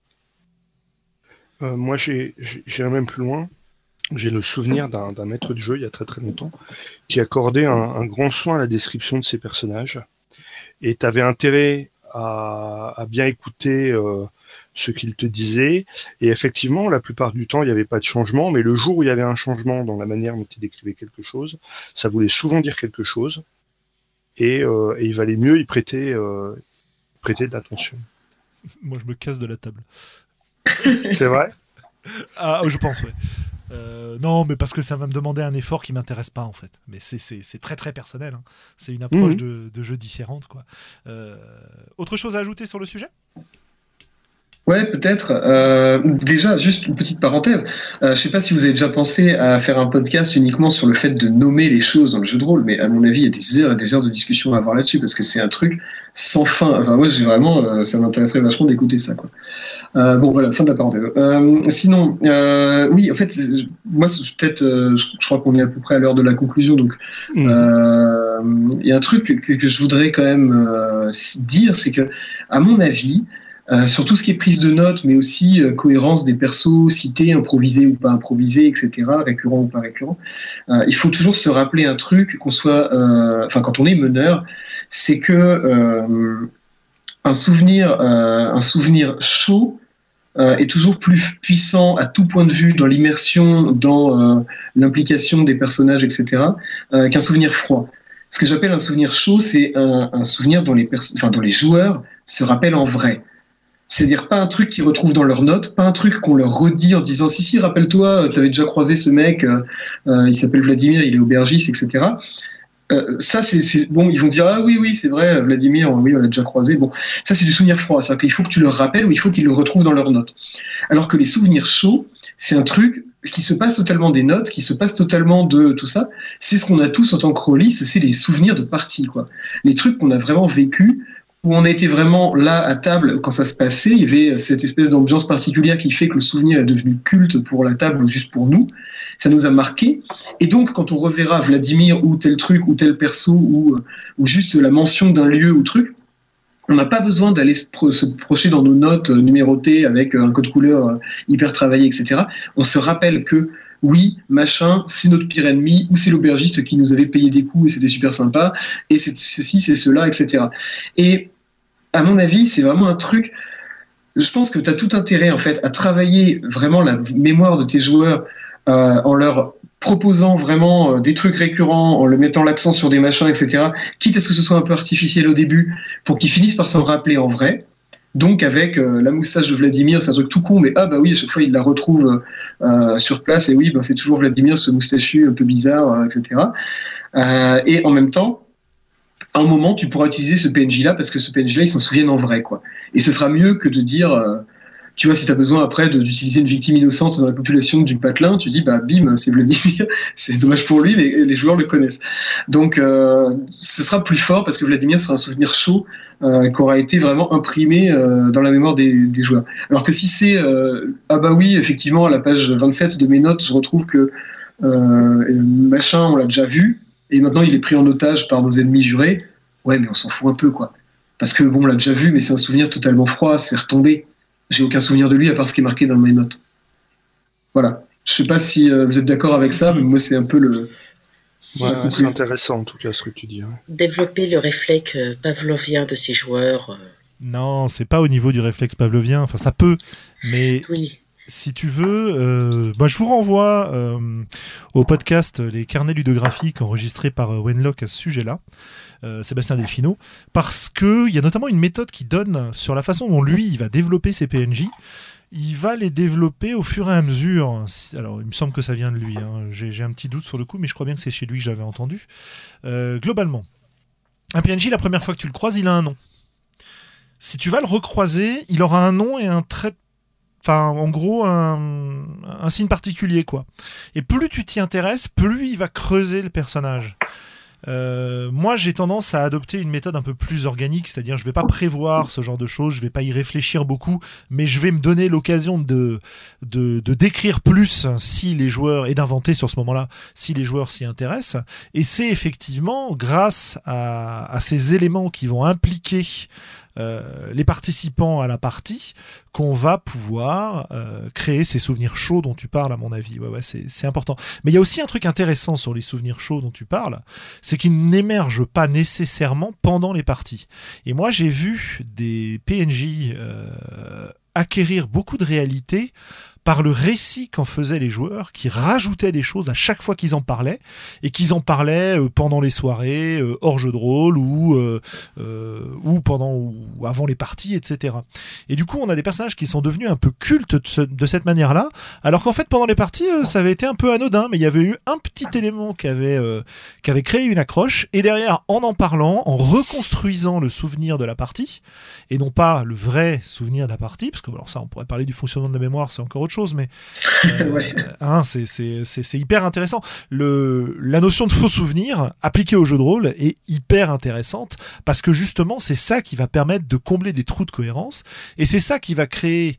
Moi, j'irais même plus loin. J'ai le souvenir d'un maître de jeu, il y a très très longtemps, qui accordait un grand soin à la description de ses personnages. Et tu avais intérêt à bien écouter ce qu'il te disait. Et effectivement, la plupart du temps, il n'y avait pas de changement. Mais le jour où il y avait un changement dans la manière dont il décrivait quelque chose, ça voulait souvent dire quelque chose. Et il valait mieux y prêter de l'attention. Moi, je me casse de la table. C'est vrai ? Ah, je pense, ouais. Non, mais parce que ça va me demander un effort qui m'intéresse pas, en fait. Mais c'est très très personnel. C'est une approche de jeu différente, quoi. Autre chose à ajouter sur le sujet ? Ouais, peut-être. Déjà, juste une petite parenthèse. Je sais pas si vous avez déjà pensé à faire un podcast uniquement sur le fait de nommer les choses dans le jeu de rôle, mais à mon avis, il y a des heures et des heures de discussion à avoir là-dessus, parce que c'est un truc sans fin. Enfin, moi, j'ai vraiment, ça m'intéresserait vachement d'écouter ça, quoi. Bon, voilà, fin de la parenthèse. Sinon, oui, en fait, moi, c'est peut-être, je crois qu'on est à peu près à l'heure de la conclusion, donc il y a un truc que je voudrais quand même dire, c'est que, à mon avis, sur tout ce qui est prise de notes, mais aussi cohérence des persos, cités, improvisés ou pas improvisés, etc., récurrents ou pas récurrents, il faut toujours se rappeler un truc, qu'on soit, enfin, quand on est meneur, c'est que un souvenir chaud est toujours plus puissant à tout point de vue dans l'immersion, dans l'implication des personnages, etc., qu'un souvenir froid. Ce que j'appelle un souvenir chaud, c'est un souvenir dont les joueurs se rappellent en vrai. C'est-à-dire pas un truc qu'ils retrouvent dans leurs notes, pas un truc qu'on leur redit en disant si, rappelle-toi, t'avais déjà croisé ce mec, il s'appelle Vladimir, il est aubergiste, etc. Ça, c'est bon, ils vont dire ah oui, c'est vrai, Vladimir, oui, on l'a déjà croisé. Bon, ça, c'est du souvenir froid. C'est-à-dire qu'il faut que tu leur rappelles ou il faut qu'ils le retrouvent dans leurs notes. Alors que les souvenirs chauds, c'est un truc qui se passe totalement des notes, qui se passe totalement de tout ça. C'est ce qu'on a tous en tant que rôlistes, c'est les souvenirs de partie, quoi. Les trucs qu'on a vraiment vécu, où on était vraiment là à table quand ça se passait. Il y avait cette espèce d'ambiance particulière qui fait que le souvenir est devenu culte pour la table ou juste pour nous. Ça nous a marqué. Et donc, quand on reverra Vladimir ou tel truc ou tel perso ou juste la mention d'un lieu ou truc, on n'a pas besoin d'aller se projeter dans nos notes numérotées avec un code couleur hyper travaillé, etc. On se rappelle que oui, machin, c'est notre pire ennemi, ou c'est l'aubergiste qui nous avait payé des coups et c'était super sympa, et c'est ceci, c'est cela, etc. Et à mon avis, c'est vraiment un truc. Je pense que tu as tout intérêt en fait à travailler vraiment la mémoire de tes joueurs en leur proposant vraiment des trucs récurrents, en le mettant l'accent sur des machins, etc. Quitte à ce que ce soit un peu artificiel au début, pour qu'ils finissent par s'en rappeler en vrai. Donc avec la moustache de Vladimir, c'est un truc tout con, mais oui, à chaque fois il la retrouve sur place, et oui, c'est toujours Vladimir, ce moustachu un peu bizarre, etc. Et en même temps, à un moment, tu pourras utiliser ce PNJ-là, parce que ce PNJ-là, il s'en souvient en vrai, quoi. Et ce sera mieux que de dire, tu vois, si tu as besoin après d'utiliser une victime innocente dans la population du patelin, tu dis, bim, c'est Vladimir, c'est dommage pour lui, mais les joueurs le connaissent. Donc, ce sera plus fort, parce que Vladimir sera un souvenir chaud, qui aura été vraiment imprimé dans la mémoire des joueurs. Alors que si c'est, oui, effectivement, à la page 27 de mes notes, je retrouve que machin, on l'a déjà vu, et maintenant il est pris en otage par nos ennemis jurés, ouais, mais on s'en fout un peu, quoi. Parce que on l'a déjà vu, mais c'est un souvenir totalement froid, c'est retombé. J'ai aucun souvenir de lui à part ce qui est marqué dans mes notes. Voilà. Je sais pas si vous êtes d'accord avec ça, mais moi c'est un peu le... c'est intéressant en tout cas ce que tu dis. Ouais. Développer le réflexe pavlovien de ces joueurs. Non, c'est pas au niveau du réflexe pavlovien, enfin ça peut, mais... Oui. Si tu veux, je vous renvoie au podcast Les carnets ludographiques enregistrés par Wenlock à ce sujet-là, Sébastien Delfino, parce qu'il y a notamment une méthode qui donne sur la façon dont lui, il va développer ses PNJ. Il va les développer au fur et à mesure. Alors, il me semble que ça vient de lui. Hein. J'ai un petit doute sur le coup, mais je crois bien que c'est chez lui que j'avais entendu. Globalement, un PNJ, la première fois que tu le croises, il a un nom. Si tu vas le recroiser, il aura un nom et un trait. Enfin, en gros, un signe particulier, quoi. Et plus tu t'y intéresses, plus il va creuser le personnage. Moi, j'ai tendance à adopter une méthode un peu plus organique, c'est-à-dire je vais pas prévoir ce genre de choses, je vais pas y réfléchir beaucoup, mais je vais me donner l'occasion de décrire plus si les joueurs, et d'inventer sur ce moment-là, si les joueurs s'y intéressent. Et c'est effectivement grâce à ces éléments qui vont impliquer les participants à la partie qu'on va pouvoir créer ces souvenirs chauds dont tu parles, à mon avis. Ouais, c'est important. Mais il y a aussi un truc intéressant sur les souvenirs chauds dont tu parles, c'est qu'ils n'émergent pas nécessairement pendant les parties. Et moi, j'ai vu des PNJ acquérir beaucoup de réalité par le récit qu'en faisaient les joueurs, qui rajoutaient des choses à chaque fois qu'ils en parlaient, et qu'ils en parlaient pendant les soirées, hors jeu de rôle, ou pendant ou avant les parties, etc. Et du coup, on a des personnages qui sont devenus un peu cultes de cette manière-là, alors qu'en fait, pendant les parties, ça avait été un peu anodin, mais il y avait eu un petit élément qui avait créé une accroche, et derrière, en parlant, en reconstruisant le souvenir de la partie, et non pas le vrai souvenir de la partie, parce que alors ça, on pourrait parler du fonctionnement de la mémoire, c'est encore autre chose, mais Ouais. c'est hyper intéressant. La notion de faux souvenir appliquée au jeu de rôle est hyper intéressante, parce que justement c'est ça qui va permettre de combler des trous de cohérence, et c'est ça qui va créer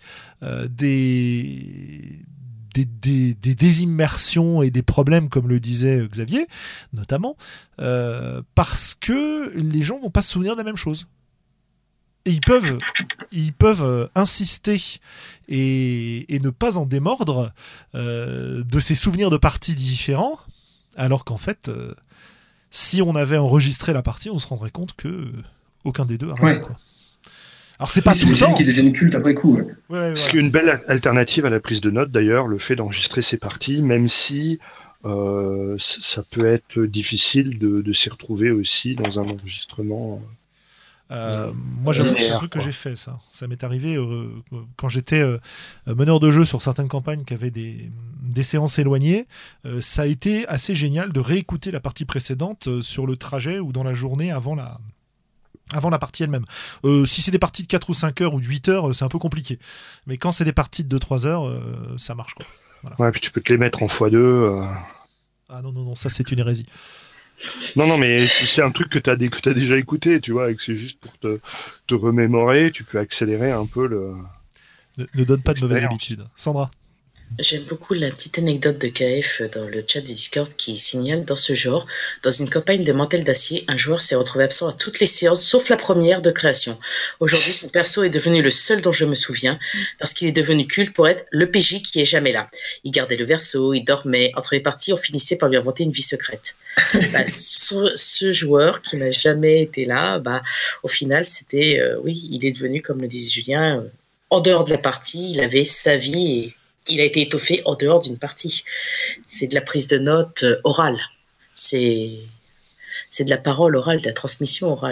des désimmersions et des problèmes, comme le disait Xavier, notamment, parce que les gens vont pas se souvenir de la même chose. Et ils peuvent insister et ne pas en démordre de ces souvenirs de parties différents, alors qu'en fait, si on avait enregistré la partie, on se rendrait compte que aucun des deux a raison. Ouais. Quoi. Alors c'est pas tout des le temps. scènes qui deviennent cultes après coup. Ouais. Ouais, Ce voilà. qui est une belle alternative à la prise de notes d'ailleurs, le fait d'enregistrer ses parties, même si ça peut être difficile de s'y retrouver aussi dans un enregistrement. Moi, j'avoue que c'est un linéaire, truc que quoi. j'ai fait, ça. Ça m'est arrivé quand j'étais meneur de jeu sur certaines campagnes qui avaient des séances éloignées. Ça a été assez génial de réécouter la partie précédente sur le trajet ou dans la journée avant la partie elle-même. Si c'est des parties de 4 ou 5 heures ou de 8 heures, c'est un peu compliqué. Mais quand c'est des parties de 2-3 heures, ça marche, quoi. Voilà. Ouais, puis tu peux te les mettre en x2. Ah non, ça c'est une hérésie. Non, mais si c'est un truc que t'as déjà écouté, tu vois, et que c'est juste pour te remémorer, tu peux accélérer un peu le... Ne donne pas de mauvaises Expérience. habitudes. Sandra. J'aime beaucoup la petite anecdote de KF dans le chat du Discord qui signale dans ce genre, dans une campagne de Mantel d'Acier, un joueur s'est retrouvé absent à toutes les séances sauf la première de création. Aujourd'hui, son perso est devenu le seul dont je me souviens parce qu'il est devenu culte pour être le PJ qui est jamais là. Il gardait le verso, il dormait. Entre les parties, on finissait par lui inventer une vie secrète. Ce joueur qui n'a jamais été là, au final, c'était, oui, il est devenu, comme le disait Julien, en dehors de la partie, il avait sa vie et il a été étoffé en dehors d'une partie. C'est de la prise de notes orale. C'est de la parole orale, de la transmission orale.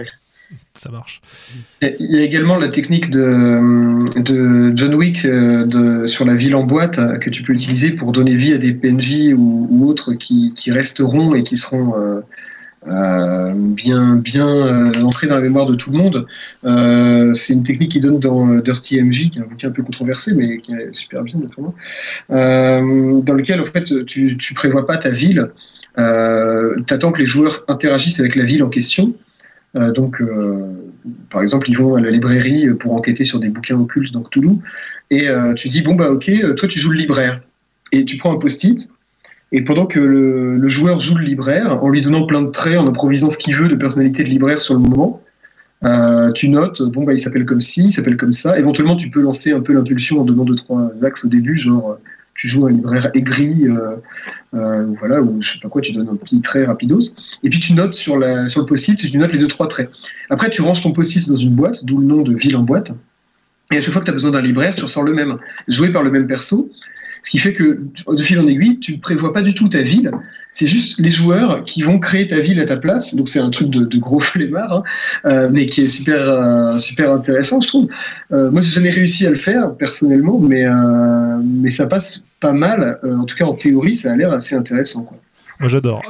Ça marche. Il y a également la technique de John Wick sur la ville en boîte que tu peux utiliser pour donner vie à des PNJ ou autres qui resteront et qui seront bien entrés dans la mémoire de tout le monde. C'est une technique qui donne dans Dirty MJ, qui est un bouquin un peu controversé, mais qui est super bien, naturellement, dans lequel en fait tu prévois pas ta ville, t'attends que les joueurs interagissent avec la ville en question. Par exemple, ils vont à la librairie pour enquêter sur des bouquins occultes dans Cthulhu, et tu dis, bon, bah ok, toi tu joues le libraire, et tu prends un post-it, et pendant que le joueur joue le libraire, en lui donnant plein de traits, en improvisant ce qu'il veut de personnalité de libraire sur le moment, tu notes, bon, bah il s'appelle comme ci, il s'appelle comme ça, éventuellement tu peux lancer un peu l'impulsion en donnant 2-3 axes au début, genre tu joues un libraire aigri, voilà, ou je sais pas quoi, tu donnes un petit trait rapidos, et puis tu notes sur le post-it, tu notes les 2-3 traits. Après, tu ranges ton post-it dans une boîte, d'où le nom de ville en boîte, et à chaque fois que tu as besoin d'un libraire, tu ressors le même, joué par le même perso, ce qui fait que, de fil en aiguille, tu ne prévois pas du tout ta ville, c'est juste les joueurs qui vont créer ta ville à ta place, donc c'est un truc de gros flemmard, mais qui est super intéressant, je trouve. Moi, j'ai jamais réussi à le faire, personnellement, mais ça passe pas mal, en tout cas en théorie, ça a l'air assez intéressant, quoi. Moi, j'adore.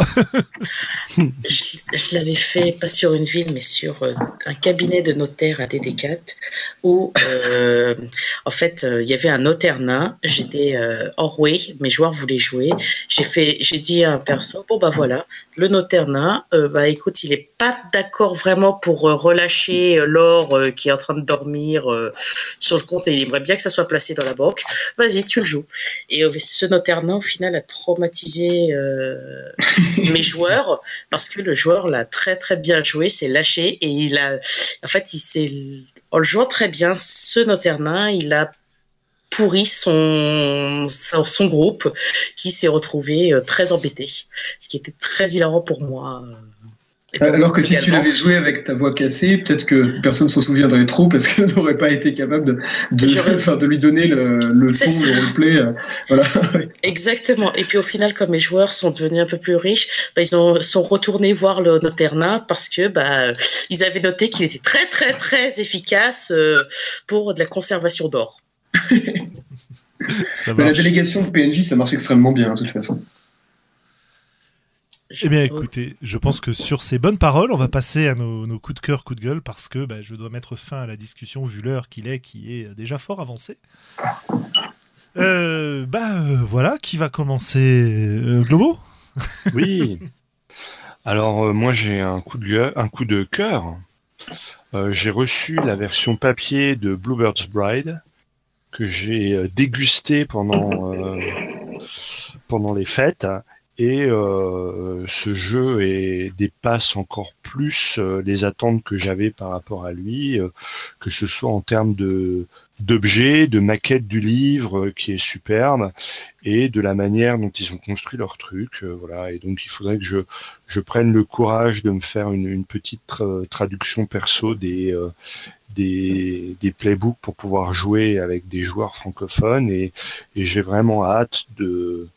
Je l'avais fait, pas sur une ville, mais sur un cabinet de notaire à DD4, où en fait, il y avait un notaire nain. J'étais hors way, mes joueurs voulaient jouer. J'ai dit à un perso, bon bah voilà, le notaire nain, bah écoute, il est pas d'accord vraiment pour relâcher l'or qui est en train de dormir sur le compte, et il aimerait bien que ça soit placé dans la banque. Vas-y, tu le joues. Et ce notaire nain, au final, a traumatisé mes joueurs, parce que le joueur l'a très très bien joué, s'est lâché, et en le jouant très bien, ce notaire nain, il a pourri son groupe, qui s'est retrouvé très embêté, ce qui était très hilarant pour moi. Alors que si tu l'avais joué avec ta voix cassée, peut-être que personne s'en souviendrait trop, parce que n'aurait pas été capable de lui donner le ton, le roleplay. Voilà. Exactement. Et puis au final, comme mes joueurs sont devenus un peu plus riches, ils sont retournés voir le notaire nain, parce que ils avaient noté qu'il était très très très efficace pour de la conservation d'or. La délégation de PNJ, ça marche extrêmement bien, de toute façon. Eh bien, écoutez, je pense que sur ces bonnes paroles, on va passer à nos coups de cœur, coups de gueule, parce que je dois mettre fin à la discussion, vu l'heure qui est déjà fort avancée. Voilà, qui va commencer, Globo ? Oui. Alors, moi, j'ai un coup de cœur. J'ai reçu la version papier de Bluebird's Bride, que j'ai dégusté pendant les fêtes. Et ce jeu dépasse encore plus les attentes que j'avais par rapport à lui, que ce soit en termes d'objets, de maquette du livre qui est superbe, et de la manière dont ils ont construit leur truc. Voilà. Et donc il faudrait que je prenne le courage de me faire une petite traduction perso des playbooks pour pouvoir jouer avec des joueurs francophones, et j'ai vraiment hâte de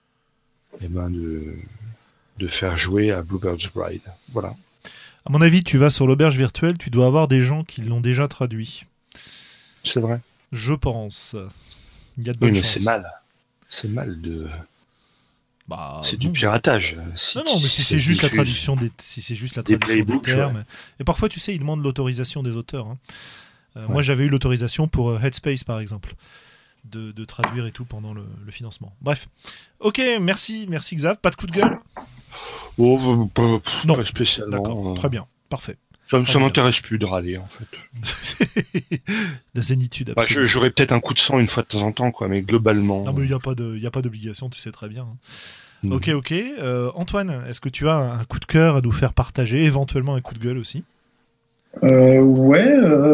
faire jouer à Bluebird's Bride. Voilà. À mon avis, tu vas sur l'auberge virtuelle, tu dois avoir des gens qui l'ont déjà traduit. C'est vrai. Je pense. Il y a de bonnes chances. C'est mal. C'est mal de... c'est du piratage. Non, mais si c'est juste la traduction des termes. Et parfois, tu sais, ils demandent l'autorisation des auteurs. Moi, j'avais eu l'autorisation pour Headspace, par exemple, de traduire et tout pendant le financement. Bref. Ok, merci Xav. Pas de coup de gueule ? Non, pas spécialement. D'accord, très bien, parfait. Ça m'intéresse plus de râler, en fait. La zénitude, absolument. J'aurais peut-être un coup de sang une fois de temps en temps, quoi, mais globalement... Non, mais il n'y a pas d'obligation, tu sais très bien. Ok. Antoine, est-ce que tu as un coup de cœur à nous faire partager, éventuellement un coup de gueule aussi ?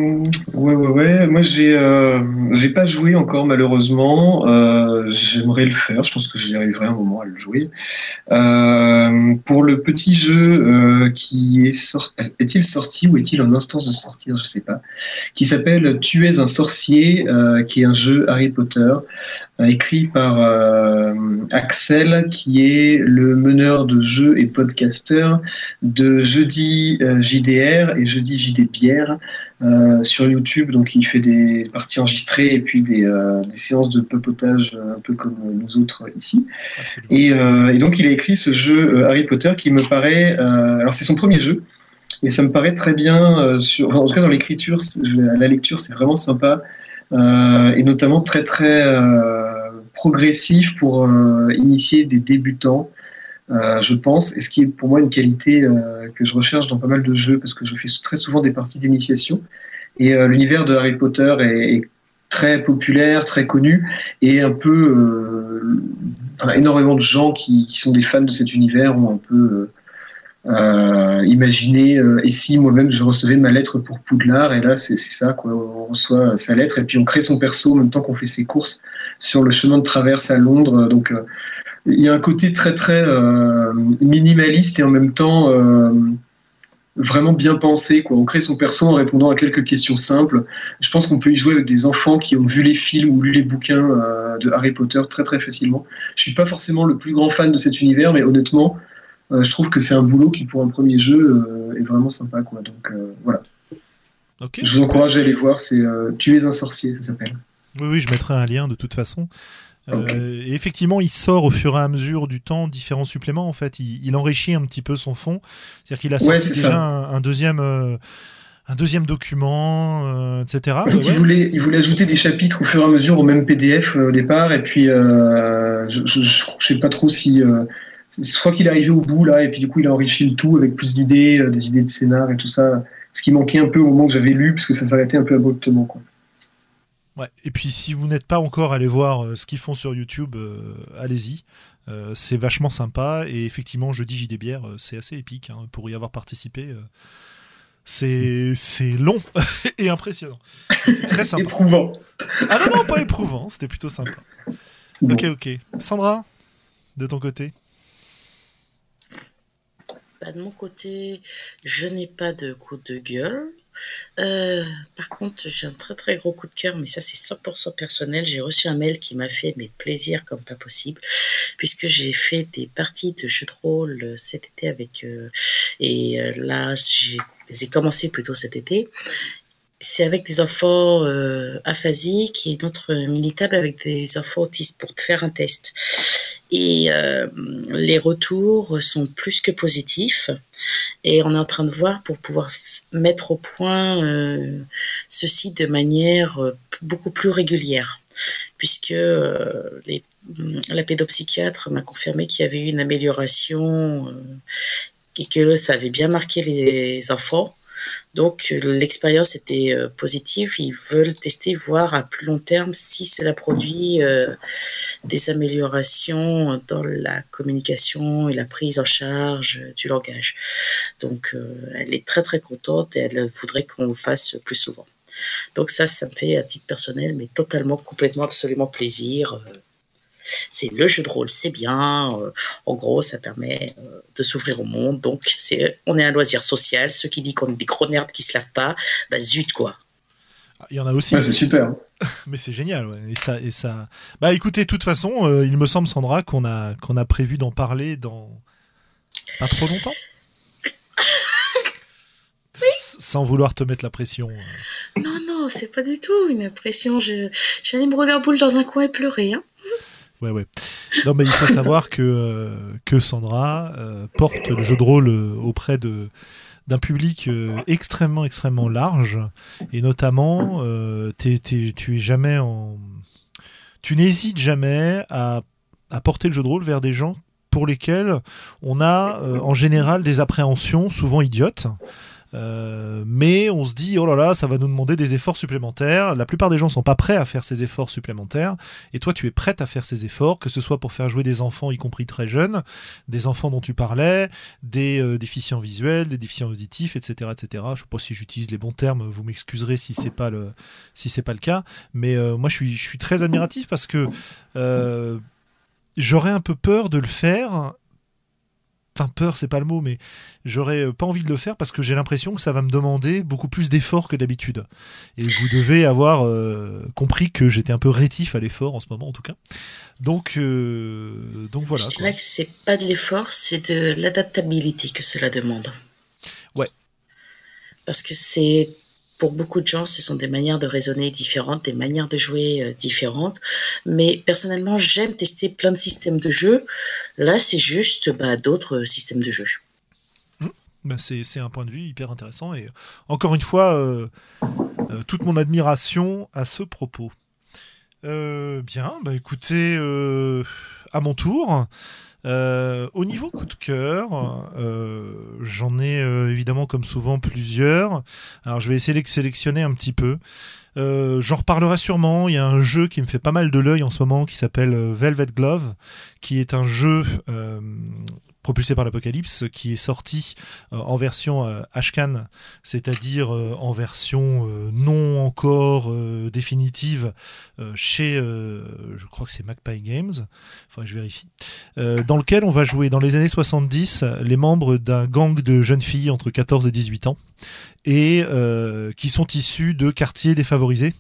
Ouais, Ouais. Moi, j'ai pas joué encore malheureusement. J'aimerais le faire. Je pense que j'y arriverai un moment à le jouer. Pour le petit jeu qui est sorti, est-il sorti ou est-il en instance de sortir, je sais pas, qui s'appelle Tu es un sorcier, qui est un jeu Harry Potter écrit par Axel, qui est le meneur de jeux et podcasteur de Jeudi JDR et Jeudi JD Bière sur YouTube. Donc il fait des parties enregistrées et puis des séances de papotage un peu comme nous autres ici. Et donc il a écrit ce jeu Harry Potter qui me paraît... alors c'est son premier jeu. Et ça me paraît très bien, en tout cas dans l'écriture, la lecture, c'est vraiment sympa. Et notamment très très progressif pour initier des débutants, je pense, et ce qui est pour moi une qualité que je recherche dans pas mal de jeux, parce que je fais très souvent des parties d'initiation, et l'univers de Harry Potter est très populaire, très connu, et un peu énormément de gens qui sont des fans de cet univers ont un peu imaginé et si moi-même je recevais ma lettre pour Poudlard, et là c'est ça quoi, on reçoit sa lettre et puis on crée son perso en même temps qu'on fait ses courses sur le chemin de traverse à Londres. Donc il y a un côté très très minimaliste et en même temps vraiment bien pensé quoi. On crée son perso en répondant à quelques questions simples. Je pense qu'on peut y jouer avec des enfants qui ont vu les films ou lu les bouquins de Harry Potter très très facilement. Je suis pas forcément le plus grand fan de cet univers, mais honnêtement je trouve que c'est un boulot qui, pour un premier jeu, est vraiment sympa, quoi. Donc voilà. Okay, je vous encourage à aller voir. C'est Tu es un sorcier, ça s'appelle. Oui, je mettrai un lien de toute façon. Okay. Et effectivement, il sort au fur et à mesure du temps différents suppléments. En fait, il enrichit un petit peu son fond. C'est-à-dire qu'il a sorti déjà un deuxième document, etc. En fait, il voulait ajouter des chapitres au fur et à mesure au même PDF au départ. Et puis, je sais pas trop si... je crois qu'il est arrivé au bout là, et puis du coup il a enrichi le tout avec plus d'idées, des idées de scénar et tout ça, ce qui manquait un peu au moment que j'avais lu, parce que ça s'arrêtait un peu abruptement, quoi. Ouais. Et puis si vous n'êtes pas encore allé voir ce qu'ils font sur YouTube, allez-y, c'est vachement sympa, et effectivement Jeudi JD Bière, c'est assez épique hein, pour y avoir participé. C'est long et impressionnant. C'est très sympa. Éprouvant. Ah non, pas éprouvant, c'était plutôt sympa. Bon. Ok. Sandra, de ton côté? De mon côté, je n'ai pas de coup de gueule. Par contre, j'ai un très très gros coup de cœur, mais ça c'est 100% personnel. J'ai reçu un mail qui m'a fait plaisir comme pas possible, puisque j'ai fait des parties de jeux de rôle cet été avec là j'ai commencé plutôt cet été. C'est avec des enfants aphasiques et notre militable avec des enfants autistes pour faire un test. Et les retours sont plus que positifs. Et on est en train de voir pour pouvoir mettre au point ceci de manière beaucoup plus régulière. Puisque la pédopsychiatre m'a confirmé qu'il y avait eu une amélioration et que ça avait bien marqué les enfants. Donc l'expérience était positive. Ils veulent tester, voir à plus long terme si cela produit des améliorations dans la communication et la prise en charge du langage. Donc elle est très très contente et elle voudrait qu'on le fasse plus souvent. Donc ça me fait à titre personnel, mais totalement, complètement, absolument plaisir. C'est le jeu de rôle, c'est bien. En gros, ça permet de s'ouvrir au monde. Donc, on est un loisir social. Ceux qui disent qu'on est des gros nerds qui se lavent pas, bah zut quoi. Il y en a aussi. Ouais, c'est super. Mais c'est génial. Ouais. Et ça. Bah écoutez, de toute façon, il me semble, Sandra, qu'on a prévu d'en parler dans pas trop longtemps. Oui. Sans vouloir te mettre la pression. Non, c'est pas du tout une pression. J'allais me rouler en boule dans un coin et pleurer. Hein. Ouais. Non, mais il faut savoir que Sandra porte le jeu de rôle auprès d'un public extrêmement large, et notamment tu n'hésites jamais à porter le jeu de rôle vers des gens pour lesquels on a en général des appréhensions souvent idiotes. Mais on se dit, oh là là, ça va nous demander des efforts supplémentaires. La plupart des gens sont pas prêts à faire ces efforts supplémentaires. Et toi, tu es prête à faire ces efforts, que ce soit pour faire jouer des enfants, y compris très jeunes, des enfants dont tu parlais, des déficients visuels, des déficients auditifs, etc., etc. Je sais pas si j'utilise les bons termes, vous m'excuserez si c'est pas le cas. Mais moi, je suis très admiratif parce que j'aurais un peu peur de le faire. Enfin, peur, c'est pas le mot, mais j'aurais pas envie de le faire parce que j'ai l'impression que ça va me demander beaucoup plus d'efforts que d'habitude. Et vous devez avoir compris que j'étais un peu rétif à l'effort en ce moment, en tout cas. Donc voilà. Je dirais que c'est pas de l'effort, c'est de l'adaptabilité que cela demande. Ouais. Parce que c'est, pour beaucoup de gens, ce sont des manières de raisonner différentes, des manières de jouer différentes. Mais personnellement, j'aime tester plein de systèmes de jeu. Là, c'est juste d'autres systèmes de jeu. C'est un point de vue hyper intéressant. Et encore une fois, toute mon admiration à ce propos. Bien, écoutez, à mon tour. Au niveau coup de cœur, j'en ai évidemment comme souvent plusieurs. Alors je vais essayer de sélectionner un petit peu. J'en reparlerai sûrement. Il y a un jeu qui me fait pas mal de l'œil en ce moment qui s'appelle Velvet Glove, qui est un jeu propulsé par l'Apocalypse, qui est sorti en version Ashcan, c'est-à-dire en version non encore définitive chez, je crois que c'est Magpie Games, enfin je vérifie, dans lequel on va jouer dans les années 70 les membres d'un gang de jeunes filles entre 14 et 18 ans, et qui sont issus de quartiers défavorisés.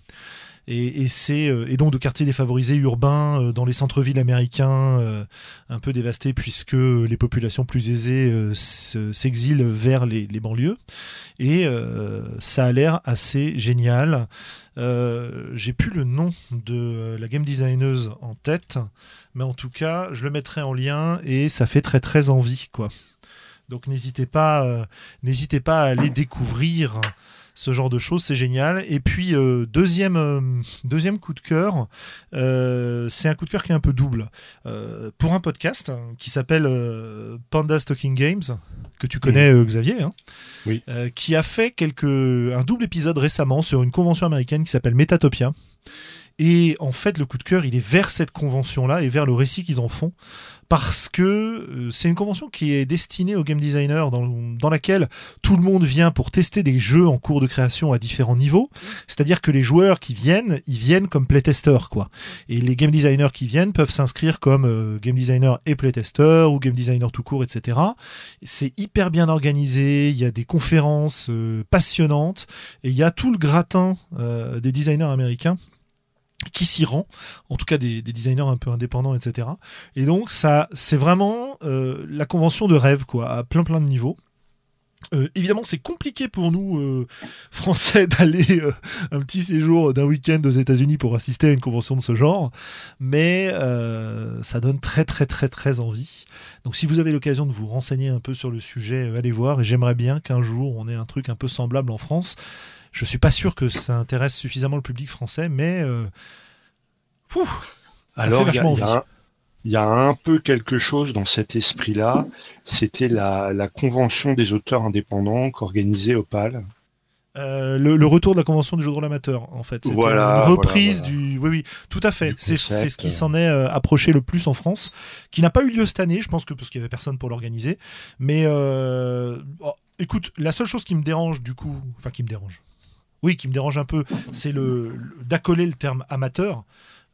Et donc de quartiers défavorisés urbains dans les centres-villes américains un peu dévastés puisque les populations plus aisées s'exilent vers les banlieues. Et ça a l'air assez génial. J'ai plus le nom de la game designeuse en tête, mais en tout cas, je le mettrai en lien et ça fait très très envie, quoi. Donc n'hésitez pas à aller découvrir ce genre de choses, c'est génial. Et puis deuxième coup de cœur, c'est un coup de cœur qui est un peu double. Pour un podcast qui s'appelle Pandas Talking Games, que tu connais Xavier, hein, oui. Qui a fait un double épisode récemment sur une convention américaine qui s'appelle Metatopia. Et en fait, le coup de cœur, il est vers cette convention-là et vers le récit qu'ils en font, parce que c'est une convention qui est destinée aux game designers, dans laquelle tout le monde vient pour tester des jeux en cours de création à différents niveaux. C'est-à-dire que les joueurs qui viennent, ils viennent comme playtesters, quoi. Et les game designers qui viennent peuvent s'inscrire comme game designer et playtester, ou game designer tout court, etc. C'est hyper bien organisé, il y a des conférences passionnantes, et il y a tout le gratin des designers américains qui s'y rend, en tout cas des designers un peu indépendants, etc. Et donc ça, c'est vraiment la convention de rêve, quoi, à plein de niveaux. Évidemment, c'est compliqué pour nous Français d'aller un petit séjour d'un week-end aux États-Unis pour assister à une convention de ce genre, mais ça donne très très très très envie. Donc, si vous avez l'occasion de vous renseigner un peu sur le sujet, allez voir. Et j'aimerais bien qu'un jour on ait un truc un peu semblable en France. Je suis pas sûr que ça intéresse suffisamment le public français, mais ça fait vachement envie. Il y a un peu quelque chose dans cet esprit-là. C'était la convention des auteurs indépendants qu'organisait Opal. Le retour de la convention du jeu de rôle amateur, en fait. C'était une reprise du... Oui, tout à fait. C'est ce qui s'en est approché le plus en France, qui n'a pas eu lieu cette année, je pense que parce qu'il n'y avait personne pour l'organiser. Mais écoute, la seule chose qui me dérange, du coup... Enfin, qui me dérange un peu, c'est d'accoler le terme amateur,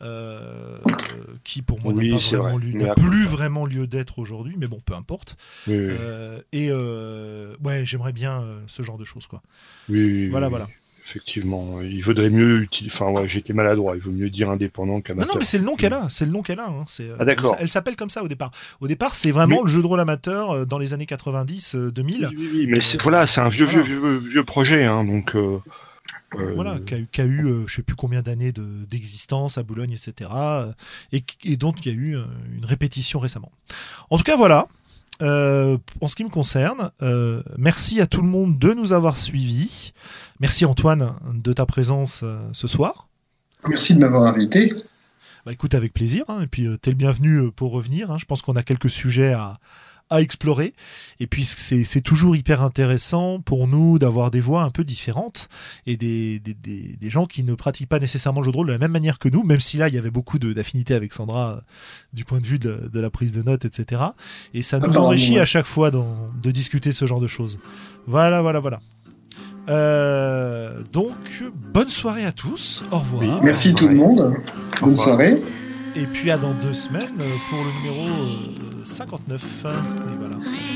qui pour moi n'a plus vraiment lieu d'être aujourd'hui, mais bon, peu importe. Oui. Ouais, j'aimerais bien ce genre de choses, quoi. Oui. Voilà. Effectivement, il vaudrait mieux j'étais maladroit, il vaut mieux dire indépendant qu'amateur. Non, mais c'est le nom qu'elle a, hein. Ah, d'accord. Elle s'appelle comme ça au départ. Au départ, c'est vraiment le jeu de rôle amateur dans les années 90, 2000. Oui, mais c'est un vieux projet, hein, donc... Voilà, qui a eu je sais plus combien d'années d'existence à Boulogne, etc. Et dont il y a eu une répétition récemment. En tout cas, voilà. En ce qui me concerne, merci à tout le monde de nous avoir suivis. Merci Antoine de ta présence ce soir. Merci de m'avoir invité. Écoute, avec plaisir. Hein, et puis, t'es le bienvenu pour revenir. Hein. Je pense qu'on a quelques sujets à explorer. Et puis c'est toujours hyper intéressant pour nous d'avoir des voix un peu différentes et des gens qui ne pratiquent pas nécessairement le jeu de rôle de la même manière que nous, même si là il y avait beaucoup d'affinité avec Sandra du point de vue de la prise de notes, etc. Et ça nous enrichit à chaque fois de discuter de ce genre de choses. Voilà. Donc, bonne soirée à tous. Au revoir. Oui, merci tout le monde. Bonne soirée. Et puis à dans 2 semaines pour le numéro 59. Et voilà.